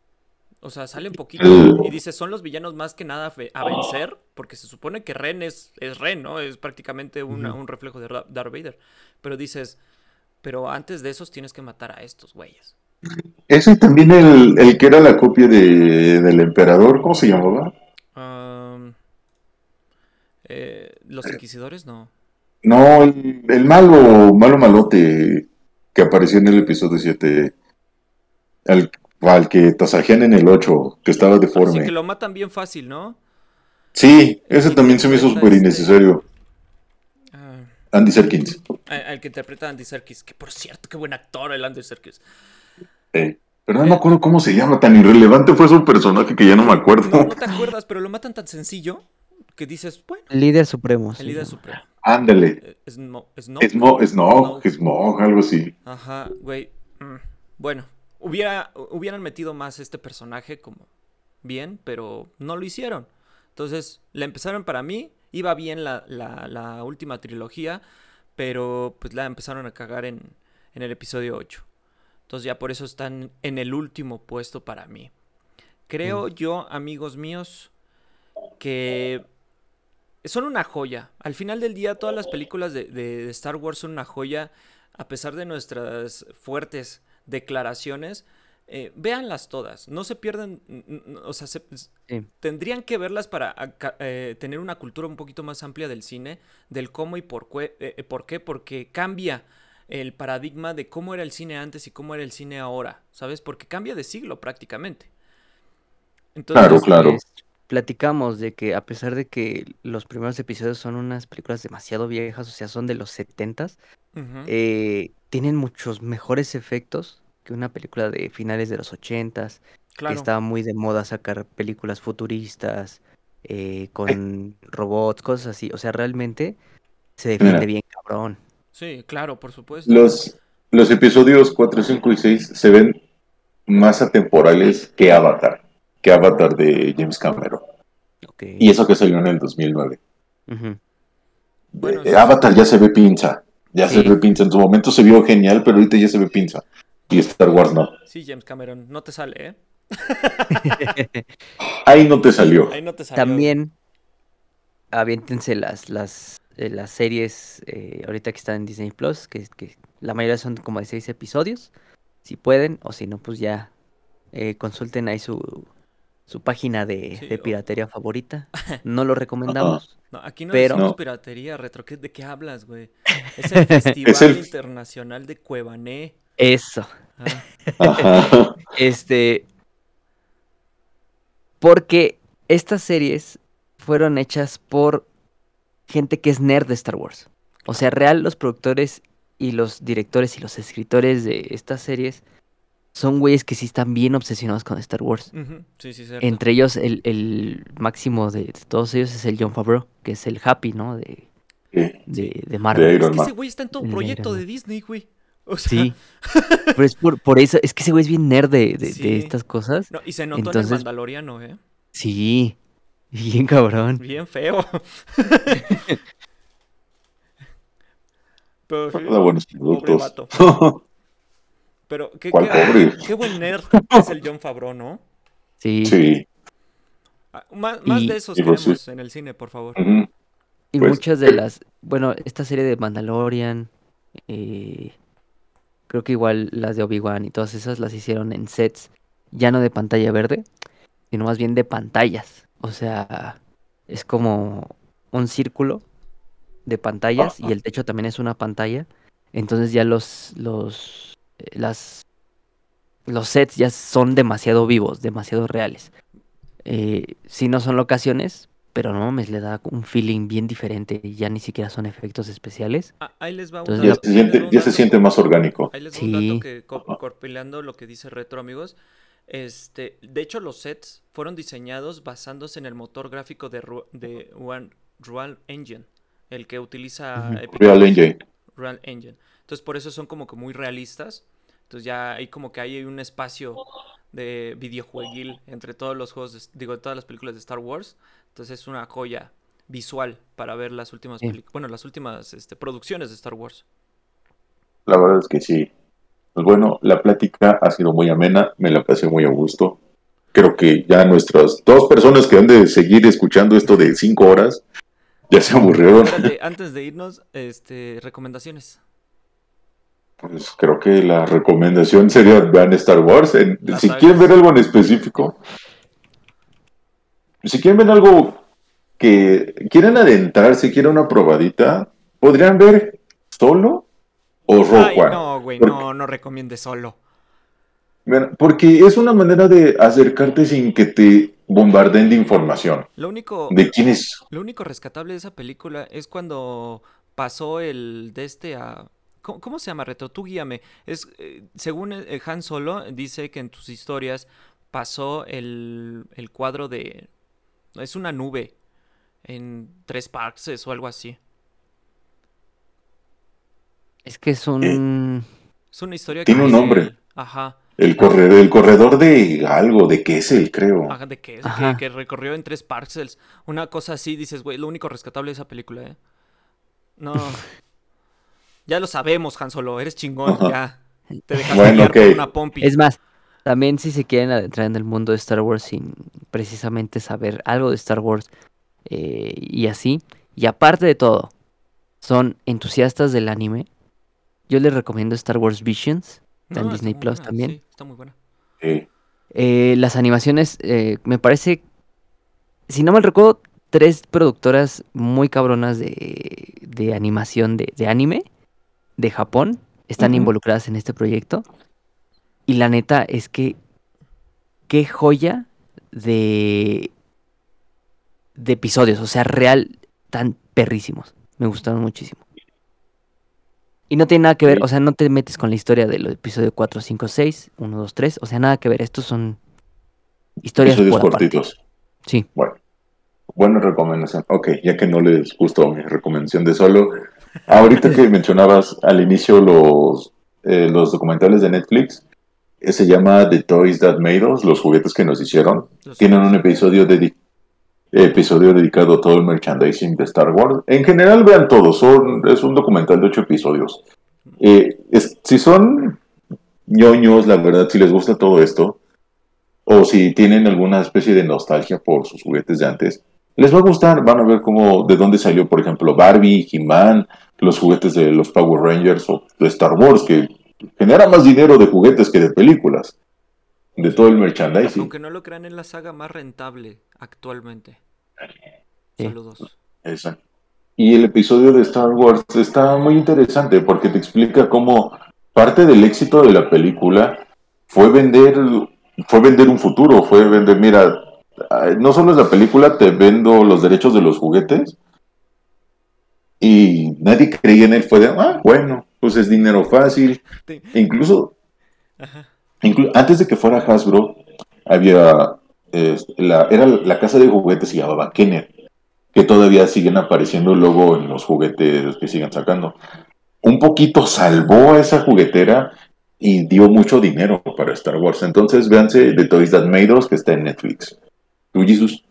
O sea, salen poquito. Y El- dices, son los villanos más que nada fe- a vencer. Porque se supone que Ren es, es Ren, ¿no? Es prácticamente una- Ujú. un reflejo de Ra- Darth Vader. Pero dices, pero antes de esos tienes que matar a estos güeyes. ese también el, el que era la copia de, del emperador, ¿cómo se llamaba? Am, eh, los Inquisidores, no. No, el, el malo, malo malote que apareció en el episodio siete, al, al que tasajean en el ocho, que estaba Así que deforme. lo matan bien fácil, ¿no? Sí, El ese que también se me hizo interpreta súper este. innecesario. ah, Andy Serkins. a- al que interpreta a Andy Serkis. Que por cierto, qué buen actor el Andy Serkis. Eh, pero no me Eh, acuerdo cómo se llama, tan irrelevante fue su personaje que ya no me no, acuerdo. no te acuerdas, pero lo matan tan sencillo que dices, bueno, Líder Supremo el se líder llama. supremo. Ándale. Eh, Smo- Snoke. Smog, Snog, Snoke. Smog, algo así. Ajá, güey. mm, Bueno, hubiera, hubieran metido más este personaje como bien, pero no lo hicieron. Entonces, la empezaron para mí, iba bien la, la, la última trilogía, pero pues la empezaron a cagar en, en el episodio ocho. Entonces ya por eso están en el último puesto para mí. Mm. Creo yo, amigos míos, que son una joya. Al final del día, todas las películas de, de- de Star Wars son una joya, a pesar de nuestras fuertes declaraciones. Eh, véanlas todas, no se pierden, n- n- o sea, se- s- Sí. tendrían que verlas para aca- eh, tener una cultura un poquito más amplia del cine, del cómo y por, cue- eh, eh, por qué, porque cambia el paradigma de cómo era el cine antes y cómo era el cine ahora, ¿sabes? Porque cambia de siglo prácticamente. Claro, Entonces, claro. Pues platicamos de que a pesar de que los primeros episodios son unas películas demasiado viejas, o sea, son de los setentas, ujú, eh, tienen muchos mejores efectos que una película de finales de los ochentas, que claro, estaba muy de moda sacar películas futuristas, eh, Ay, con robots, cosas así. O sea, realmente se defiende mira, bien cabrón. sí, claro, por supuesto. los, los episodios cuatro, cinco y seis se ven más atemporales que Avatar, que Avatar de James Cameron. Ok. Y eso que salió en el dos mil nueve. Ujú. Bueno, Eh, sí, Avatar ya se ve pinza. Ya Sí. se ve pinza. En su momento se vio genial, pero ahorita ya se ve pinza. Y Star Wars no. Sí, James Cameron, no te sale, ¿eh? Ahí no te salió. Ahí no te salió. También aviéntense las, las, eh, las series eh, ahorita que están en Disney Plus, que, que la mayoría son como de seis episodios, si pueden, o si no, pues ya eh, consulten ahí su, su página de, Sí, de o- piratería favorita. No lo Ajá. recomendamos, No, aquí no pero decimos No. piratería, Retro. ¿qué- ¿De qué hablas, güey? Es el Es Festival el... Internacional de Cuevané. eso, Ah, Ajá. este, porque estas series fueron hechas por gente que es nerd de Star Wars. O sea, real, los productores y los directores y los escritores de estas series son güeyes que sí están bien obsesionados con Star Wars. ujú, sí, sí, cierto. Entre ellos, el, el máximo de, de todos ellos es el Jon Favreau, que es el Happy, ¿no? De, Sí, de, Sí. de de Marvel. Es Iron que ese Man. güey está en todo El de proyecto Iron de Man. Disney, güey. O sea, Sí, pero es por, por eso, es que ese güey es bien nerd de, de, de sí. estas cosas. No, y se notó en el Entonces, Mandaloriano, ¿eh? sí, bien cabrón. Bien feo. Pero sí, Da buenos pobre productos. vato. Pero qué, ¿Cuál qué, pobre? qué buen nerd es el Jon Favreau, ¿no? Sí, Sí. Ah, Más, más de y, esos Y pues, queremos en el cine, por favor. ujú, y pues, muchas de las, bueno, esta serie de Mandalorian, eh, creo que igual las de Obi-Wan y todas esas las hicieron en sets, ya no de pantalla verde, sino más bien de pantallas. O sea, es como un círculo de pantallas y ajá. el techo también es una pantalla. Entonces ya los, los, eh, las, los sets ya son demasiado vivos, demasiado reales. Eh, sí no son locaciones, pero no mames, le da un feeling bien diferente y ya ni siquiera son efectos especiales. Ah, ahí les va un Entonces Ya las... dato, se ahí les siente, va un ya se dato, siente más orgánico. ahí les va un dato Sí, que co- Ajá. compilando lo que dice Retro, amigos. Este, de hecho, los sets fueron diseñados basándose en el motor gráfico de, Ru- de One- Real Engine, el que utiliza ujú, Epic Real Games, Engine. Real Engine. Entonces, por eso son como que muy realistas. Entonces, ya hay como que hay un espacio de videojueguil entre todos los juegos, de- digo, todas las películas de Star Wars. Entonces, es una joya visual para ver las últimas sí. películas, bueno, las últimas este, producciones de Star Wars. La verdad es que sí. Pues bueno, la plática ha sido muy amena, me la pasé muy a gusto. Creo que ya nuestras dos personas que han de seguir escuchando esto de cinco horas ya se aburrieron. Espérate, antes de irnos, este, recomendaciones. Pues creo que la recomendación sería vean Star Wars. En- Las si quieren ver sagas. algo en específico, si quieren ver algo que quieren adentrarse, quieren una probadita, podrían ver Solo o Rogue Ay, One. no, güey, Porque, no, no recomiendes solo. mira, porque es una manera de acercarte sin que te bombardeen de información. Lo único, De quién es. lo único rescatable de esa película es cuando pasó el de este a... ¿Cómo, cómo se llama, Reto? Tú guíame. Es, eh, según eh, Han Solo, dice que en tus historias pasó el, el cuadro de... Es una nube en tres parses o algo así. Es que es Eh, un... Es una historia que tiene un dice nombre. él. Ajá. El corredor, el corredor de algo, de Kessel, creo. Ajá, de que, que, Ajá. que recorrió en tres parcels. Una cosa así, dices, güey, lo único rescatable de esa película, ¿eh? No. Ya lo sabemos, Han Solo, eres chingón, Ajá. ya. Te dejaste Bueno, guiar ok. por una pompi. Es más, también si se quieren adentrar en el mundo de Star Wars sin precisamente saber algo de Star Wars eh, y así, y aparte de todo, son entusiastas del anime, yo les recomiendo Star Wars Visions, está en No, está Disney muy Plus buena, también. sí, está muy buena. Sí. Eh, las animaciones, eh, me parece, si no mal recuerdo, tres productoras muy cabronas de, de animación de, de anime de Japón están Ujú. involucradas en este proyecto. Y la neta es que qué joya de, de episodios, o sea, real, tan perrísimos. Me gustaron muchísimo. Y no tiene nada que ver, Sí. o sea, no te metes con la historia del episodio cuatro, cinco, seis, uno, dos, tres, o sea, nada que ver. Estos son historias Episodios por aparte. cortitos. Sí. Bueno, buena recomendación. Ok, ya que no les gustó mi recomendación de Solo, ahorita que mencionabas al inicio los, eh, los documentales de Netflix, eh, se llama The Toys That Made Us, los juguetes que nos hicieron. Los Tienen un juguetes. episodio dedi- episodio dedicado a todo el merchandising de Star Wars. En general, vean todo, son, es un documental de ocho episodios. Eh, es, si son ñoños, la verdad, si les gusta todo esto, o si tienen alguna especie de nostalgia por sus juguetes de antes, les va a gustar, van a ver cómo, de dónde salió, por ejemplo, Barbie, He-Man, los juguetes de los Power Rangers o de Star Wars, que genera más dinero de juguetes que de películas, de todo el merchandising. Aunque no lo crean, es la saga más rentable actualmente. Sí. Saludos. Exacto. Y el episodio de Star Wars está muy interesante porque te explica cómo parte del éxito de la película fue vender, fue vender un futuro, fue vender, mira, no solo es la película, te vendo los derechos de los juguetes y nadie creía en él, fue de, ah, bueno, pues es dinero fácil. Te- E incluso, Ajá. inclu- antes de que fuera Hasbro, había, eh, la, era la casa de juguetes se llamaba Kenner, que todavía siguen apareciendo luego en los juguetes que siguen sacando. Un poquito salvó a esa juguetera y dio mucho dinero para Star Wars. Entonces, véanse The Toys That Made Us, que está en Netflix. ¿Tú, Jesus?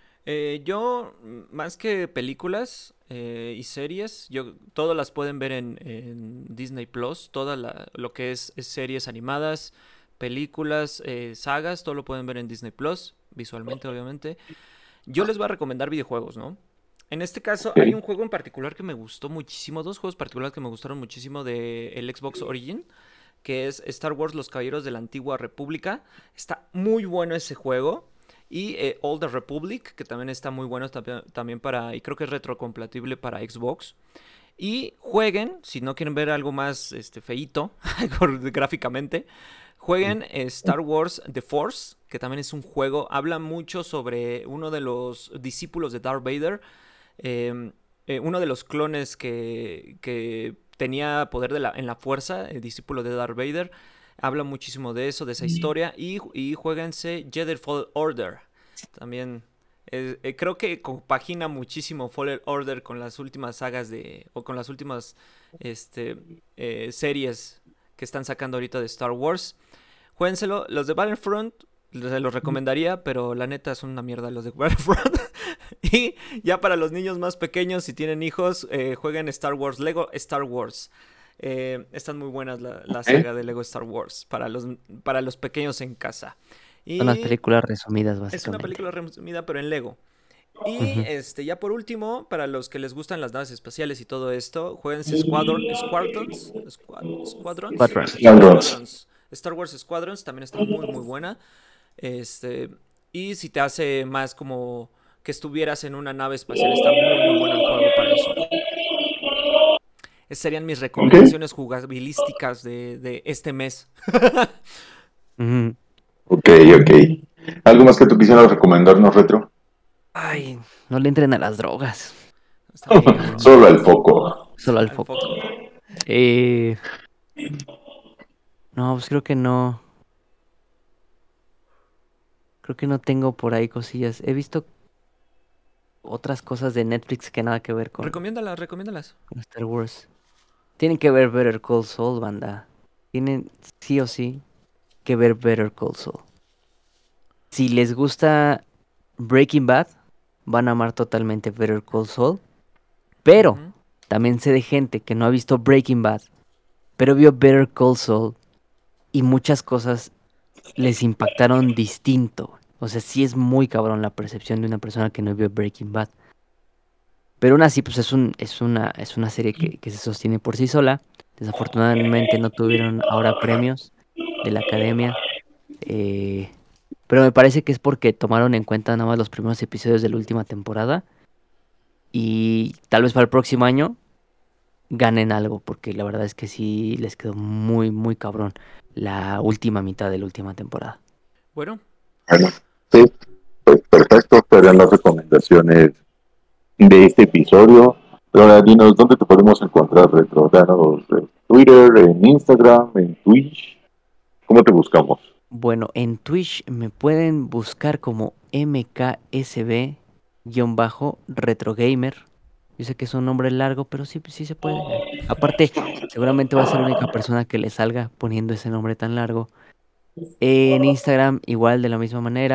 Eh, yo, mm, más que películas eh, y series, yo todas las pueden ver en, en Disney Plus, toda la- lo que es, es series animadas, películas, eh, sagas, todo lo pueden ver en Disney Plus, visualmente, obviamente. Yo les voy a recomendar videojuegos, ¿no? En este caso, hay Ok. un juego en particular que me gustó muchísimo, dos juegos particulares que me gustaron muchísimo de el Xbox Origin, que es Star Wars Los Caballeros de la Antigua República. Está muy bueno ese juego. Y eh, Old Republic, que también está muy bueno tambi- también para, y creo que es retrocompatible para Xbox. Y jueguen, si no quieren ver algo más este, feíto gráficamente, jueguen eh, Star Wars The Force, que también es un juego, habla mucho sobre uno de los discípulos de Darth Vader, eh, eh, uno de los clones que, que tenía poder de la, en la fuerza, el discípulo de Darth Vader. Habla muchísimo de eso, de esa historia. Y, y jueguense Jedi Fallen Order. También eh, eh, creo que compagina muchísimo Fallen Order con las últimas sagas de. O con las últimas este, eh, series que están sacando ahorita de Star Wars. Juéguenselo. Los de Battlefront se los recomendaría, pero la neta son una mierda los de Battlefront. Y ya para los niños más pequeños, si tienen hijos, eh, jueguen Star Wars, Lego Star Wars. Eh, están muy buenas la, la ¿Eh? saga de Lego Star Wars para los, para los pequeños en casa. Son las Y películas resumidas, es una básicamente. película resumida, pero en Lego. Y Ujú. este, ya por último, para los que les gustan las naves espaciales y todo esto, jueguense Squadron, Squadrons, Squad- Squadrons, Squadrons. Squadrons. Squadrons, Star Wars Squadrons también está muy muy buena. Este, y si te hace más como que estuvieras en una nave espacial, está muy muy bueno el juego para eso. Esas serían mis Ok. recomendaciones jugabilísticas de, de este mes. Ujú. Ok, ok. ¿Algo más que tú quisieras recomendarnos, Retro? Ay, no le entren a las drogas. Está muy Eh, cabrón. Solo al foco. Solo al Al foco. foco. Eh, no, pues creo que no. Creo que no tengo por ahí cosillas. He visto otras cosas de Netflix que nada que ver con, Recomiéndalas, recomiéndalas. con Star Wars. Tienen que ver Better Call Saul, banda. Tienen sí o sí que ver Better Call Saul. Si les gusta Breaking Bad, van a amar totalmente Better Call Saul. Pero Ujú. también sé de gente que no ha visto Breaking Bad, pero vio Better Call Saul y muchas cosas les impactaron distinto. O sea, sí es muy cabrón la percepción de una persona que no vio Breaking Bad. Pero aún así, pues es un, es una, es una serie que, que se sostiene por sí sola. Desafortunadamente no tuvieron ahora premios de la academia. eh, pero me parece que es porque tomaron en cuenta nada más los primeros episodios de la última temporada. Y tal vez para el próximo año ganen algo, porque la verdad es que sí les quedó muy, muy cabrón la última mitad de la última temporada. Bueno, Bueno, sí, pues perfecto. Serían las recomendaciones de este episodio. Pero ahora dinos dónde te podemos encontrar, Retro. Danos en Twitter, en Instagram, en Twitch. ¿Cómo te buscamos? Bueno, en Twitch me pueden buscar como M K S B-retrogamer. Yo sé que es un nombre largo, pero sí, sí se puede. Eh, Aparte, seguramente va a ser la única persona que le salga poniendo ese nombre tan largo. En Instagram, igual de la misma manera.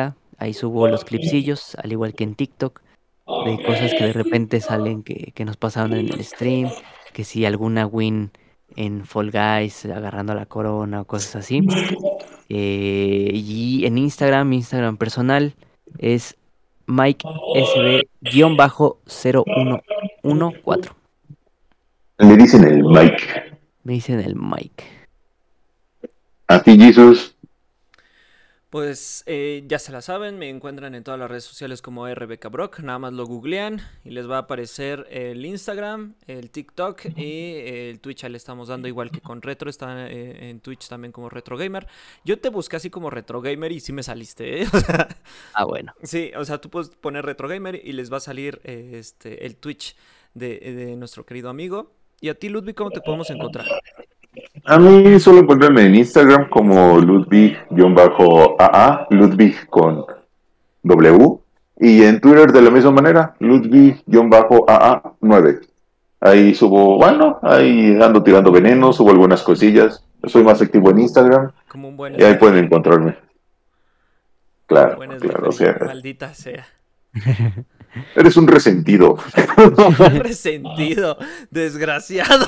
Ahí subo los clipsillos, al igual que en TikTok, de cosas que de repente salen que, que nos pasaron en el stream, que si alguna win en Fall Guys agarrando la corona o cosas así. Eh, y en Instagram, mi Instagram personal es Mike S B cero uno uno cuatro. Le dicen el Mike. Me dicen el Mike. A ti, Jesus. Pues eh, ya se la saben, me encuentran en todas las redes sociales como R B K Brock, nada más lo googlean y les va a aparecer el Instagram, el TikTok y el Twitch. Ahí le estamos dando igual que con Retro, está eh, en Twitch también como Retro Gamer. Yo te busqué así como Retro Gamer y sí me saliste, ¿eh? O sea, Ah, bueno. sí, o sea, tú puedes poner Retro Gamer y les va a salir eh, este, el Twitch de, de nuestro querido amigo. Y a ti, Ludwig, ¿cómo te podemos encontrar? A mí solo encontrarme en Instagram como Ludwig-A A, Ludwig con W. Y en Twitter de la misma manera, Ludwig-A A nueve. Ahí subo, bueno, ahí ando tirando veneno, subo algunas cosillas. Soy más activo en Instagram Como un buen y ahí pueden Slytherin. encontrarme. Como un Claro, buen claro, o Slytherin, sea, maldita sea. eres un resentido. Resentido, desgraciado.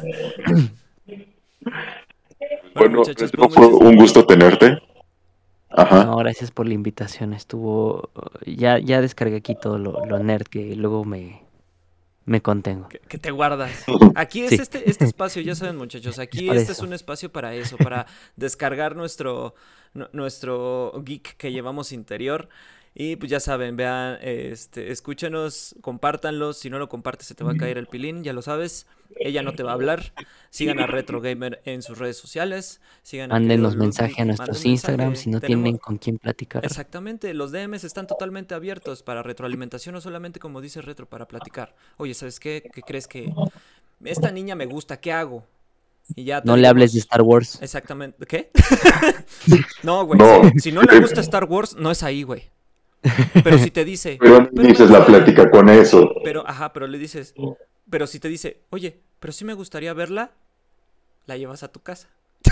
Bueno, Bueno, muchachos, Retro, pues fue muchis- un gusto tenerte. Ajá. No, gracias por la invitación. Estuvo. Ya, ya descargué aquí todo lo, lo nerd que luego me, me contengo. que, que te guardas. Aquí es Sí, este, este espacio, ya saben, muchachos. es Aquí para este es eso. un espacio para eso, para descargar nuestro, nu- nuestro geek que llevamos interior. Y pues ya saben, vean, este, escúchenos, compártanlo. Si no lo compartes, se te va a caer el pilín, ya lo sabes. Ella no te va a hablar. Sigan a Retro Gamer en sus redes sociales. Sigan al querido Mándenos mensaje a Ludwig. nuestros Manden Instagram mensaje. si no Tenemos, tienen con quién platicar. exactamente, los D Ms están totalmente abiertos para retroalimentación, no solamente como dice Retro, para platicar. Oye, ¿sabes qué? ¿Qué crees que esta niña me gusta? ¿Qué hago? Y ya te No le hables de diremos Star Wars. exactamente. ¿Qué? No, güey, No, si, si no le gusta Star Wars, no es ahí, güey. Pero si te dice, pero no pero me inicias la gustaría, plática con eso. pero, ajá, pero le dices, pero si te dice, oye, pero sí me gustaría verla, la llevas a tu casa.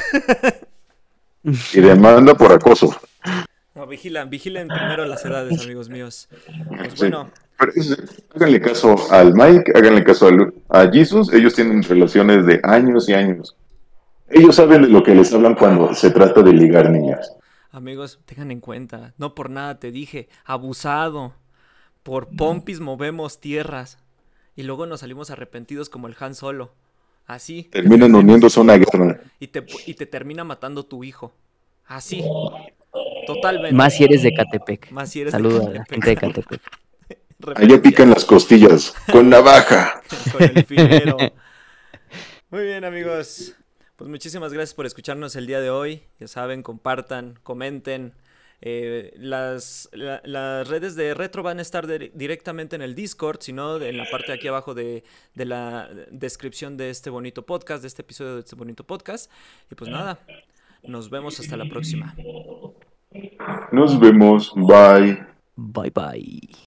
Y demanda por acoso. No, vigilan, vigilen primero las edades, amigos míos. Pues Sí. bueno, Pero es- háganle caso al Mike, háganle caso a, Lu- a Jesus. Ellos tienen relaciones de años y años. Ellos saben de lo que les hablan cuando se trata de ligar niñas. amigos, tengan en cuenta, no por nada te dije, abusado. Por pompis movemos tierras. Y luego nos salimos arrepentidos como el Han Solo. Así. que Terminan decimos, uniéndose a una guerra. y, te, y te termina matando tu hijo. Así. Totalmente. Más si eres de Catepec. Más si eres de Saludos a la Catepec. gente de Catepec. Allá pican las costillas con navaja. Con el filero. Muy bien, amigos. Pues muchísimas gracias por escucharnos el día de hoy. Ya saben, compartan, comenten. Eh, las, la- las redes de Retro van a estar de- directamente en el Discord, sino en la parte de aquí abajo de, de la descripción de este bonito podcast, de este episodio de este bonito podcast. Y pues nada, nos vemos hasta la próxima. Nos vemos. Bye. Bye bye.